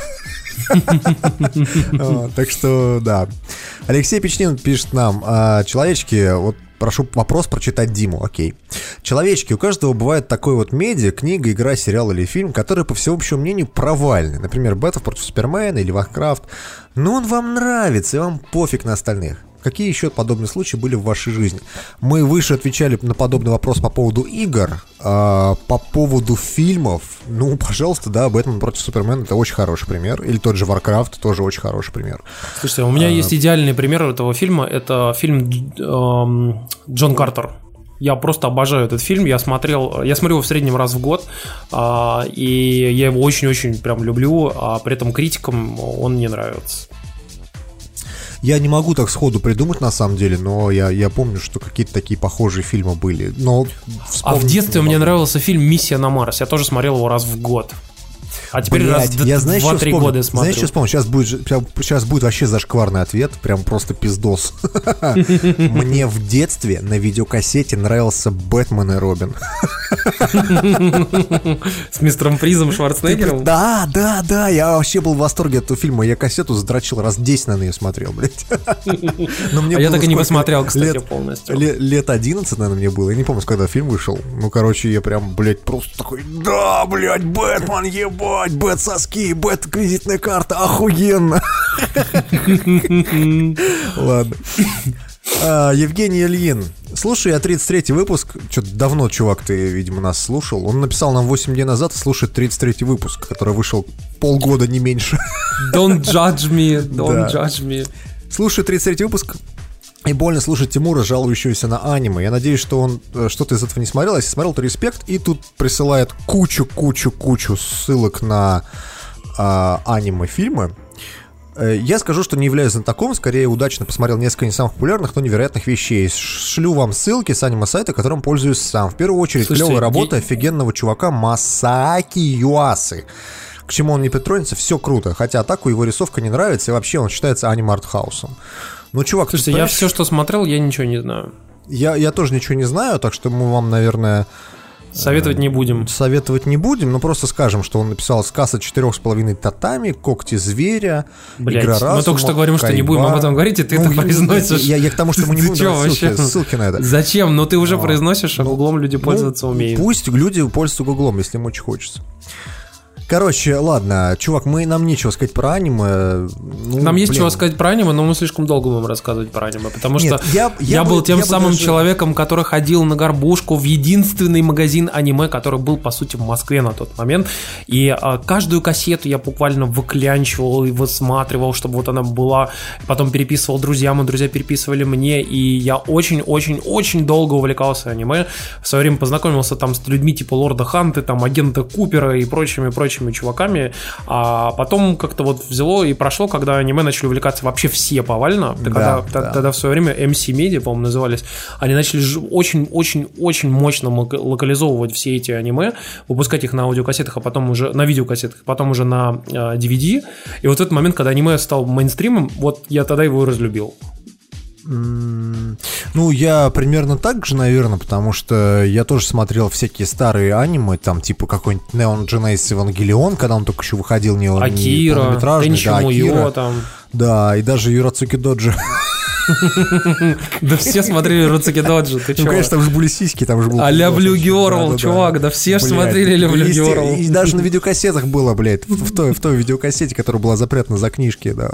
Так что, да. Алексей Печнин пишет нам: человечки, вот прошу вопрос прочитать Диму, окей. Человечки, у каждого бывает такой вот медиа, книга, игра, сериал или фильм, который, по всеобщему мнению, провальный. Например, Бэтмен против Супермена или Warcraft. Но он вам нравится, и вам пофиг на остальных. Какие еще подобные случаи были в вашей жизни? Мы выше отвечали на подобный вопрос по поводу игр, а по поводу фильмов. Ну, пожалуйста, да, «Бэтмен против Супермена» — это очень хороший пример. Или тот же «Warcraft» тоже очень хороший пример. Слушайте, у меня а... есть идеальный пример этого фильма. Это фильм эм, «Джон Картер». Я просто обожаю этот фильм. Я смотрел, я смотрю его в среднем раз в год, а, и я его очень-очень прям люблю, а при этом критикам он не нравится. Я не могу так сходу придумать, на самом деле, но я, я помню, что какие-то такие похожие фильмы были. Но а в детстве мне нравился фильм «Миссия на Марс». Я тоже смотрел его раз в год. А теперь Блядь, раз я, знаешь, в два-три года смотрю. Знаешь, что вспомнил? Сейчас будет, сейчас будет вообще зашкварный ответ, прям просто пиздос. Мне в детстве на видеокассете нравился «Бэтмен и Робин». С мистером Фризом Шварценеггером? Да, да, да, я вообще был в восторге от этого фильма. Я кассету задрочил, раз десять, наверное, ее смотрел, блядь. А я так и не посмотрел, кстати, полностью. Лет одиннадцать, наверное, мне было. Я не помню, когда фильм вышел. Ну, короче, я прям, блядь, просто такой: да, блядь, Бэтмен, ебать, бэт-соски, бэт-кредитная карта, охуенно. Ладно. А, Евгений Ильин. Слушай, я тридцать третий выпуск. Что-то давно, чувак, ты, видимо, нас слушал. Он написал нам восемь дней назад и слушает тридцать третий выпуск, который вышел полгода, не меньше. Don't judge me, don't да. judge me. Слушай тридцать третий выпуск. И больно слушать Тимура, жалующегося на аниме. Я надеюсь, что он что-то из этого не смотрел. Если смотрел, то респект. И тут присылает кучу-кучу-кучу ссылок на а, аниме-фильмы. Я скажу, что не являюсь знатоком, скорее удачно посмотрел несколько не самых популярных, но невероятных вещей. Шлю вам ссылки с аниме-сайта, которым пользуюсь сам. В первую очередь, Слушайте, клевая работа я... офигенного чувака Масааки Юасы. К чему он не притронется, все круто. Хотя Атаку его рисовка не нравится, и вообще он считается аниме-артхаусом. Ну, чувак, Слушайте, я все, что смотрел, я ничего не знаю. Я, я тоже ничего не знаю, так что мы вам, наверное... Советовать не будем. Советовать не будем, но просто скажем, что он написал «Сказ о четырех с половиной татами», «Когти зверя», Блять, «Игра разума», мы только что говорим, Кайба. что не будем об этом говорить, и ты ну, это произносишь. Я, я, я к тому, что мы не будем давать ссылки, ссылки на это. Зачем? Ну ты уже но, произносишь, а гуглом люди пользоваться ну, умеют. Пусть люди пользуются гуглом, если им очень хочется. Короче, ладно, чувак, мы, нам нечего сказать про аниме. Ну, нам есть блин. чего сказать про аниме, но мы слишком долго будем рассказывать про аниме, потому Нет, что я, я, я бы, был тем я самым даже... человеком, который ходил на горбушку в единственный магазин аниме, который был, по сути, в Москве на тот момент. И а, каждую кассету я буквально выклянчивал и высматривал, чтобы вот она была. Потом переписывал друзьям, и друзья переписывали мне. И я очень-очень-очень долго увлекался аниме. В свое время познакомился там с людьми типа Лорда Ханты, там агента Купера и прочими-прочими чуваками. А потом как-то вот взяло и прошло, когда аниме начали увлекаться вообще все повально. Да, когда, да. Тогда в свое время эм си Media, по-моему, назывались. Они начали очень-очень-очень мощно локализовывать все эти аниме, выпускать их на аудиокассетах, а потом уже на видеокассетах, потом уже на э, ди ви ди. И вот в этот момент, когда аниме стал мейнстримом, вот я тогда его и разлюбил. Ну, я примерно так же, наверное, потому что я тоже смотрел всякие старые аниме, там, типа какой-нибудь Neon Genesis Evangelion, когда он только еще выходил, не Акира, Тенчи Муё там. Да, и даже Юрацуки Доджи. Да все смотрели Руцуки Доджи, ты чего? Ну, конечно, там же были сиськи, там же был... А Люблю Герл, чувак, да все же смотрели Люблю Герл. И даже на видеокассетах было, блядь, в той, в той видеокассете, которая была запрятана за книжки, да.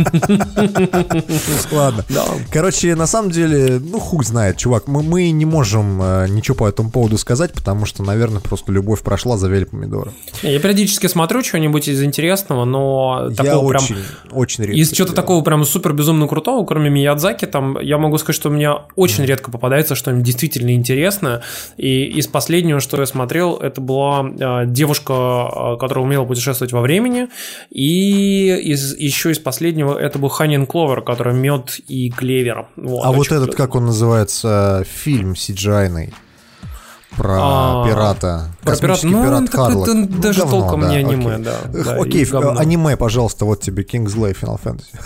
Ладно. Короче, на самом деле, ну, хуй знает, чувак, мы, мы не можем э, ничего по этому поводу сказать, потому что, наверное, просто любовь прошла, завели помидоры. Я периодически смотрю что-нибудь из интересного, но я такого очень, прям... очень редко. Из чего-то такого прям супер безумно крутого, кроме Миядзаки, Миядзаки, там, я могу сказать, что у меня очень mm. редко попадается что-нибудь действительно интересное. И из последнего, что я смотрел, это была э, девушка, которая умела путешествовать во времени. И из, еще из последнего это был Ханин Кловер, который мед и клевер. Вот, а вот этот, клёвый. как он называется, фильм си джи ай-ный? Про а, пирата. Про пирата. Ну, пират так это ну, даже говно, толком да, не аниме, окей. да. да окей, аниме, пожалуйста, вот тебе Kingsglaive Final Fantasy.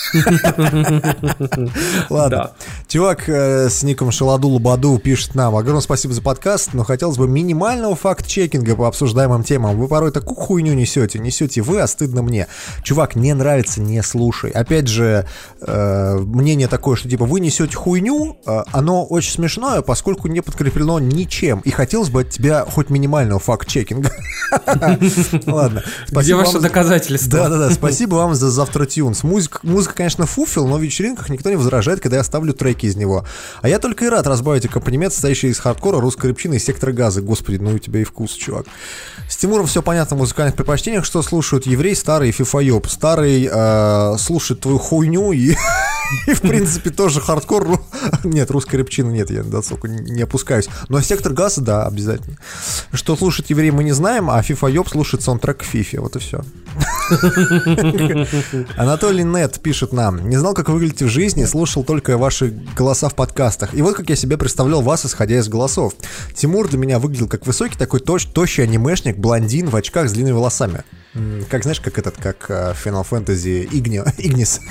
Ладно. Чувак с ником Шаладу Лабаду пишет нам: огромное спасибо за подкаст, но хотелось бы минимального факт-чекинга по обсуждаемым темам. Вы порой такую хуйню несете, несете вы, а стыдно мне. Чувак, не нравится, не слушай. Опять же, мнение такое, что типа вы несете хуйню, оно очень смешное, поскольку не подкреплено ничем. И хотелось бы от тебя хоть минимального факт-чекинга. Ладно. Где ваши доказательства? Да-да-да, спасибо вам за завтра тюнс. Музыка, музыка, конечно, фуфел, но в вечеринках никто не возражает, когда я ставлю треки из него. А я только и рад разбавить аккомпанемент, состоящий из хардкора, русской рыбчины и сектора газа. Господи, ну у тебя и вкус, чувак. С Тимуром все понятно в музыкальных предпочтениях, что слушают еврей, старый и фифаёб. Старый э, слушает твою хуйню и... И, в принципе, тоже хардкор. Нет, русской рыбчины нет, я до соку не опускаюсь. Но сектор газа, да, обязательно. Что слушает еврей, мы не знаем, а FIFA-ёб слушает саундтрек к Фифе. Вот и все. Анатолий Нет пишет нам: не знал, как вы выглядите в жизни, слушал только ваши голоса в подкастах. И вот как я себе представлял вас, исходя из голосов. Тимур для меня выглядел как высокий, такой точ, тощий анимешник, блондин в очках с длинными волосами. Как, знаешь, как этот, как Final Fantasy Igni, Ignis.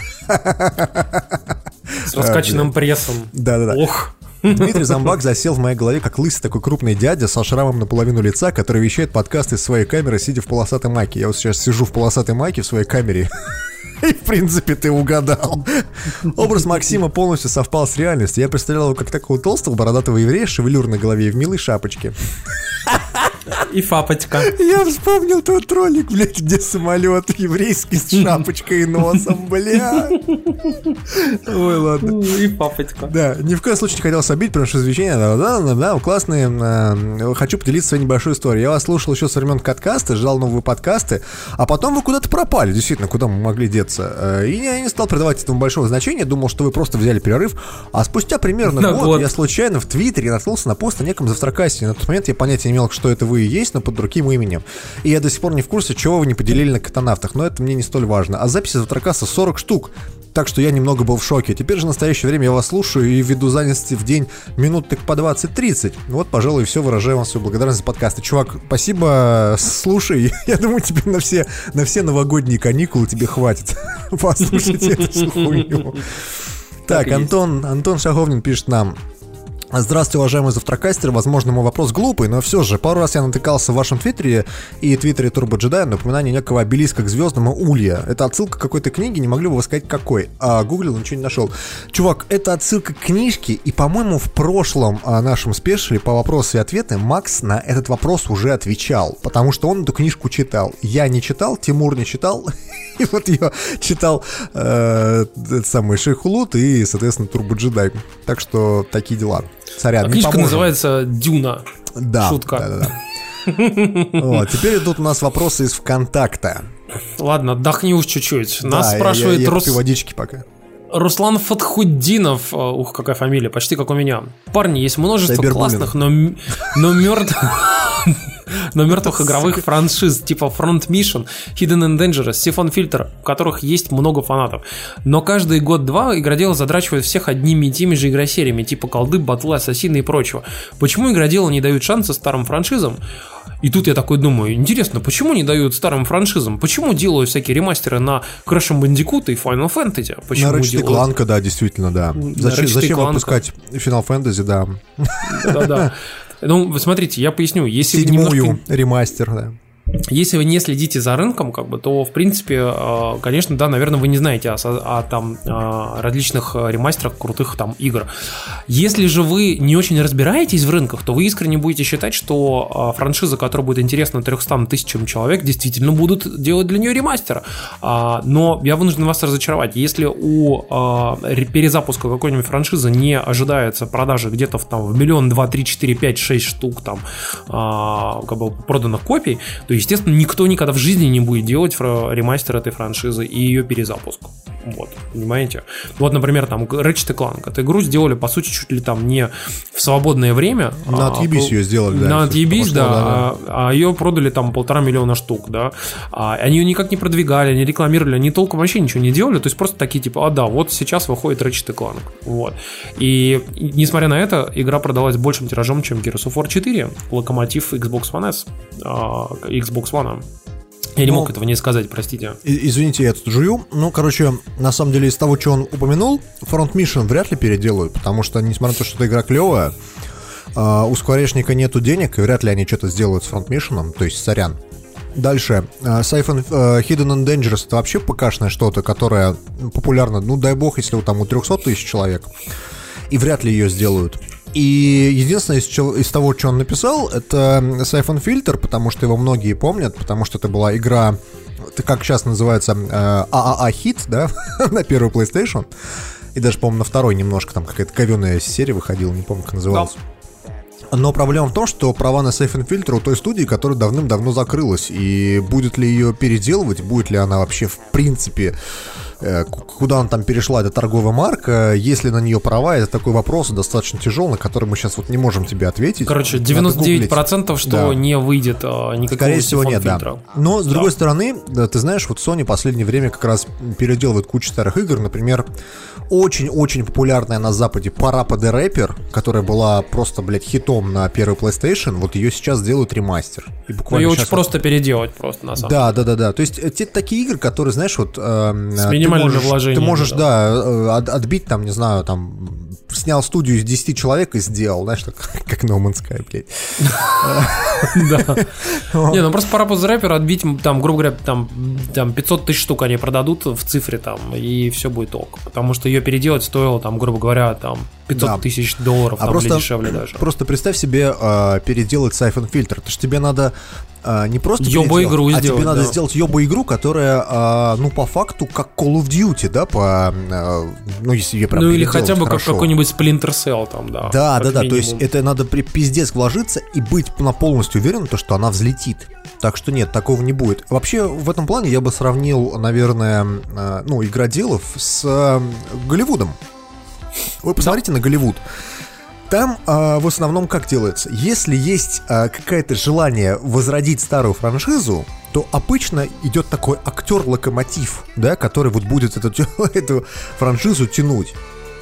С раскачанным прессом. Да-да-да. Ох. Дмитрий Замбак засел в моей голове как лысый такой крупный дядя со шрамом наполовину лица, который вещает подкасты из своей камеры, сидя в полосатой майке. Я вот сейчас сижу в полосатой майке в своей камере. И, в принципе, ты угадал. Образ Максима полностью совпал с реальностью. Я представлял его как такого толстого бородатого еврея с шевелюр на голове и в милой шапочке. И фапочка. Я вспомнил тот ролик, блядь, где самолет еврейский с шапочкой и носом, бля. Ой, ладно. И фапочка. Да, ни в коем случае не хотел собить, потому что извещение, да, да, да, да, классные. Э, хочу поделиться своей небольшой историей. Я вас слушал еще с времен Каткаста, ждал новые подкасты, а потом вы куда-то пропали, действительно, куда мы могли деться. И я не стал придавать этому большого значения, думал, что вы просто взяли перерыв, а спустя примерно да, год вот. я случайно в Твиттере наткнулся на пост о неком завтракасте. На тот момент я понятия не имел, что это вы и есть, но под другим именем. И я до сих пор не в курсе, чего вы не поделили на катанавтах, но это мне не столь важно. А записи завтракаса сорок штук. Так что я немного был в шоке. Теперь же в настоящее время я вас слушаю и ввиду занятости в день минут так по двадцать-тридцать. Вот, пожалуй, и все. Выражаю вам свою благодарность за подкасты. Чувак, спасибо, слушай. Я думаю, тебе на все, на все новогодние каникулы тебе хватит послушать эту хуйню. Так, Антон, Антон Шаговнин пишет нам: здравствуйте, уважаемый завтракастер. Возможно, мой вопрос глупый, но все же пару раз я натыкался в вашем твиттере и твиттере Турбо Джедая на упоминание некого обелиска к звездам и улья. Это отсылка к какой-то книге, не могли бы вы сказать какой? А гуглил, ничего не нашел. Чувак, это отсылка к книжке, и, по-моему, в прошлом а, нашем спешле по вопросу и ответы Макс на этот вопрос уже отвечал, потому что он эту книжку читал. Я не читал, Тимур не читал, и вот ее читал э, этот самый Шейхулут и, соответственно, Турбо Джедай. Так что такие дела. Сорян, а книжка называется «Дюна». Да. Шутка. Да, да, да. Вот, теперь идут у нас вопросы из ВКонтакта. Ладно, отдохни уж чуть-чуть. Нас да, спрашивает я, я, я Рус... водички пока. Руслан Фатхуддинов. Ух, какая фамилия, почти как у меня. Парни, есть множество классных, но, но мертвых... но мертвых игровых франшиз типа Front Mission, Hidden and Dangerous, Siphon Filter, у которых есть много фанатов. Но каждый год-два игроделы задрачивают всех одними и теми же игросериями, типа колды, батлы, ассасины и прочего. Почему игроделы не дают шанса старым франшизам? И тут я такой думаю, интересно, почему не дают старым франшизам? Почему делают всякие ремастеры на Crash Bandicoot и Final Fantasy? Почему на Ratchet и Clank, да, действительно, да. Зачем, зачем выпускать Final Fantasy, да. Да-да-да. Ну, смотрите, я поясню. Если Седьмую вы немножко... ремастер, да. Если вы не следите за рынком, как бы, то, в принципе, конечно, да, наверное, вы не знаете о, о, там, о различных ремастерах крутых там игр. Если же вы не очень разбираетесь в рынках, то вы искренне будете считать, что франшиза, которая будет интересна трёмстам тысячам человек, действительно будут делать для нее ремастер. Но я вынужден вас разочаровать. Если у перезапуска какой-нибудь франшизы не ожидается продажи где-то в, там, в миллион, два, три, четыре, пять, шесть штук там, как бы, проданных копий, то естественно, никто никогда в жизни не будет делать ремастер этой франшизы и ее перезапуск. Вот, понимаете? Вот, например, там Ratchet энд Clank. Эту игру сделали, по сути, чуть ли там не в свободное время. На отъебись а, ее сделали, да. На отъебись, да, да, да. А, а ее продали там полтора миллиона штук, да. А, они ее никак не продвигали, не рекламировали, они толком вообще ничего не делали. То есть просто такие типа, а да, вот сейчас выходит Ratchet энд Clank. Вот. И, и несмотря на это, игра продалась большим тиражом, чем Gears of War четыре, локомотив Xbox One S, а, Xbox One. Я не ну, мог этого не сказать, простите. Извините, я тут жую. Ну, короче, на самом деле, из того, что он упомянул, Front Mission вряд ли переделают, потому что, несмотря на то, что эта игра клевая, э, у Скворечника нету денег, и вряд ли они что-то сделают с Front Mission, то есть сорян. Дальше. Siphon э, Hidden and Dangerous — это вообще ПКшное что-то, которое популярно, ну, дай бог, если там у триста тысяч человек, и вряд ли ее сделают. И единственное из, из того, что он написал, это Siphon Filter, потому что его многие помнят, потому что это была игра, это как сейчас называется, э, ААА-хит, да, на первый PlayStation, и даже, по-моему, на второй немножко там какая-то говёная серия выходила, не помню, как называлась. Но проблема в том, что права на Siphon Filter у той студии, которая давным-давно закрылась, и будет ли ее переделывать, будет ли она вообще в принципе... Куда она там перешла, это торговая марка. Есть ли на нее права, это такой вопрос достаточно тяжелый, на который мы сейчас вот не можем тебе ответить. Короче, девяносто девять процентов, что да. не выйдет а, никакого Скорее всего нет, фильтра. Да. Но, с да. другой стороны, да, ты знаешь, вот Sony в последнее время как раз переделывает кучу старых игр. Например, очень-очень популярная на Западе Parappa the Rapper, которая была просто, блядь, хитом на первый PlayStation. Вот ее сейчас делают ремастер. И буквально ее очень вот... просто переделать просто, на самом да, деле. Да, да, да. То есть те такие игры, которые, знаешь, вот... Э, с минимальными вложениями. Ты можешь, да, да от, отбить там, не знаю, там... Снял студию из десяти человек и сделал, знаешь, так, как No Man's Sky, блядь. Да. Не, ну просто Parappa the Rapper отбить, там, грубо говоря, там пятьсот тысяч штук они продадут в цифре там, и все будет ок. Потому что ее переделать стоило, там, грубо говоря, там пятьсот тысяч долларов, там, или дешевле даже. Просто представь себе переделать Siphon Filter. Это ж тебе надо не просто ёбо-игру а сделать, тебе надо да. сделать ёбо-игру, которая, ну, по факту, как Call of Duty, да, по, ну, если ее прям ну, или хотя бы хорошо. Как какой-нибудь Splinter Cell там, да. Да, да, да, то есть это надо при пиздец вложиться и быть на полностью уверен, что она взлетит. Так что нет, такого не будет. Вообще, в этом плане я бы сравнил, наверное, ну, игроделов с Голливудом. Вы посмотрите да. на Голливуд. Там а, в основном как делается? Если есть а, какое-то желание возродить старую франшизу, то обычно идет такой актер-локомотив, да, который вот будет эту, эту франшизу тянуть.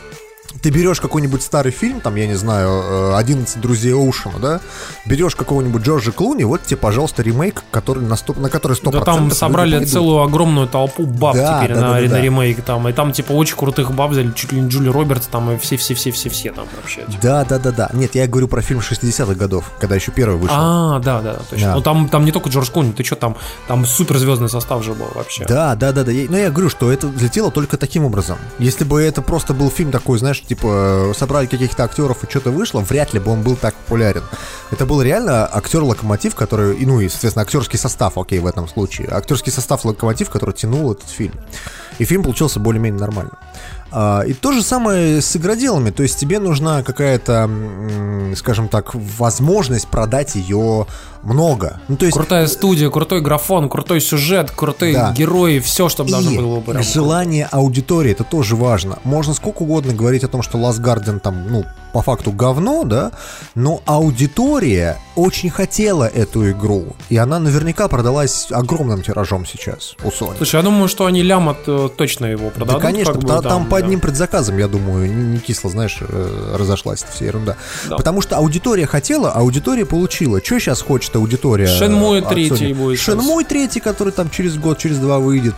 Ты берешь какой-нибудь старый фильм, там, я не знаю, одиннадцать друзей Оушена, да, берешь какого-нибудь Джорджа Клуни, вот тебе, пожалуйста, ремейк, который на, сто, на который сто процентов. Да там собрали целую огромную толпу баб да, теперь да, на, да, да, на да. ремейк, там, и там, типа, очень крутых баб взяли, чуть ли не Джули Робертс, там, и все-все-все-все-все там вообще. Типа. Да, да, да, да. Нет, я говорю про фильм шестидесятых годов, когда еще первый вышел. А, да, да, точно. Да. Ну, там, там не только Джордж Клуни, ты что, там, там суперзвездный состав же был вообще. Да, да, да, да. Я, но я говорю, что это взлетело только таким образом. Если бы это просто был фильм такой, знаешь, типа... собрали каких-то актеров и что-то вышло, вряд ли бы он был так популярен. Это был реально актер-локомотив, который, ну и, соответственно, актерский состав, окей, в этом случае. Актерский состав локомотив, который тянул этот фильм. И фильм получился более-менее нормальным. А, и то же самое с игроделами. То есть тебе нужна какая-то, скажем так, возможность продать ее много. Ну, то есть... крутая студия, крутой графон, крутой сюжет, крутые да. герои, все, что должно было бы. И желание аудитории, это тоже важно. Можно сколько угодно говорить о том, что Last Guardian там, ну, по факту говно, да, но аудитория очень хотела эту игру, и она наверняка продалась огромным тиражом сейчас у Sony. Слушай, я думаю, что они лям от, точно его продадут. Да, конечно, как бы, там, там, там да. по одним предзаказам, я думаю, не кисло, знаешь, разошлась эта вся ерунда. Да. Потому что аудитория хотела, аудитория получила. Что сейчас хочет аудитория? Шенмуй третий будет. Шенмуй третий, который там через год, через два выйдет.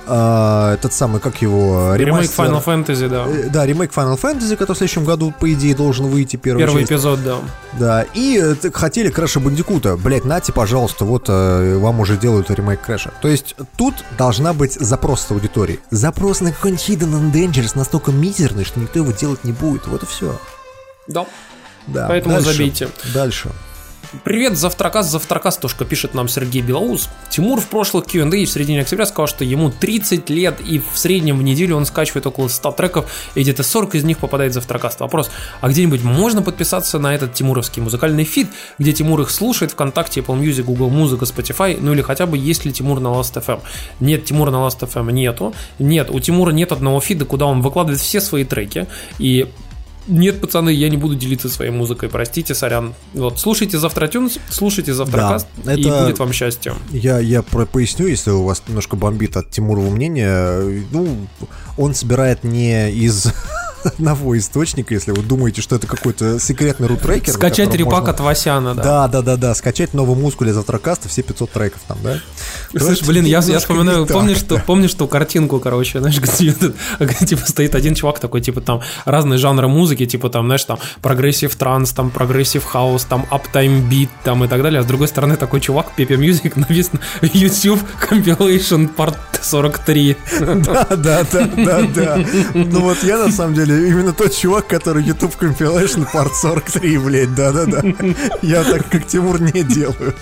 А, этот самый, как его... Ремейк Final Fantasy, да. Да, ремейк Final Fantasy, который в следующем году, по идее, должен выйти. Первый часть. эпизод, да. Да, и хотели Крэша Бандикута. Блять, нате, пожалуйста, вот вам уже делают ремейк Крэша. То есть тут должна быть запрос с аудиторией. Запрос на какой-нибудь Hidden and Dangerous настолько мизерный, что никто его делать не будет. Вот и все. Да. Да. Поэтому дальше, забейте. Дальше. Привет, Завтракас, Завтракастушка, пишет нам Сергей Белоус. Тимур в прошлых кью энд эй в середине октября сказал, что ему тридцать лет, и в среднем в неделю он скачивает около ста треков, и где-то сорок из них попадает в Завтракаст. Вопрос, а где-нибудь можно подписаться на этот тимуровский музыкальный фид, где Тимур их слушает ВКонтакте, Apple Music, Google Музыка, Spotify, ну или хотя бы есть ли Тимур на Last эф эм? Нет, Тимура на Last эф эм нету. Нет, у Тимура нет одного фида, куда он выкладывает все свои треки, и... Нет, пацаны, я не буду делиться своей музыкой, простите, сорян. Вот, слушайте Завтратюнс, слушайте Завтракаст, да, и будет вам счастье. Я, я про- поясню, если у вас немножко бомбит от Тимурова мнения. Ну, он собирает не из... одного источника, если вы думаете, что это какой-то секретный рутрекер. Скачать репак можно... от Васяна, да. Да, да, да, да. Скачать новую музыку для Завтракаста, все пятьсот треков там, да. Слушай, блин, я, я вспоминаю, помнишь, что, помнишь ту картинку, короче, знаешь, где, где типа стоит один чувак такой, типа там разные жанры музыки, типа там, знаешь, там прогрессив транс, там прогрессив хаус, там аптайм бит, там и так далее. А с другой стороны такой чувак, Pepe Music, навис на YouTube Compilation Part сорок три. Да, да, да, да, да. Ну вот я на самом деле именно тот чувак, который YouTube Compilation Part сорок три, блядь, да-да-да. Я так, как Тимур, не делаю.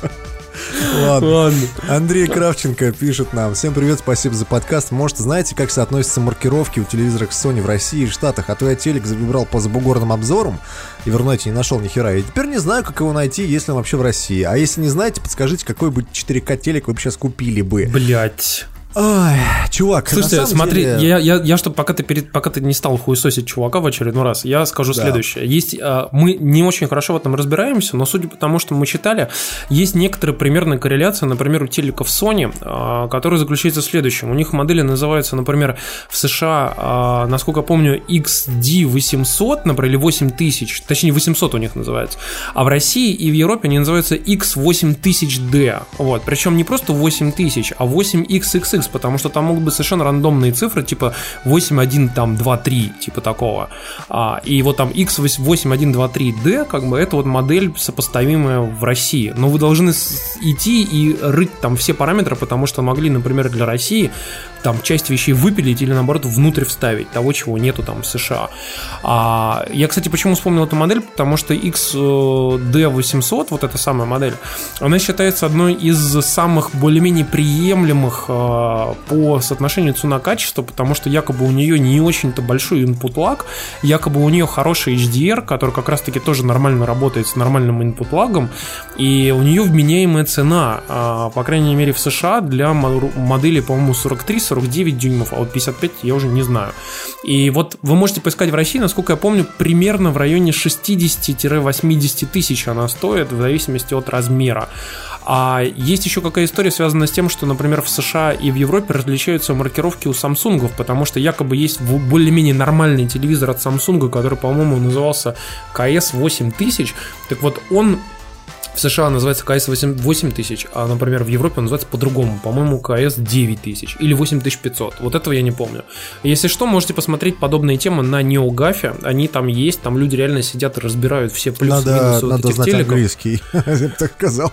Ладно. Ладно. Андрей Кравченко пишет нам: всем привет, спасибо за подкаст. Может, знаете, как соотносятся маркировки у телевизоров Sony в России и Штатах? А то я телек забрал по забугорным обзорам и в интернете не нашел ни хера. И теперь не знаю, как его найти, если он вообще в России. А если не знаете, подскажите, какой бы четыре ка телек вы бы сейчас купили бы. Блять. Ой, чувак, слушайте, смотри, деле... я, я, я чтобы пока ты, перед, пока ты не стал хуесосить чувака в очередной раз, я скажу да. следующее. Есть, мы не очень хорошо в этом разбираемся, но судя по тому, что мы читали, есть некоторая примерная корреляция, например, у телеков Sony, которая заключается в следующем. У них модели называются, например, в США, насколько я помню, икс ди восемьсот, например, или восемь тысяч, точнее восемьсот у них называется, а в России и в Европе они называются икс восемь тысяч ди. Вот. Причем не просто восемь тысяч, а восемь икс икс икс, потому что там могут быть совершенно рандомные цифры, типа восемь один два три, типа такого. А, и вот там икс восемь один два три ди, как бы это вот модель сопоставимая в России. Но вы должны идти и рыть там все параметры, потому что могли, например, для России там часть вещей выпилить или, наоборот, внутрь вставить, того, чего нету там в США. А, я, кстати, почему вспомнил эту модель? Потому что икс ди восемьсот, вот эта самая модель, она считается одной из самых более-менее приемлемых а, по соотношению цена-качество, потому что якобы у нее не очень-то большой input lag, якобы у нее хороший эйч ди ар, который как раз-таки тоже нормально работает с нормальным input лагом, и у нее вменяемая цена, а, по крайней мере в США, для модели, по-моему, сорок три сорок девять дюймов, а вот пятьдесят пять я уже не знаю. И вот вы можете поискать в России, насколько я помню, примерно в районе шестьдесят-восемьдесят тысяч она стоит, в зависимости от размера. А есть еще какая история, связанная с тем, что, например, в США и в Европе различаются маркировки у Samsung, потому что якобы есть более-менее нормальный телевизор от Samsung, который, по-моему, назывался ка эс восемь тысяч. Так вот, он в США называется ка эс восемь тысяч, а, например, в Европе он называется по-другому, по-моему, ка эс девять тысяч или восемь тысяч пятьсот. Вот этого я не помню. Если что, можете посмотреть подобные темы на NeoGAF. Они там есть, там люди реально сидят и разбирают все плюсы-минусы вот этих телеков. Надо знать английский, я бы так сказал.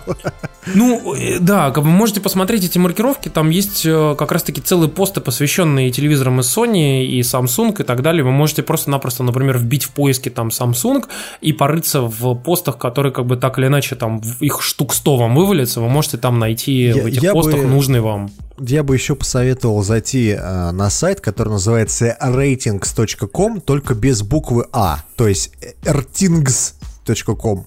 Ну, да, как вы можете посмотреть эти маркировки, там есть как раз-таки целые посты, посвященные телевизорам и Sony, и Samsung, и так далее. Вы можете просто-напросто, например, вбить в поиске там Samsung и порыться в постах, которые как бы так или иначе там их штук сто вам вывалится, вы можете там найти я, в этих я постах бы, нужный вам. Я бы еще посоветовал зайти э, на сайт, который называется рейтингс точка ком, только без буквы А, то есть рейтингс точка ком.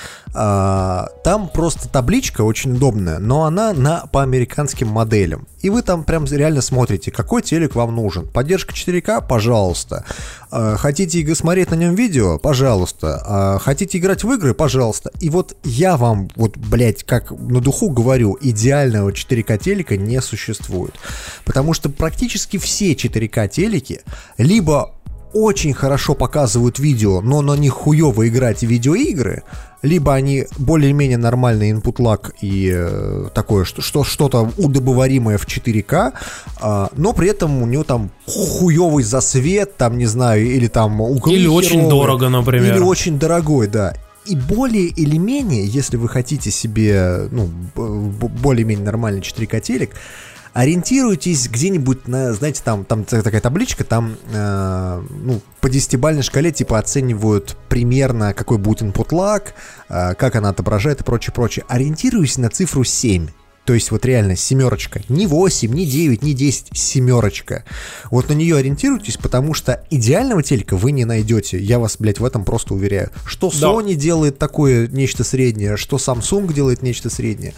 Там просто табличка очень удобная, но она на, по американским моделям. И вы там прям реально смотрите, какой телек вам нужен. Поддержка четыре ка? Пожалуйста. Хотите смотреть на нем видео? Пожалуйста. Хотите играть в игры? Пожалуйста. И вот я вам, вот, блядь, как на духу говорю, идеального четыре ка телека не существует. Потому что практически все четыре ка телеки либо очень хорошо показывают видео, но на них хуёво играть в видеоигры, либо они более-менее нормальный input lag и э, такое, что, что, что-то удобоваримое в четыре ка, э, но при этом у него там хуёвый засвет, там, не знаю, или там углы или херовые, очень дорого, например. Или очень дорогой, да. И более или менее, если вы хотите себе, ну, более-менее нормальный четыре ка телек, ориентируйтесь где-нибудь на, знаете, там, там такая табличка, там, э, ну, по десятибалльной шкале, типа, оценивают примерно, какой будет input lag, э, как она отображает и прочее, прочее. Ориентируйтесь на цифру семь. То есть вот реально семерочка. Не восемь, не девять, не десять, семерочка. Вот на нее ориентируйтесь, потому что идеального телека вы не найдете. Я вас, блядь, в этом просто уверяю. Что Sony да. делает такое нечто среднее, что Samsung делает нечто среднее.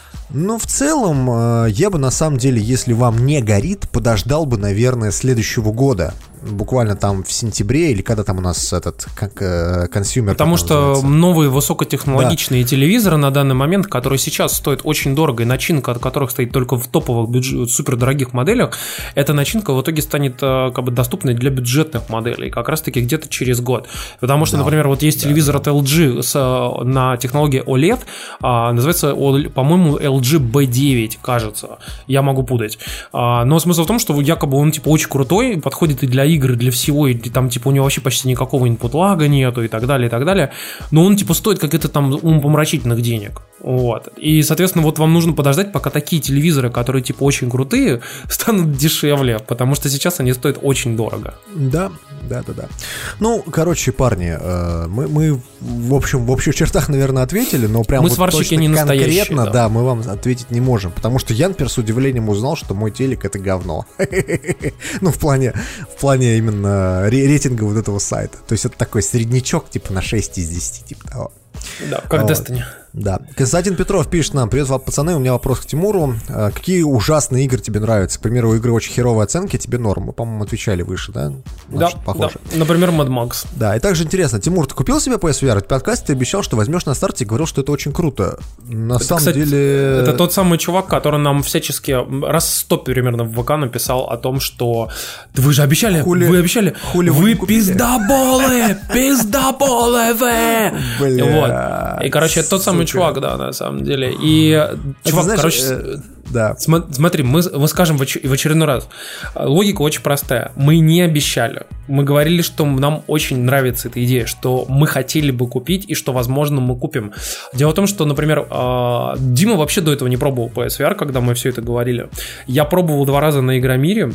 Но в целом, я бы на самом деле, если вам не горит, подождал бы, наверное, следующего года. Буквально там в сентябре, или когда там у нас этот как, консюмер. Потому что называется? Новые высокотехнологичные да. телевизоры на данный момент, которые сейчас стоят очень дорого, и начинка от которых стоит только в топовых бюджет, супердорогих моделях, эта начинка в итоге станет как бы доступной для бюджетных моделей, как раз таки где-то через год. Потому что, да. например, вот есть да. телевизор от эл джи с, на технологии о лед, а, называется, по-моему, эл джи би девять, кажется. Я могу путать. А, но смысл в том, что якобы он типа очень крутой, подходит и для игры, для всего, и там типа у него вообще почти никакого инпут-лага нету и так далее, и так далее. Но он типа стоит каких-то там умопомрачительных денег. Вот. И, соответственно, вот вам нужно подождать, пока такие телевизоры, которые типа очень крутые, станут дешевле, потому что сейчас они стоят очень дорого. Да, да, да, да. Ну, короче, парни, мы, мы в общем, в общих чертах, наверное, ответили, но прям мы вот сварщики точно не настоящие, конкретно, да. да, мы вам ответить не можем, потому что я, например, с удивлением узнал, что мой телек — это говно. Ну, в плане, в плане именно рейтинга вот этого сайта. То есть это такой среднячок, типа на шесть из десяти, типа того. Да, как вот. Destiny. Да. Константин Петров пишет нам: привет, пацаны, у меня вопрос к Тимуру. Какие ужасные игры тебе нравятся? К примеру, у игры очень херовые оценки, тебе норм. Мы, по-моему, отвечали выше, да? Да, да. Например, Mad Max. Да, и также интересно, Тимур, ты купил себе пи эс ви ар? В подкасте ты обещал, что возьмешь на старте и говорил, что это очень круто. На это, самом кстати, деле... Это тот самый чувак, который нам всячески раз сто примерно в ВК написал о том, что вы же обещали, хули, вы обещали, хули вы, вы пиздоболы, пиздоболы вы. Вот. И, короче, это тот самый чувак, да, на самом деле. И это, чувак, знаешь, короче, э, да. см- смотри, мы, мы скажем в, оч- в очередной раз. Логика очень простая. Мы не обещали. Мы говорили, что нам очень нравится эта идея, что мы хотели бы купить и что, возможно, мы купим. Дело в том, что, например, Дима вообще до этого не пробовал пи эс ви ар, когда мы все это говорили. Я пробовал два раза на Игромире.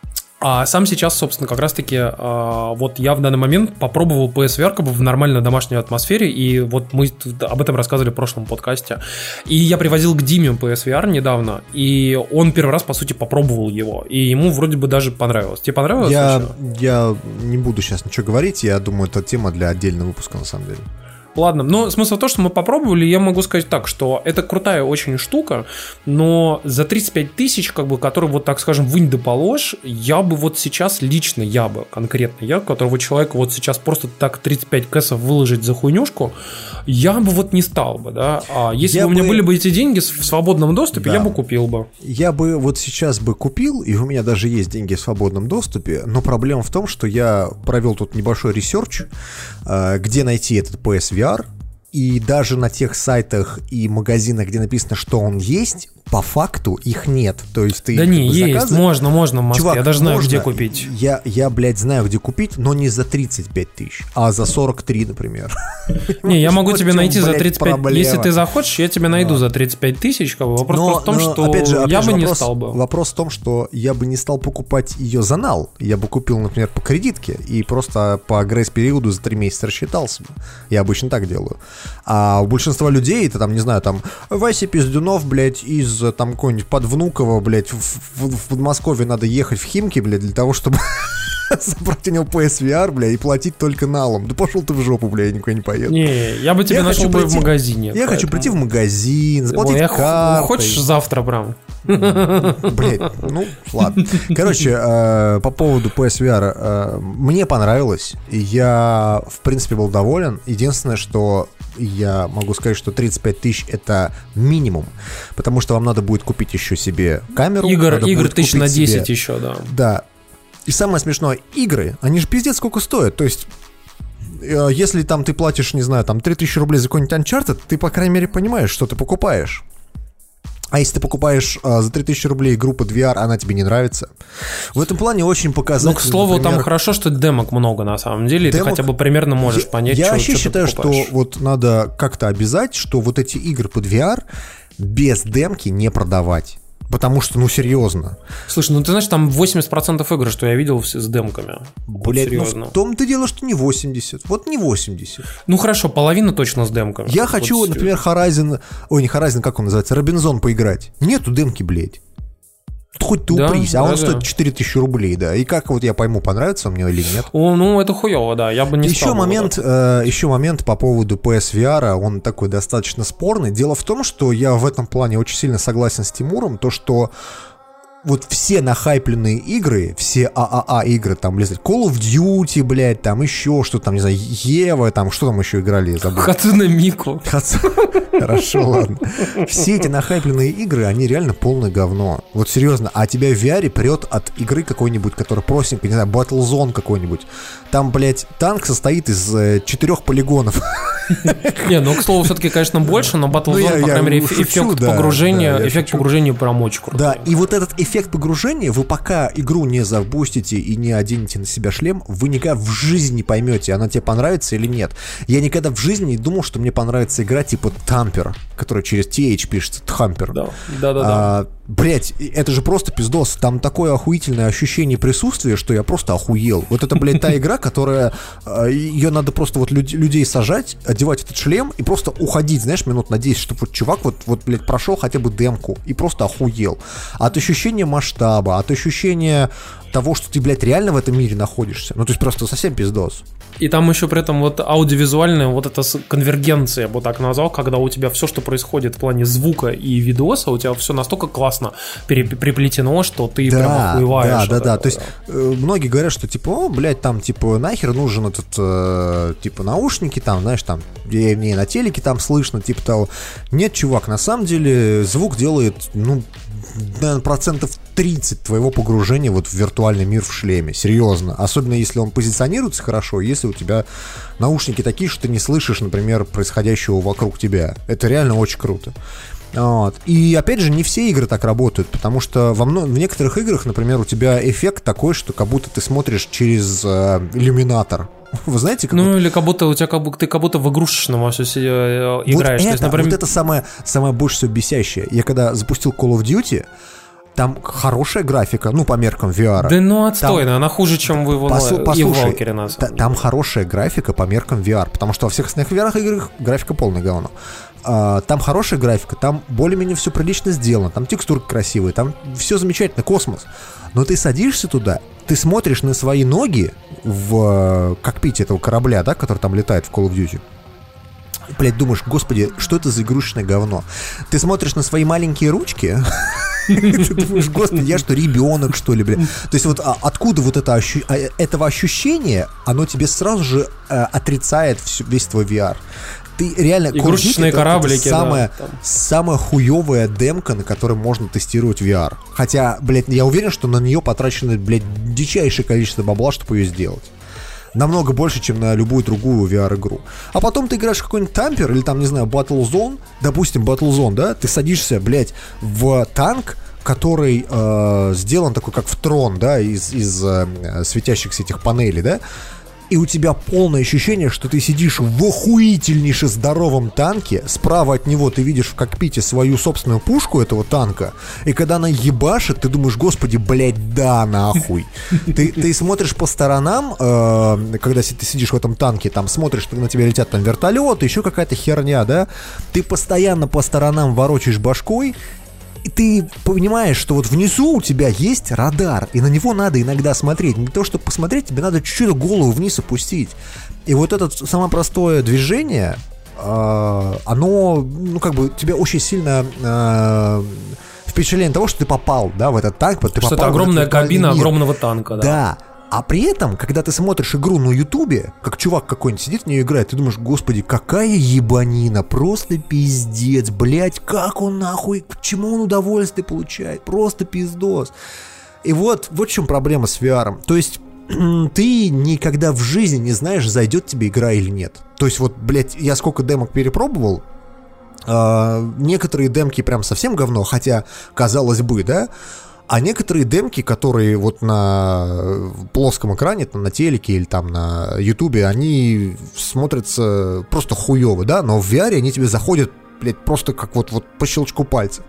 А сам сейчас, собственно, как раз-таки э, вот я в данный момент попробовал пи эс ви ар как бы в нормальной домашней атмосфере, и вот мы об этом рассказывали в прошлом подкасте. И я привозил к Диме пи эс ви ар недавно, и он первый раз, по сути, попробовал его, и ему вроде бы даже понравилось. Тебе понравилось? Я, я не буду сейчас ничего говорить, я думаю, это тема для отдельного выпуска, на самом деле. Ладно, но смысл в том, что мы попробовали, я могу сказать так, что это крутая очень штука, но за тридцать пять тысяч, как бы, который вот так скажем, вынь да положь, я бы вот сейчас, лично я бы, конкретно я, которого человека вот сейчас просто так тридцать пять кэсов выложить за хуйнюшку, я бы вот не стал бы, да, а если я бы у меня бы... были бы эти деньги в свободном доступе, да. я бы купил бы. Я бы вот сейчас бы купил, и у меня даже есть деньги в свободном доступе, но проблема в том, что я провел тут небольшой ресерч, где найти этот пи эс ви ар, и даже на тех сайтах и магазинах, где написано, что он есть, по факту их нет. То есть ты да не, есть, можно, можно в Москве. Чувак, я даже знаю, можно, где купить. Я, я, блядь, знаю, где купить, но не за тридцать пять тысяч, а за сорок три, например. Не, я могу тебе найти за тридцать пять. Если ты захочешь, я тебе найду за тридцать пять тысяч. Вопрос в том, что я бы не стал бы. Вопрос в том, что я бы не стал покупать ее за нал. Я бы купил, например, по кредитке и просто по грейс-периоду за три месяца рассчитался бы. Я обычно так делаю. А у большинства людей, это там, не знаю, там Вася Пиздюнов, блядь, из там какой-нибудь Подвнуково, блядь, в, в, в Подмосковье надо ехать в Химки, блядь, для того, чтобы забрать у него пи эс ви ар, бля, и платить только налом. Да пошел ты в жопу, бля, я никуда не поеду. Не, я бы тебя нашел бы в магазине. Я поэтому... хочу прийти в магазин, заплатить Ой, картой. Хочешь завтра прям? Блядь, ну, ладно. Короче, э, по поводу пи эс ви ар, э, мне понравилось. Я, в принципе, был доволен. Единственное, что я могу сказать, что тридцать пять тысяч это минимум, потому что вам надо будет купить еще себе камеру. Игр, игр тысяч на десять себе... еще, да. Да. И самое смешное, игры, они же пиздец сколько стоят. То есть, э, если там ты платишь, не знаю, там три тысячи рублей за какой-нибудь Uncharted, ты, по крайней мере, понимаешь, что ты покупаешь. А если ты покупаешь э, за три тысячи рублей игру под ви ар, она тебе не нравится. В этом плане очень показательно. Ну, к слову, например, там хорошо, что демок много на самом деле, демок... ты хотя бы примерно можешь я, понять, я что, вообще что считаю, ты покупаешь. Что вот надо как-то обязать, что вот эти игры под ви ар без демки не продавать. Потому что, ну, серьезно. Слушай, ну ты знаешь, там восемьдесят процентов игр, что я видел с демками. Блять, вот, ну в том-то дело, что не восемьдесят. Вот не восемьдесят. Ну хорошо, половина точно с демками. Я вот хочу, вот, например, Horizon... Ой, не Horizon, как он называется? Робинзон поиграть. Нету демки, блядь. Хоть ты да, упрись, а он даже... стоит четыре тысячи рублей, да. И как вот я пойму, понравится он мне или нет. О, ну это хуёво, да, я бы не еще стал. Момент, э, еще момент по поводу пи эс ви ар, он такой достаточно спорный. Дело в том, что я в этом плане очень сильно согласен с Тимуром, то что вот все нахайпленные игры, все ААА игры, там, блядь, Call of Duty, блядь, там еще что-то, там, не знаю, Ева, там, что там еще играли, я забыл. Хацуне Мику. Хорошо, ладно. Все эти нахайпленные игры, они реально полное говно. Вот серьезно, а тебя в ви ар прет от игры какой-нибудь, которая простенькая, не знаю, Battlezone какой-нибудь. Там, блядь, танк состоит из э, четырех полигонов. Не, ну, к слову, все-таки, конечно, больше, но Battlezone, ну, я, по крайней мере, шучу, эффект да, погружения, да, эффект шучу. погружения прям очень крутой. Да, и вот этот эффект погружения, вы пока игру не забустите и не оденете на себя шлем, вы никогда в жизни не поймете, она тебе понравится или нет. Я никогда в жизни не думал, что мне понравится игра типа Тампер, которая через ти эйч пишется, Тхампер. Да, да, да. А, блять, это же просто пиздос. Там такое охуительное ощущение присутствия, что я просто охуел. Вот это, блядь, та игра, которая... Ее надо просто вот люд- людей сажать, одевать этот шлем и просто уходить, знаешь, минут на десять, чтобы вот чувак вот, вот, блядь, прошел хотя бы демку и просто охуел. От ощущения масштаба, от ощущения того, что ты, блядь, реально в этом мире находишься. Ну, то есть просто совсем пиздос. И там еще при этом вот аудиовизуальная вот эта конвергенция, я бы так назвал, когда у тебя все, что происходит в плане звука и видоса, у тебя все настолько классно переплетено, что ты да, прям охуеваешь. Да, да, да. То есть э, многие говорят, что типа, о, блядь, там типа нахер нужен этот э, типа наушники, там, знаешь, там, где мне на телеке там слышно, типа того. Нет, чувак, на самом деле звук делает, ну, наверное, процентов тридцать твоего погружения вот в виртуальный мир в шлеме. Серьезно. Особенно если он позиционируется хорошо, если у тебя наушники такие, что ты не слышишь, например, происходящего вокруг тебя. Это реально очень круто. Вот. И опять же, не все игры так работают, потому что во мно... в некоторых играх, например, у тебя эффект такой, что как будто ты смотришь через э, иллюминатор. Вы знаете, как ну вот... или как будто у тебя как будто ты как будто в игрушечном во все играешь. Вот То это, есть, например... вот это самое, самое больше всего бесящее. Я когда запустил Call of Duty, там хорошая графика, ну, по меркам ви ар. Да ну отстойно, там... она хуже, чем в Валкере, на самом деле. Там хорошая графика по меркам ви ар, потому что во всех остальных ви ар-играх графика полное говно. А, там хорошая графика, там более-менее все прилично сделано, там текстуры красивые, там все замечательно, космос. Но ты садишься туда, ты смотришь на свои ноги в кокпите этого корабля, да, который там летает в Call of Duty. Блять, думаешь, господи, что это за игрушечное говно? Ты смотришь на свои маленькие ручки, ты думаешь, господи, я что, ребенок, что ли, блядь? То есть вот откуда вот это этого ощущения, оно тебе сразу же отрицает весь твой ви ар. Ты реально... Игрушечные кораблики, это самая, да, самая хуевая демка, на которой можно тестировать ви ар. Хотя, блядь, я уверен, что на нее потрачено, блядь, дичайшее количество бабла, чтобы ее сделать. Намного больше, чем на любую другую ви ар-игру. А потом ты играешь в какой-нибудь Тампер или там, не знаю, Battlezone, допустим, Battlezone, да, ты садишься, блядь, в танк, который э, сделан такой, как в Трон, да, из, из э, светящихся этих панелей, да, и у тебя полное ощущение, что ты сидишь в охуительнейше здоровом танке, справа от него ты видишь в кокпите свою собственную пушку этого танка, и когда она ебашит, ты думаешь, господи, блядь, да, нахуй. Ты, ты смотришь по сторонам, э, когда ты сидишь в этом танке, там смотришь, на тебя летят там вертолеты, еще какая-то херня, да, ты постоянно по сторонам ворочаешь башкой, и ты понимаешь, что вот внизу у тебя есть радар, и на него надо иногда смотреть. Не то, чтобы посмотреть, тебе надо чуть-чуть голову вниз опустить. И вот это самое простое движение, э, оно, ну, как бы, тебе очень сильно э, впечатление того, что ты попал, да, в этот танк. Ты что это огромная кабина огромного танка, да. Да. А при этом, когда ты смотришь игру на Ютубе, как чувак какой-нибудь сидит в нее играет, ты думаешь, господи, какая ебанина, просто пиздец, блять, как он нахуй, к чему он удовольствие получает, просто пиздос. И вот, вот в чем проблема с ви ар. То есть, ты никогда в жизни не знаешь, зайдет тебе игра или нет. То есть, вот, блять, я сколько демок перепробовал, э, некоторые демки прям совсем говно, хотя, казалось бы, да. А некоторые демки, которые вот на плоском экране, там, на телеке или там на ютубе, они смотрятся просто хуёво, да, но в ви ар они тебе заходят, блядь, просто как вот, вот по щелчку пальца.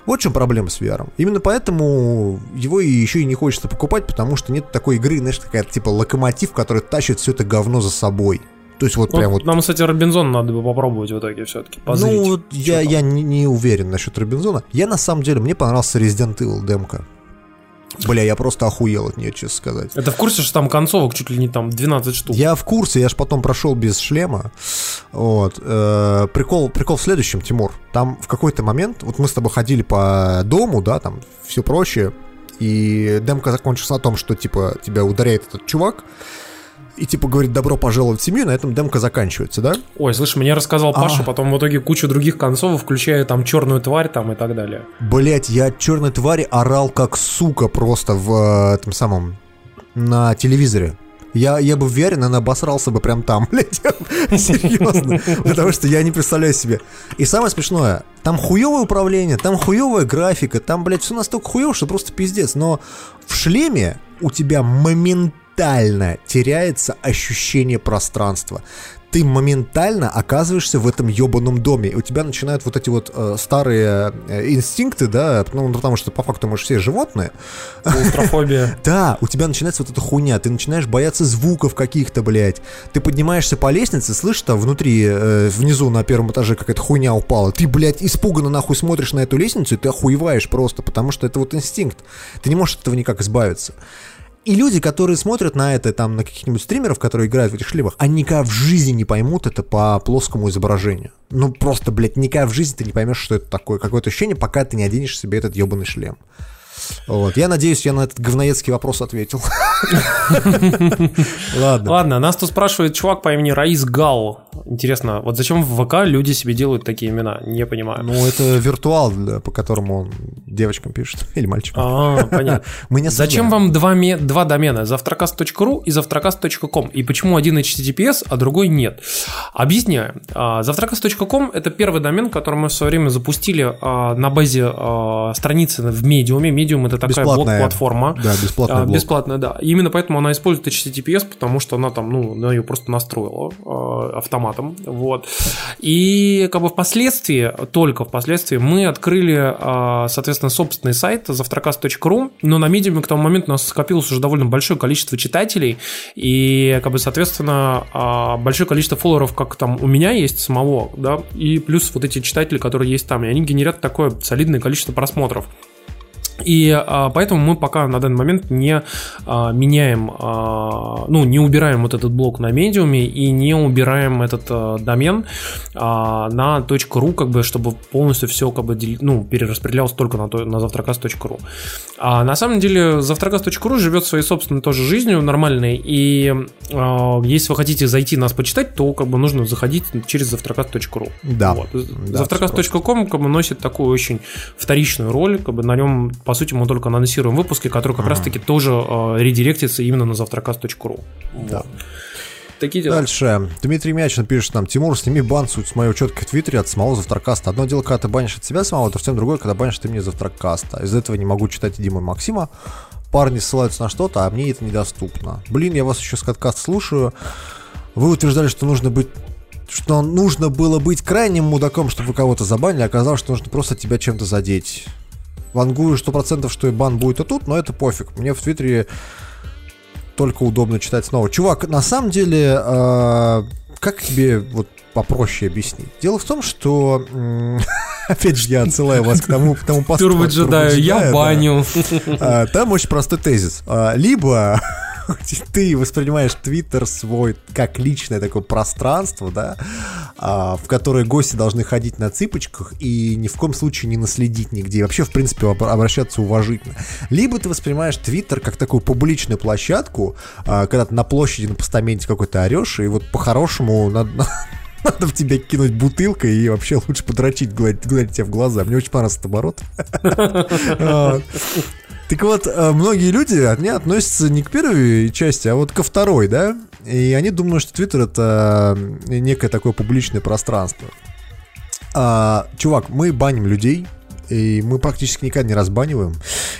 Вот в чем проблема с ви ар. Именно поэтому его и еще и не хочется покупать, потому что нет такой игры, знаешь, какая-то типа локомотив, который тащит все это говно за собой. То есть вот, вот прям вот... Нам, кстати, Робинзон надо бы попробовать в итоге все-таки позырить. Ну, я, я не, не уверен насчет Робинзона. Я на самом деле, мне понравился Resident Evil демка. Бля, я просто охуел от нее, честно сказать. Это в курсе, что там концовок чуть ли не там двенадцать штук? Я в курсе, я же потом прошел без шлема. Вот. Э, прикол, прикол в следующем, Тимур. Там в какой-то момент, вот мы с тобой ходили по дому, да, там все прочее, и демка закончилась на том, что, типа, тебя ударяет этот чувак, и, типа, говорит, добро пожаловать в семью, на этом демка заканчивается, да? Ой, слышь, мне рассказал Паша, а. потом в итоге кучу других концов, включая там черную тварь там и так далее. Блять, я от черной твари орал как сука просто в этом самом, на телевизоре. Я, я бы в ви ар, наверное, обосрался бы прям там, блядь, серьезно, потому что я не представляю себе. И самое смешное, там хуевое управление, там хуевая графика, там, блядь, все настолько хуево, что просто пиздец, но в шлеме у тебя моментально теряется ощущение пространства. Ты моментально оказываешься в этом ебаном доме, и у тебя начинают вот эти вот э, старые э, инстинкты, да, ну, потому что по факту мы же все животные. Клаустрофобия. Да, у тебя начинается вот эта хуйня, ты начинаешь бояться звуков каких-то, блядь. Ты поднимаешься по лестнице, слышишь, там внутри, э, внизу на первом этаже какая-то хуйня упала. Ты, блядь, испуганно нахуй смотришь на эту лестницу, и ты охуеваешь просто, потому что это вот инстинкт. Ты не можешь от этого никак избавиться. И люди, которые смотрят на это, там, на каких-нибудь стримеров, которые играют в этих шлемах, они никогда в жизни не поймут это по плоскому изображению. Ну, просто, блядь, никогда в жизни ты не поймешь, что это такое. Какое-то ощущение, пока ты не оденешь себе этот ебаный шлем. Вот. Я надеюсь, я на этот говноедский вопрос ответил. Ладно. Ладно, нас тут спрашивает чувак по имени Раис Гал. Интересно, вот зачем в ВК люди себе делают такие имена? Не понимаю. Ну, это виртуал, по которому он девочкам пишет. Или мальчикам. А, понятно. Зачем вам два, ме- два домена? завтракаст точка ру и завтракаст точка ком. И почему один эйч ти ти пи эс, а другой нет? Объясняю. завтракаст точка ком – это первый домен, который мы в свое время запустили на базе страницы в Medium. Medium – это такая блог-платформа. Да, бесплатная блог. Бесплатная, да. И именно поэтому она использует эйч ти ти пи эс, потому что она там, ну, она ее просто настроила э, автоматом. Вот. И как бы впоследствии, только впоследствии мы открыли, э, соответственно, собственный сайт завтракаст точка ру, но на Medium к тому моменту у нас скопилось уже довольно большое количество читателей, и, как бы, соответственно, э, большое количество фолловеров, как там у меня есть самого, да, и плюс вот эти читатели, которые есть там, и они генерят такое солидное количество просмотров. И а, поэтому мы пока на данный момент не а, меняем, а, ну, не убираем вот этот блок на медиуме и не убираем этот а, домен а, на .ru, как бы, чтобы полностью все, как бы, ну, перераспределялось только на, на завтракаст точка ру. А на самом деле завтракаст точка ру живет своей собственной тоже жизнью нормальной, и а, если вы хотите зайти нас почитать, то, как бы, нужно заходить через завтракаст точка ру. Да. Вот. Да, завтракаст точка ком, как бы, носит такую очень вторичную роль, как бы, на нем, по сути, мы только анонсируем выпуски, которые как ага. раз-таки тоже э, редиректятся именно на завтракаст точка ру. Да. Вот. Такие дела. Дальше. Дмитрий Мячин пишет нам: Тимур, сними бан с моей учетки в Твиттере от самого завтракаста. Одно дело, когда ты банишь от себя самого, а совсем другое, когда банишь ты мне завтракаста. Из-за этого не могу читать и Диму, и Максима. Парни ссылаются на что-то, а мне это недоступно. Блин, я вас еще с подкаста слушаю. Вы утверждали, что нужно быть что нужно было быть крайним мудаком, чтобы вы кого-то забанили, а оказалось, что нужно просто тебя чем-то задеть. Вангую сто процентов, что и бан будет и тут, но это пофиг. Мне в Твиттере только удобно читать снова. Чувак, на самом деле, э, как тебе вот попроще объяснить? Дело в том, что... М- опять же, я отсылаю вас к тому, к тому посту. Турбоджедаю, я баню. Да. Там очень простой тезис. Либо... ты воспринимаешь Твиттер свой как личное такое пространство, да, а, в которое гости должны ходить на цыпочках и ни в коем случае не наследить нигде, вообще, в принципе, обращаться уважительно. Либо ты воспринимаешь Твиттер как такую публичную площадку, а, когда ты на площади на постаменте какой-то орешь, и вот по-хорошему надо... Надо в тебя кинуть бутылкой и вообще лучше подрочить, гладить, гладить тебя в глаза. Мне очень понравился этот оборот. Так вот, многие люди от меня относятся не к первой части, а вот ко второй, да? И они думают, что Твиттер — это некое такое публичное пространство. А, чувак, мы баним людей, и мы практически никогда не разбаниваем.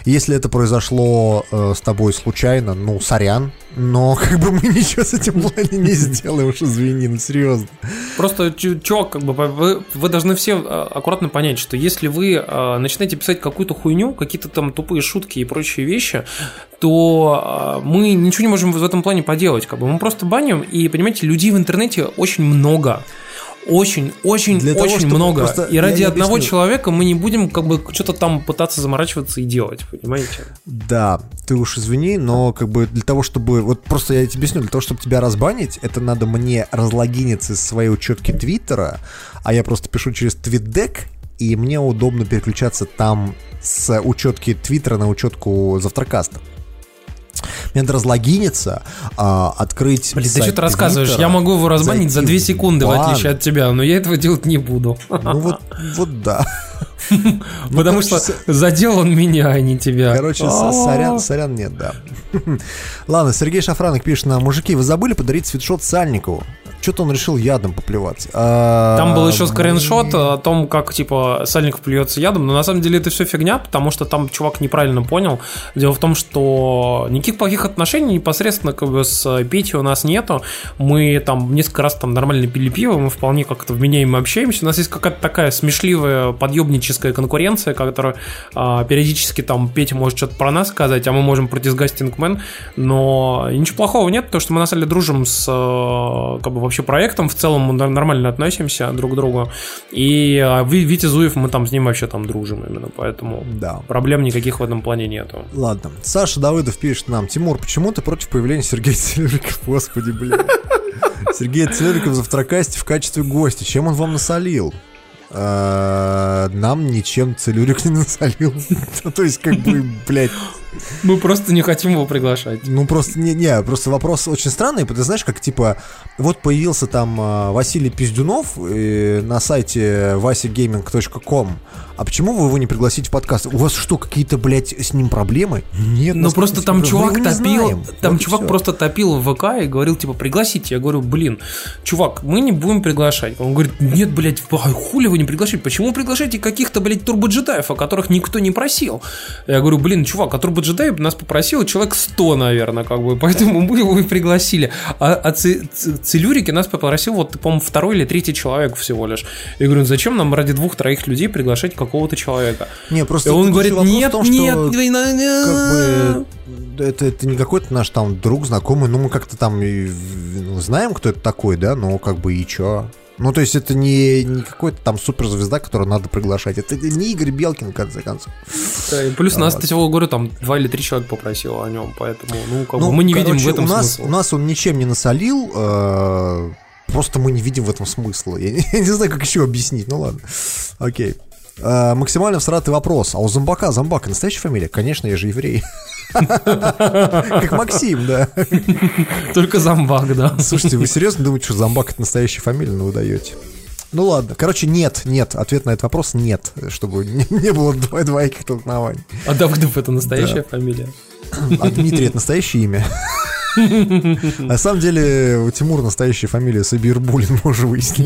Если это произошло э, с тобой случайно, ну, сорян, но как бы мы ничего с этим в плане не сделаем, уж извини, ну серьезно. Просто, чувак, как бы вы, вы должны все аккуратно понять, что если вы э, начинаете писать какую-то хуйню, какие-то там тупые шутки и прочие вещи, то э, мы ничего не можем в этом плане поделать. Как бы мы просто баним, и, понимаете, людей в интернете очень много. Очень, очень, Для очень того, много. И ради одного объясню. человека мы не будем как бы что-то там пытаться заморачиваться и делать, понимаете? Да, ты уж извини, но как бы для того, чтобы... Вот просто я тебе объясню, для того, чтобы тебя разбанить, это надо мне разлогиниться из своей учетки Твиттера, а я просто пишу через TweetDeck, и мне удобно переключаться там с учетки Твиттера на учетку Завтракаста. Мне надо разлогиниться, а, открыть Блин, сайт ты что-то рассказываешь. Твиттера, Я могу его разбанить за две секунды, бан. в отличие от тебя, но я этого делать не буду. Ну вот, вот да. Потому что задел он меня, а не тебя. Короче, сорян, сорян нет, да. Ладно, Сергей Шафранок пишет нам: мужики, вы забыли подарить свитшот Сальникову? Что-то он решил ядом поплеваться. А... Там был еще скриншот о том, как, типа, Сальников плюется ядом, но на самом деле это все фигня, потому что там чувак неправильно понял. Дело в том, что никаких плохих отношений непосредственно как бы с Петей у нас нету. Мы там несколько раз там нормально пили пиво, мы вполне как-то вменяемо общаемся. У нас есть какая-то такая смешливая подъебническая конкуренция, которая а, периодически там Петя может что-то про нас сказать, а мы можем про Disgusting Man, но ничего плохого нет, потому что мы на самом деле дружим с как бы вообще проектом, в целом мы нормально относимся друг к другу, и Витя Зуев, мы там с ним вообще там дружим именно, поэтому да. Проблем никаких в этом плане нету. Ладно, Саша Давыдов пишет нам: Тимур, почему ты против появления Сергея Целюрика? Господи, блин. Сергей Целюрик в Завтракасте в качестве гостя, чем он вам насолил? Нам ничем Целюрик не насолил. То есть, как бы, блядь. Мы просто не хотим его приглашать. Ну, просто, не, не, просто вопрос очень странный. Ты знаешь, как, типа, вот появился там Василий Пиздюнов на сайте вася гейминг точка ком. А почему вы его не пригласите в подкаст? У вас что, какие-то, блядь, с ним проблемы? Нет. Ну, просто там чувак топил, там вот чувак просто топил в ВК и говорил, типа, пригласите. Я говорю, блин, чувак, мы не будем приглашать. Он говорит, нет, блядь, хули вы не приглашаете? Почему приглашаете каких-то, блядь, турбоджедаев, о которых никто не просил? Я говорю, блин, чувак, а турбоджедай нас попросил человек сто, наверное, как бы, поэтому мы его и пригласили. А, а ц, ц, Целюрики нас попросил, вот, по-моему, второй или третий человек всего лишь. Я говорю, зачем нам ради двух-троих людей приглашать какого-то человека? Не, просто и он говорит, нет, том, нет, что, как бы, это, это не какой-то наш там друг, знакомый, ну мы как-то там и, ну, знаем, кто это такой, да, но как бы и чё? Ну, то есть это не, не какой-то там суперзвезда, которую надо приглашать. Это не Игорь Белкин, в конце концов. Да, и плюс а нас, вот. Всего говорю, там два или три человека попросило о нем, поэтому, ну, как ну, бы мы не короче, видим в этом у нас, смысла. У нас он ничем не насолил, э, просто мы не видим в этом смысла. Я не, я не знаю, как еще объяснить, ну ладно. Окей. Э, максимально всратый вопрос. А у Зомбака, Зомбака настоящая фамилия? Конечно, я же еврей. Как Максим, да. Только Зомбак, да. Слушайте, вы серьезно думаете, что Зомбак — это настоящая фамилия? Ну, вы даете. Ну ладно, короче, нет, нет. Ответ на этот вопрос — нет. Чтобы не, не было двояких толкований. А Давыдов — это настоящая да. фамилия? А Дмитрий — это настоящее имя? На самом деле у Тимура настоящая фамилия Сабирбулин, мы уже выяснили.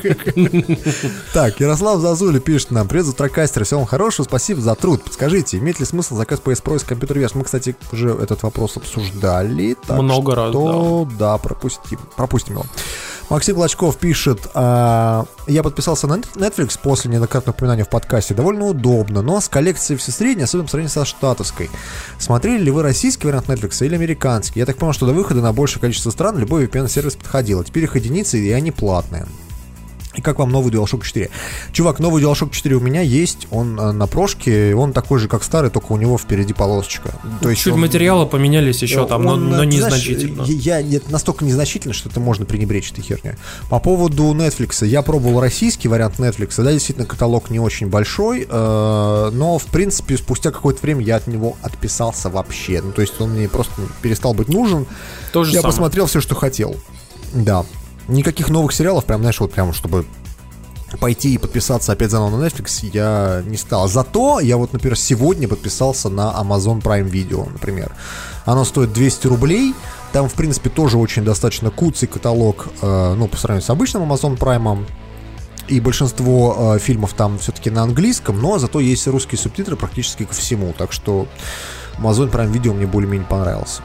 Так, Ярослав Зазуля пишет нам: привет, Завтракастер, всего вам хорошего, спасибо за труд. Подскажите, имеет ли смысл заказ пи эс Pro из компьютера версии? Мы, кстати, уже этот вопрос обсуждали. Много раз, да. Да, пропустим, пропустим его. Максим Клочков пишет: а, я подписался на Netflix после неоднократного упоминания в подкасте. Довольно удобно, но с коллекцией все среднее, особенно в сравнении со штатовской. Смотрели ли вы российский вариант Netflix или американский? Я так понял, что до выхода на большее количество стран любой ви пи эн-сервис подходил. А теперь их единицы, и они платные. И как вам новый DualShock четыре? Чувак, новый DualShock четыре у меня есть, он на прошке, он такой же, как старый, только у него впереди полосочка. То есть чуть он, материалы поменялись еще там, он, но, но незначительно. Знаешь, я, я настолько незначительно, что это можно пренебречь этой херней. По поводу Netflix, я пробовал российский вариант Netflix, да, действительно, каталог не очень большой, э, но, в принципе, спустя какое-то время я от него отписался вообще. Ну, то есть он мне просто перестал быть нужен. То же я самое. Посмотрел все, что хотел. Да. Никаких новых сериалов, прям, знаешь, вот прям, чтобы пойти и подписаться опять заново на Netflix, я не стал. Зато я вот, например, сегодня подписался на Amazon Prime Video, например. Оно стоит двести рублей. Там, в принципе, тоже очень достаточно куцый каталог, э, ну, по сравнению с обычным Amazon Prime. и большинство э, фильмов там все-таки на английском, но зато есть русские субтитры практически ко всему, так что Amazon Prime Video мне более-менее понравился.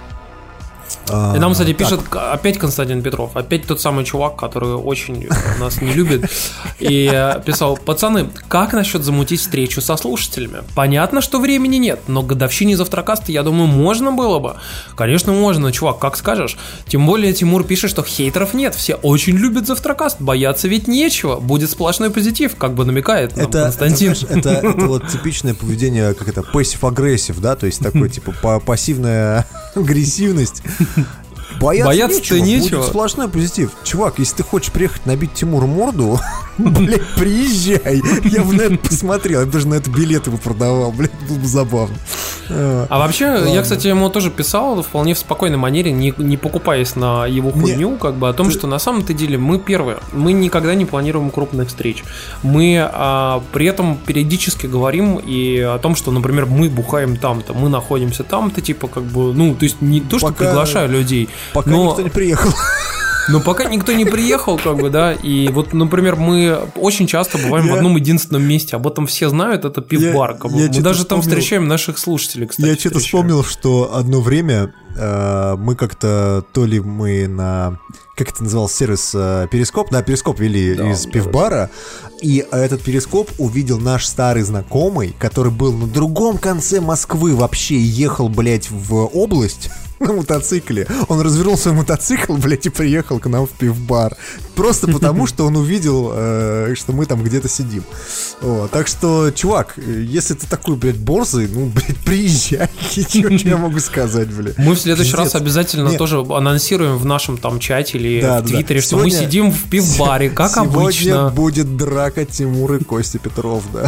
И нам, кстати, пишет так. Опять Константин Петров, опять тот самый чувак, который очень нас не любит, и писал: пацаны, как насчет замутить встречу со слушателями? Понятно, что времени нет, но к годовщине Завтракаста, я думаю, можно было бы. Конечно, можно, чувак, как скажешь. Тем более Тимур пишет, что хейтеров нет, все очень любят Завтракаст, бояться ведь нечего, будет сплошной позитив, как бы намекает нам это, Константин. Это, это, это вот типичное поведение, как это, пассив-агрессив, да, то есть такое, типа, пассивная агрессивность. Бояться, Бояться нечего, нечего. Будет сплошной позитив. Чувак, если ты хочешь приехать набить Тимуру морду, блядь, приезжай. Я бы на это посмотрел, я бы даже на это билеты бы продавал, блядь, было бы забавно. А вообще, ладно. Я, кстати, ему тоже писал вполне в спокойной манере, не, не покупаясь на его хуйню, Мне... как бы о том, ты... что на самом-то деле мы первые, мы никогда не планируем крупных встреч. Мы а, при этом периодически говорим и о том, что, например, мы бухаем там-то, мы находимся там-то, типа, как бы, ну, то есть не то, что Пока... приглашаю людей. Пока но... никто не приехал. Но пока никто не приехал, как бы, да, и вот, например, мы очень часто бываем я... в одном единственном месте, об этом все знают, это пивбар, как бы. Мы даже там вспомнил... встречаем наших слушателей, кстати. Я что-то вспомнил, что одно время э, мы как-то, то ли мы на, как это назывался сервис, э, Перископ, да, Перископ вели да, из пивбара, и этот Перископ увидел наш старый знакомый, который был на другом конце Москвы вообще, ехал, блядь, в область... на мотоцикле. Он развернул свой мотоцикл, блядь, и приехал к нам в пивбар. Просто потому, что он увидел, э, что мы там где-то сидим. О, так что, чувак, если ты такой, блядь, борзый, ну, блядь, приезжай. Что я могу сказать, блядь. Мы в следующий раз обязательно Нет. тоже анонсируем в нашем там чате или да, в Твиттере, да. что сегодня, мы сидим в пивбаре, как сегодня обычно. Сегодня будет драка Тимура и Кости Петров, да.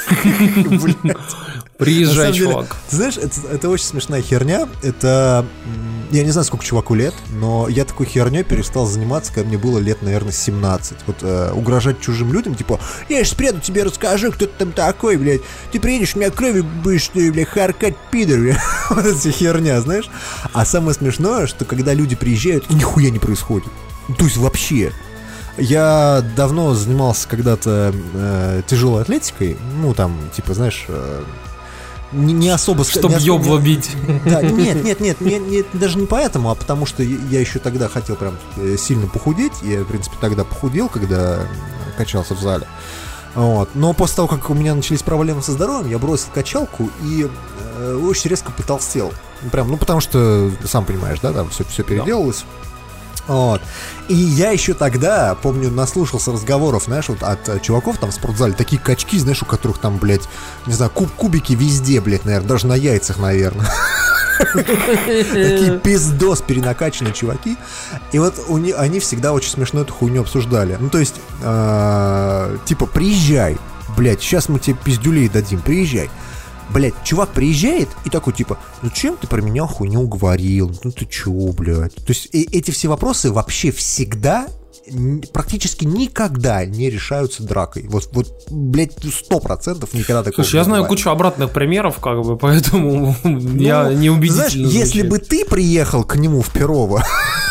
Приезжай, чувак. Деле, ты знаешь, это, это очень смешная херня. Это... Я не знаю, сколько чуваку лет, но я такой херней перестал заниматься, когда мне было лет, наверное, семнадцать. Вот э, угрожать чужим людям, типа, я сейчас приеду, тебе расскажу, кто ты там такой, блядь. Ты приедешь, у меня крови будешь, ты, блядь, харкать, пидор, блядь. Вот эта херня, знаешь. А самое смешное, что когда люди приезжают, нихуя не происходит. То есть вообще... Я давно занимался когда-то э, тяжелой атлетикой, ну там, типа, знаешь, э, не, не особо... Чтобы ёбло бить. Да, нет, нет, нет, не, не, даже не поэтому, а потому что я еще тогда хотел прям сильно похудеть, я, в принципе, тогда похудел, когда качался в зале. Вот. Но после того, как у меня начались проблемы со здоровьем, я бросил качалку и э, очень резко потолстел. Прям, ну, потому что, сам понимаешь, да, там все, все переделалось. Вот. И я еще тогда, помню, наслушался разговоров, знаешь, вот от чуваков там в спортзале, такие качки, знаешь, у которых там, блядь, не знаю, куб, кубики везде, блядь, наверное, даже на яйцах, наверное. Такие пиздос перенакачанные чуваки. И вот они всегда очень смешно эту хуйню обсуждали. Ну, то есть, типа, приезжай, блядь, сейчас мы тебе пиздюлей дадим, приезжай. Блядь, чувак приезжает и такой, типа, ну чем ты про меня хуйню говорил? Ну ты чё, блядь? То есть и, эти все вопросы вообще всегда, практически никогда не решаются дракой. Вот, вот блядь, сто процентов никогда такого Слушай, я знаю бывает. Кучу обратных примеров, как бы, поэтому ну, я не убедительно. Знаешь, если бы ты приехал к нему в Перово,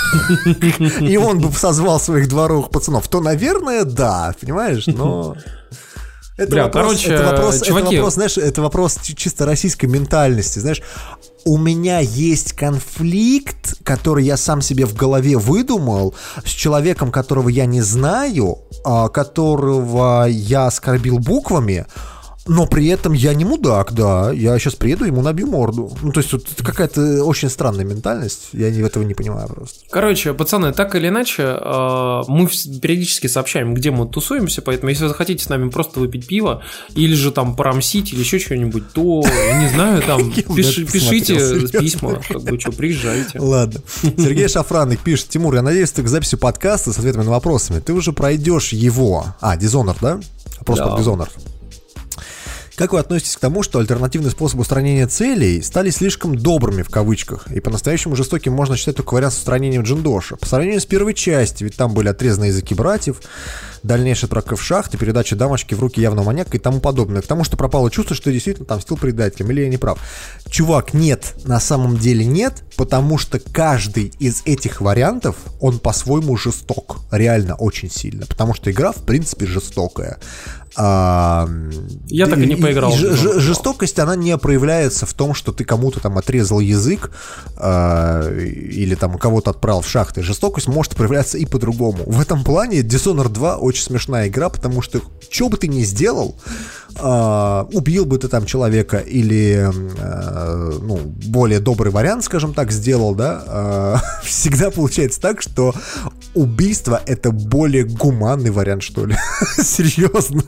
и он бы созвал своих дворовых пацанов, то, наверное, да, понимаешь, но... Это, Бля, вопрос, короче, это, вопрос, чуваки... это вопрос, знаешь, это вопрос чисто российской ментальности, знаешь. У меня есть конфликт, который я сам себе в голове выдумал, с человеком, которого я не знаю, которого я оскорбил буквами, но при этом я не мудак, да, я сейчас приеду, ему набью морду. Ну, то есть, вот это какая-то очень странная ментальность, я этого не понимаю просто. Короче, пацаны, так или иначе, мы периодически сообщаем, где мы тусуемся, поэтому, если вы захотите с нами просто выпить пиво, или же там порамсить, или еще что-нибудь, то, не знаю, там, пишите письма, как бы, что, приезжайте. Ладно. Сергей Шафраник пишет: Тимур, я надеюсь, ты к записи подкаста с ответами на вопросами, ты уже пройдешь его, а, Dishonored, да? Вопрос про Dishonored. Как вы относитесь к тому, что альтернативные способы устранения целей стали слишком добрыми в кавычках, и по-настоящему жестоким можно считать только вариант с устранением Джиндоша? По сравнению с первой частью, ведь там были отрезаны языки братьев, дальнейшая трака в шахте, передача дамочки в руки явного маньяка и тому подобное. К тому, что пропало чувство, что действительно там стил предателем, или я не прав? Чувак, нет, на самом деле нет, потому что каждый из этих вариантов, он по-своему жесток, реально очень сильно, потому что игра, в принципе, жестокая. А, Я так и не поиграл. И, и, ж, жестокость, она не проявляется в том, что ты кому-то там отрезал язык а, или там кого-то отправил в шахты. Жестокость может проявляться и по-другому. В этом плане Dishonored два очень смешная игра, потому что что бы ты ни сделал, а, убил бы ты там человека или а, ну, более добрый вариант, скажем так, сделал, да, а, всегда получается так, что убийство — это более гуманный вариант, что ли. Серьезно.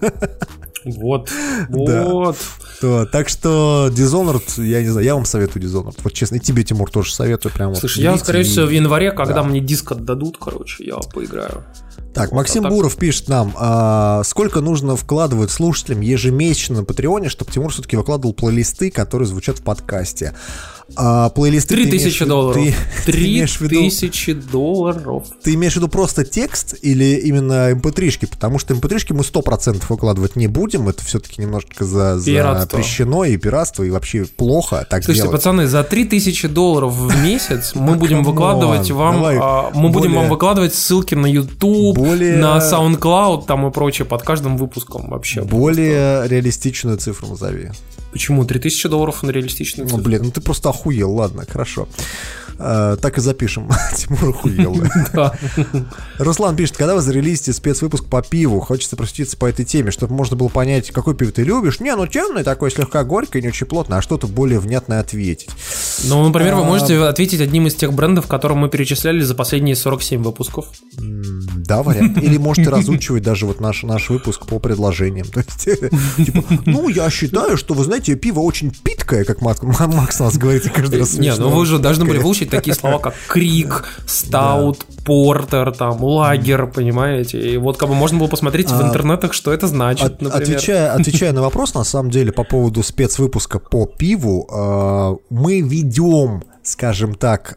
Вот, да. вот. То, так что Dishonored, я не знаю, я вам советую Dishonored. Вот честно, и тебе, Тимур, тоже советую. Прям Слушай, вот я, скорее и... всего, в январе, когда да. мне диск отдадут, короче, я поиграю. Так, вот, Максим а Буров так... пишет нам, а, сколько нужно вкладывать слушателям ежемесячно на Патреоне, чтобы Тимур все-таки выкладывал плейлисты, которые звучат в подкасте. А, плейлисты Три тысячи долларов. Три тысячи долларов. Ты имеешь в виду просто текст или именно эм пэ три-шки? Потому что эм пэ три-шки мы сто процентов выкладывать не будем. Это все-таки немножко за, запрещено и пиратство, и вообще плохо так Слушайте, делать. пацаны, за три тысячи долларов в месяц мы будем выкладывать вам мы будем вам выкладывать ссылки на YouTube, на SoundCloud там и прочее под каждым выпуском вообще. Более реалистичную цифру назови. Почему? три тысячи долларов на реалистичную цифру? Ну, блин, ну ты просто охуел, ладно, хорошо. А, так и запишем. Тимур охуел. Да. Руслан пишет, когда вы зарелизите спецвыпуск по пиву, хочется просветиться по этой теме, чтобы можно было понять, какой пиво ты любишь. Не, ну темный такой, слегка горький, не очень плотно, а что-то более внятное ответить. Ну, например, вы можете ответить одним из тех брендов, которые мы перечисляли за последние сорок семь выпусков. Да, вариант. Или можете разучивать даже вот наш, наш выпуск по предложениям. То есть, типа, ну, я считаю, что, вы знаете, пиво очень питкое, как Макс, Макс у нас говорит каждый раз. Не, ну вы же должны были выучить такие слова, как крик, стаут, портер, там, лагер, понимаете? И вот как бы можно было посмотреть в интернетах, что это значит, например. Отвечая, отвечая на вопрос, на самом деле, по поводу спецвыпуска по пиву, мы ведем, скажем так,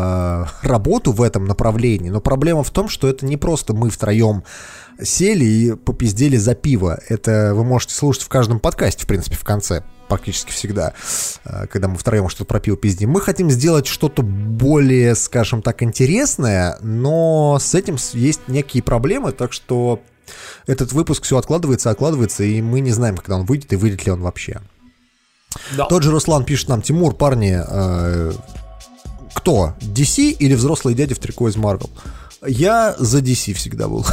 работу в этом направлении, но проблема в том, что это не просто мы втроем сели и попиздели за пиво. Это вы можете слушать в каждом подкасте, в принципе, в конце, практически всегда, когда мы втроем что-то про пиво пиздим. Мы хотим сделать что-то более, скажем так, интересное, но с этим есть некие проблемы, так что этот выпуск все откладывается, откладывается, и мы не знаем, когда он выйдет и выйдет ли он вообще. Да. Тот же Руслан пишет нам: Тимур, парни, э, кто? ди си или взрослые дяди в трико из Marvel? Я за ди си всегда был.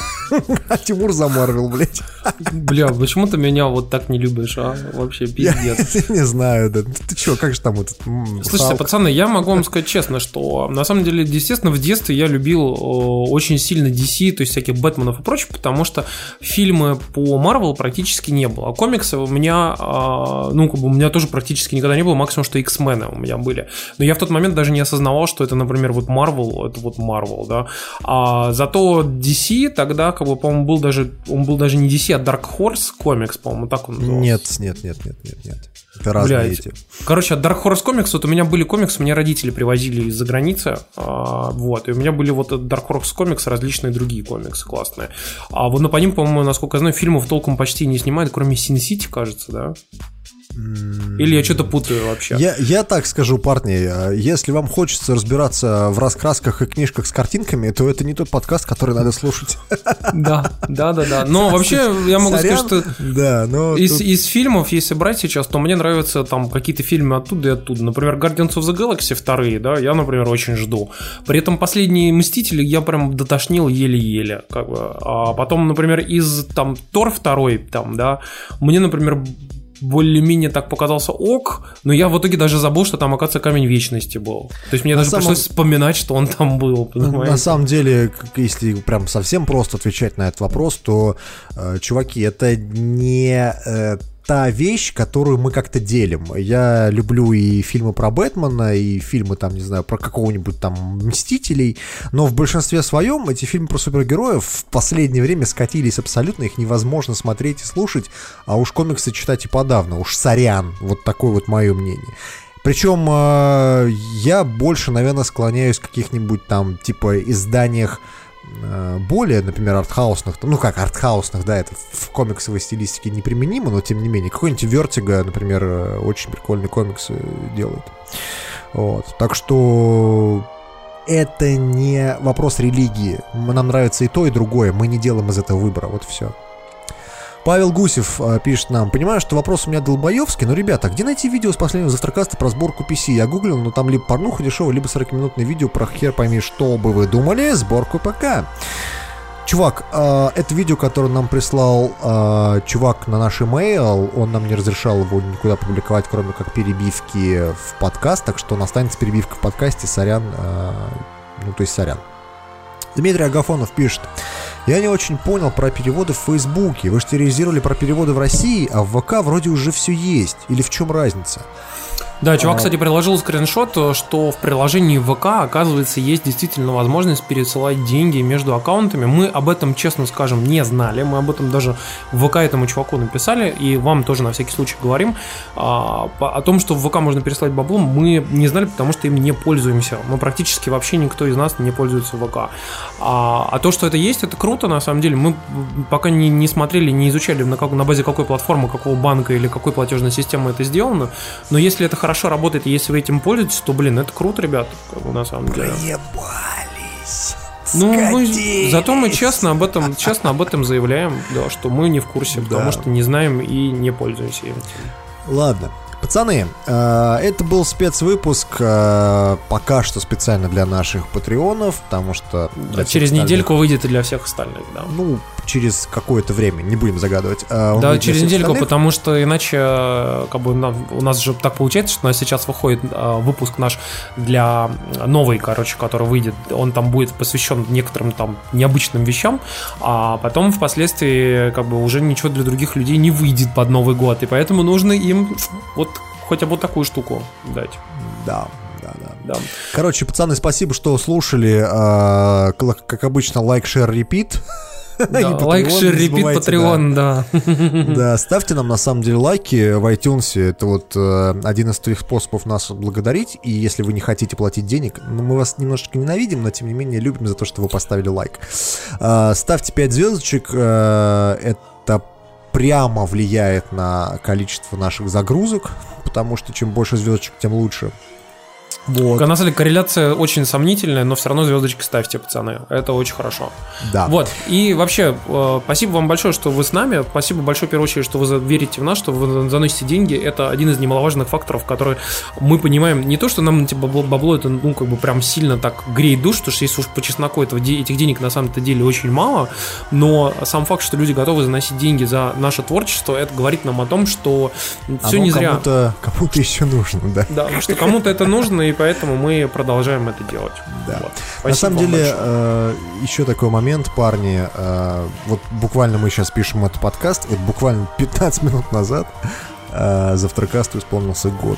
А Тимур за Марвел, блядь. Бля, почему ты меня вот так не любишь, а? Вообще пиздец. Я не знаю, да. Ты чё, как же там этот... Слушайте, пацаны, я могу вам сказать честно, что на самом деле, естественно, в детстве я любил очень сильно ди си, то есть всяких Бэтменов и прочее, потому что фильмы по Марвел практически не было. А комиксы у меня, ну, как бы у меня тоже практически никогда не было, максимум, что X-мены у меня были. Но я в тот момент даже не осознавал, что это, например, вот Марвел, это вот Марвел, да. А зато ди си тогда, как бы, по-моему, был даже, он был даже не ди си, а Dark Horse комикс, по-моему, так он назывался. Нет, нет, нет, нет, нет, нет. Это разные эти. Короче, от Dark Horse комикс, вот у меня были комиксы, у меня родители привозили из-за границы, а, вот, и у меня были вот Dark Horse комиксы, различные другие комиксы классные. А вот, ну, по ним, по-моему, насколько я знаю, фильмов толком почти не снимают, кроме Sin City, кажется, да? Или я что-то путаю вообще? Я, я так скажу, парни, если вам хочется разбираться в раскрасках и книжках с картинками, то это не тот подкаст, который надо слушать. Да, да, да, да. Но вообще я могу Сорян, сказать, что да, но из, тут... из фильмов, если брать сейчас, то мне нравятся там какие-то фильмы оттуда и оттуда. Например, Guardians of the Galaxy вторые, да, я, например, очень жду. При этом последние Мстители я прям дотошнил еле-еле. Как бы. А потом, например, из там Тор второй, там, да, мне, например, более-менее так показался ок, но я в итоге даже забыл, что там, оказывается, Камень Вечности был. То есть мне на даже самом... пришлось вспоминать, что он там был, понимаете? На самом деле, если прям совсем просто отвечать на этот вопрос, то, э, чуваки, это не... Э, та вещь, которую мы как-то делим. Я люблю и фильмы про Бэтмена, и фильмы, там, не знаю, про какого-нибудь там Мстителей, но в большинстве своем эти фильмы про супергероев в последнее время скатились абсолютно, их невозможно смотреть и слушать, а уж комиксы читать и подавно, уж сорян, вот такое вот мое мнение. Причем э, я больше, наверное, склоняюсь к каких-нибудь там, типа, изданиях более, например, артхаусных, ну как артхаусных, да, это в комиксовой стилистике неприменимо, но тем не менее, какой-нибудь Vertigo, например, очень прикольный комикс делает. Вот. Так что это не вопрос религии. Нам нравится и то, и другое. Мы не делаем из этого выбора. Вот все. Павел Гусев э, пишет нам: понимаю, что вопрос у меня долбоевский, но, ребята, где найти видео с последнего завтракаста про сборку пи си? Я гуглил, но там либо порнуха дешевая, либо сорокаминутное видео про хер пойми, что бы вы думали, сборку ПК. Чувак, э, это видео, которое нам прислал э, чувак на наш имейл, он нам не разрешал его никуда публиковать, кроме как перебивки в подкаст, так что он останется перебивка в подкасте, сорян, э, ну то есть сорян. Дмитрий Агафонов пишет: я не очень понял про переводы в Фейсбуке. Вы же теоризировали про переводы в России, а в ВК вроде уже все есть. Или в чем разница? Да, чувак, кстати, приложил скриншот, что в приложении ВК, оказывается, есть действительно возможность пересылать деньги между аккаунтами. Мы об этом, честно скажем, не знали. Мы об этом даже в ВК этому чуваку написали. И вам тоже на всякий случай говорим. А, о том, что в ВК можно переслать бабло, мы не знали, потому что им не пользуемся. Мы практически вообще никто из нас не пользуется ВК. А, а то, что это есть, это круто, на самом деле. Мы пока не, не смотрели, не изучали, на, как, на базе какой платформы, какого банка или какой платежной системы это сделано. Но если это хорошо работает, и если вы этим пользуетесь, то, блин, это круто, ребята, как бы, на самом деле. Проебались. Ну, мы, зато мы честно об этом, честно об этом заявляем, да, что мы не в курсе, потому да. что не знаем и не пользуемся этим. Ладно. Пацаны, э, это был спецвыпуск, э, пока что специально для наших патреонов, потому что... Да, через остальных... недельку выйдет и для всех остальных, да. Ну, через какое-то время, не будем загадывать. Э, да, через недельку, остальных. Потому что иначе как бы, у нас же так получается, что у нас сейчас выходит э, выпуск наш для новый, короче, который выйдет. Он там будет посвящен некоторым там необычным вещам, а потом впоследствии как бы уже ничего для других людей не выйдет под Новый год, и поэтому нужно им вот хотя бы вот такую штуку дать. Да, да, да, да. Короче, пацаны, спасибо, что слушали. А, как обычно, лайк, шер, репит. Да, лайк, шер, репит, Patreon, да. Да, ставьте нам на самом деле лайки в iTunes. Это вот э, один из трех способов нас благодарить. И если вы не хотите платить денег, ну, мы вас немножечко ненавидим, но тем не менее любим за то, что вы поставили лайк. Э, ставьте пять звездочек. Э, это прямо влияет на количество наших загрузок, потому что чем больше звездочек, тем лучше. Вот. На самом деле корреляция очень сомнительная, но все равно звездочки ставьте, пацаны. Это очень хорошо. Да. Вот. И вообще, э, спасибо вам большое, что вы с нами. Спасибо большое, в первую очередь, что вы верите в нас, что вы заносите деньги. Это один из немаловажных факторов, которые мы понимаем. Не то, что нам типа, бабло, бабло это ну как бы прям сильно так греет душу, потому что если уж по чесноку этого, этих денег на самом-то деле очень мало, но сам факт, что люди готовы заносить деньги за наше творчество, это говорит нам о том, что все не зря. Кому-то, кому-то еще нужно, да. Да, что кому-то это нужно, и поэтому мы продолжаем это делать. Да. Вот. На самом деле, э, еще такой момент, парни. Э, вот буквально мы сейчас пишем этот подкаст. Вот буквально пятнадцать минут назад э, Завтракасту исполнился год.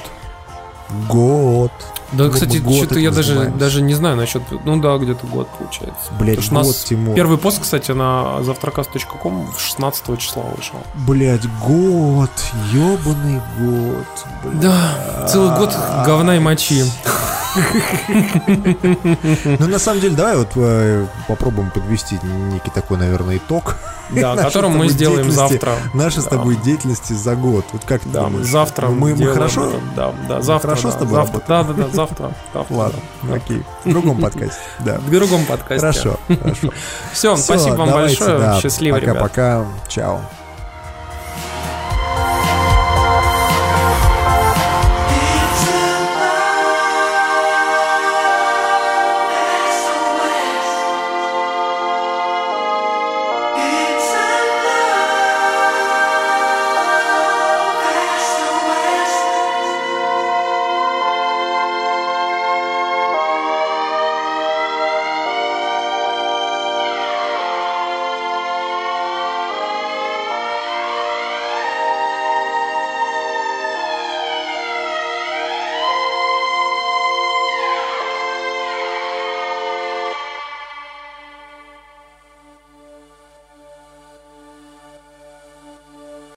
Год. Да, ну, кстати, что-то я даже, даже не знаю насчет... Ну да, где-то год получается. Блять, год, Тимур. Первый пост, кстати, на завтракаст точка ком шестнадцатого числа вышел. Блять, год. Ёбаный год. Блядь. Да, целый год говна и мочи. Ну, на самом деле, давай вот попробуем подвести некий такой, наверное, итог. Да, который мы сделаем завтра. Нашей с тобой деятельности за год. Вот как ты думаешь? Завтра мы хорошо? Да, да, завтра. Хорошо с тобой работаем? Да, да, да, завтра. Ладно, окей. В другом подкасте. Да. В другом подкасте. Хорошо, хорошо. Все, спасибо вам большое. Счастливо, ребят. Пока-пока. Чао.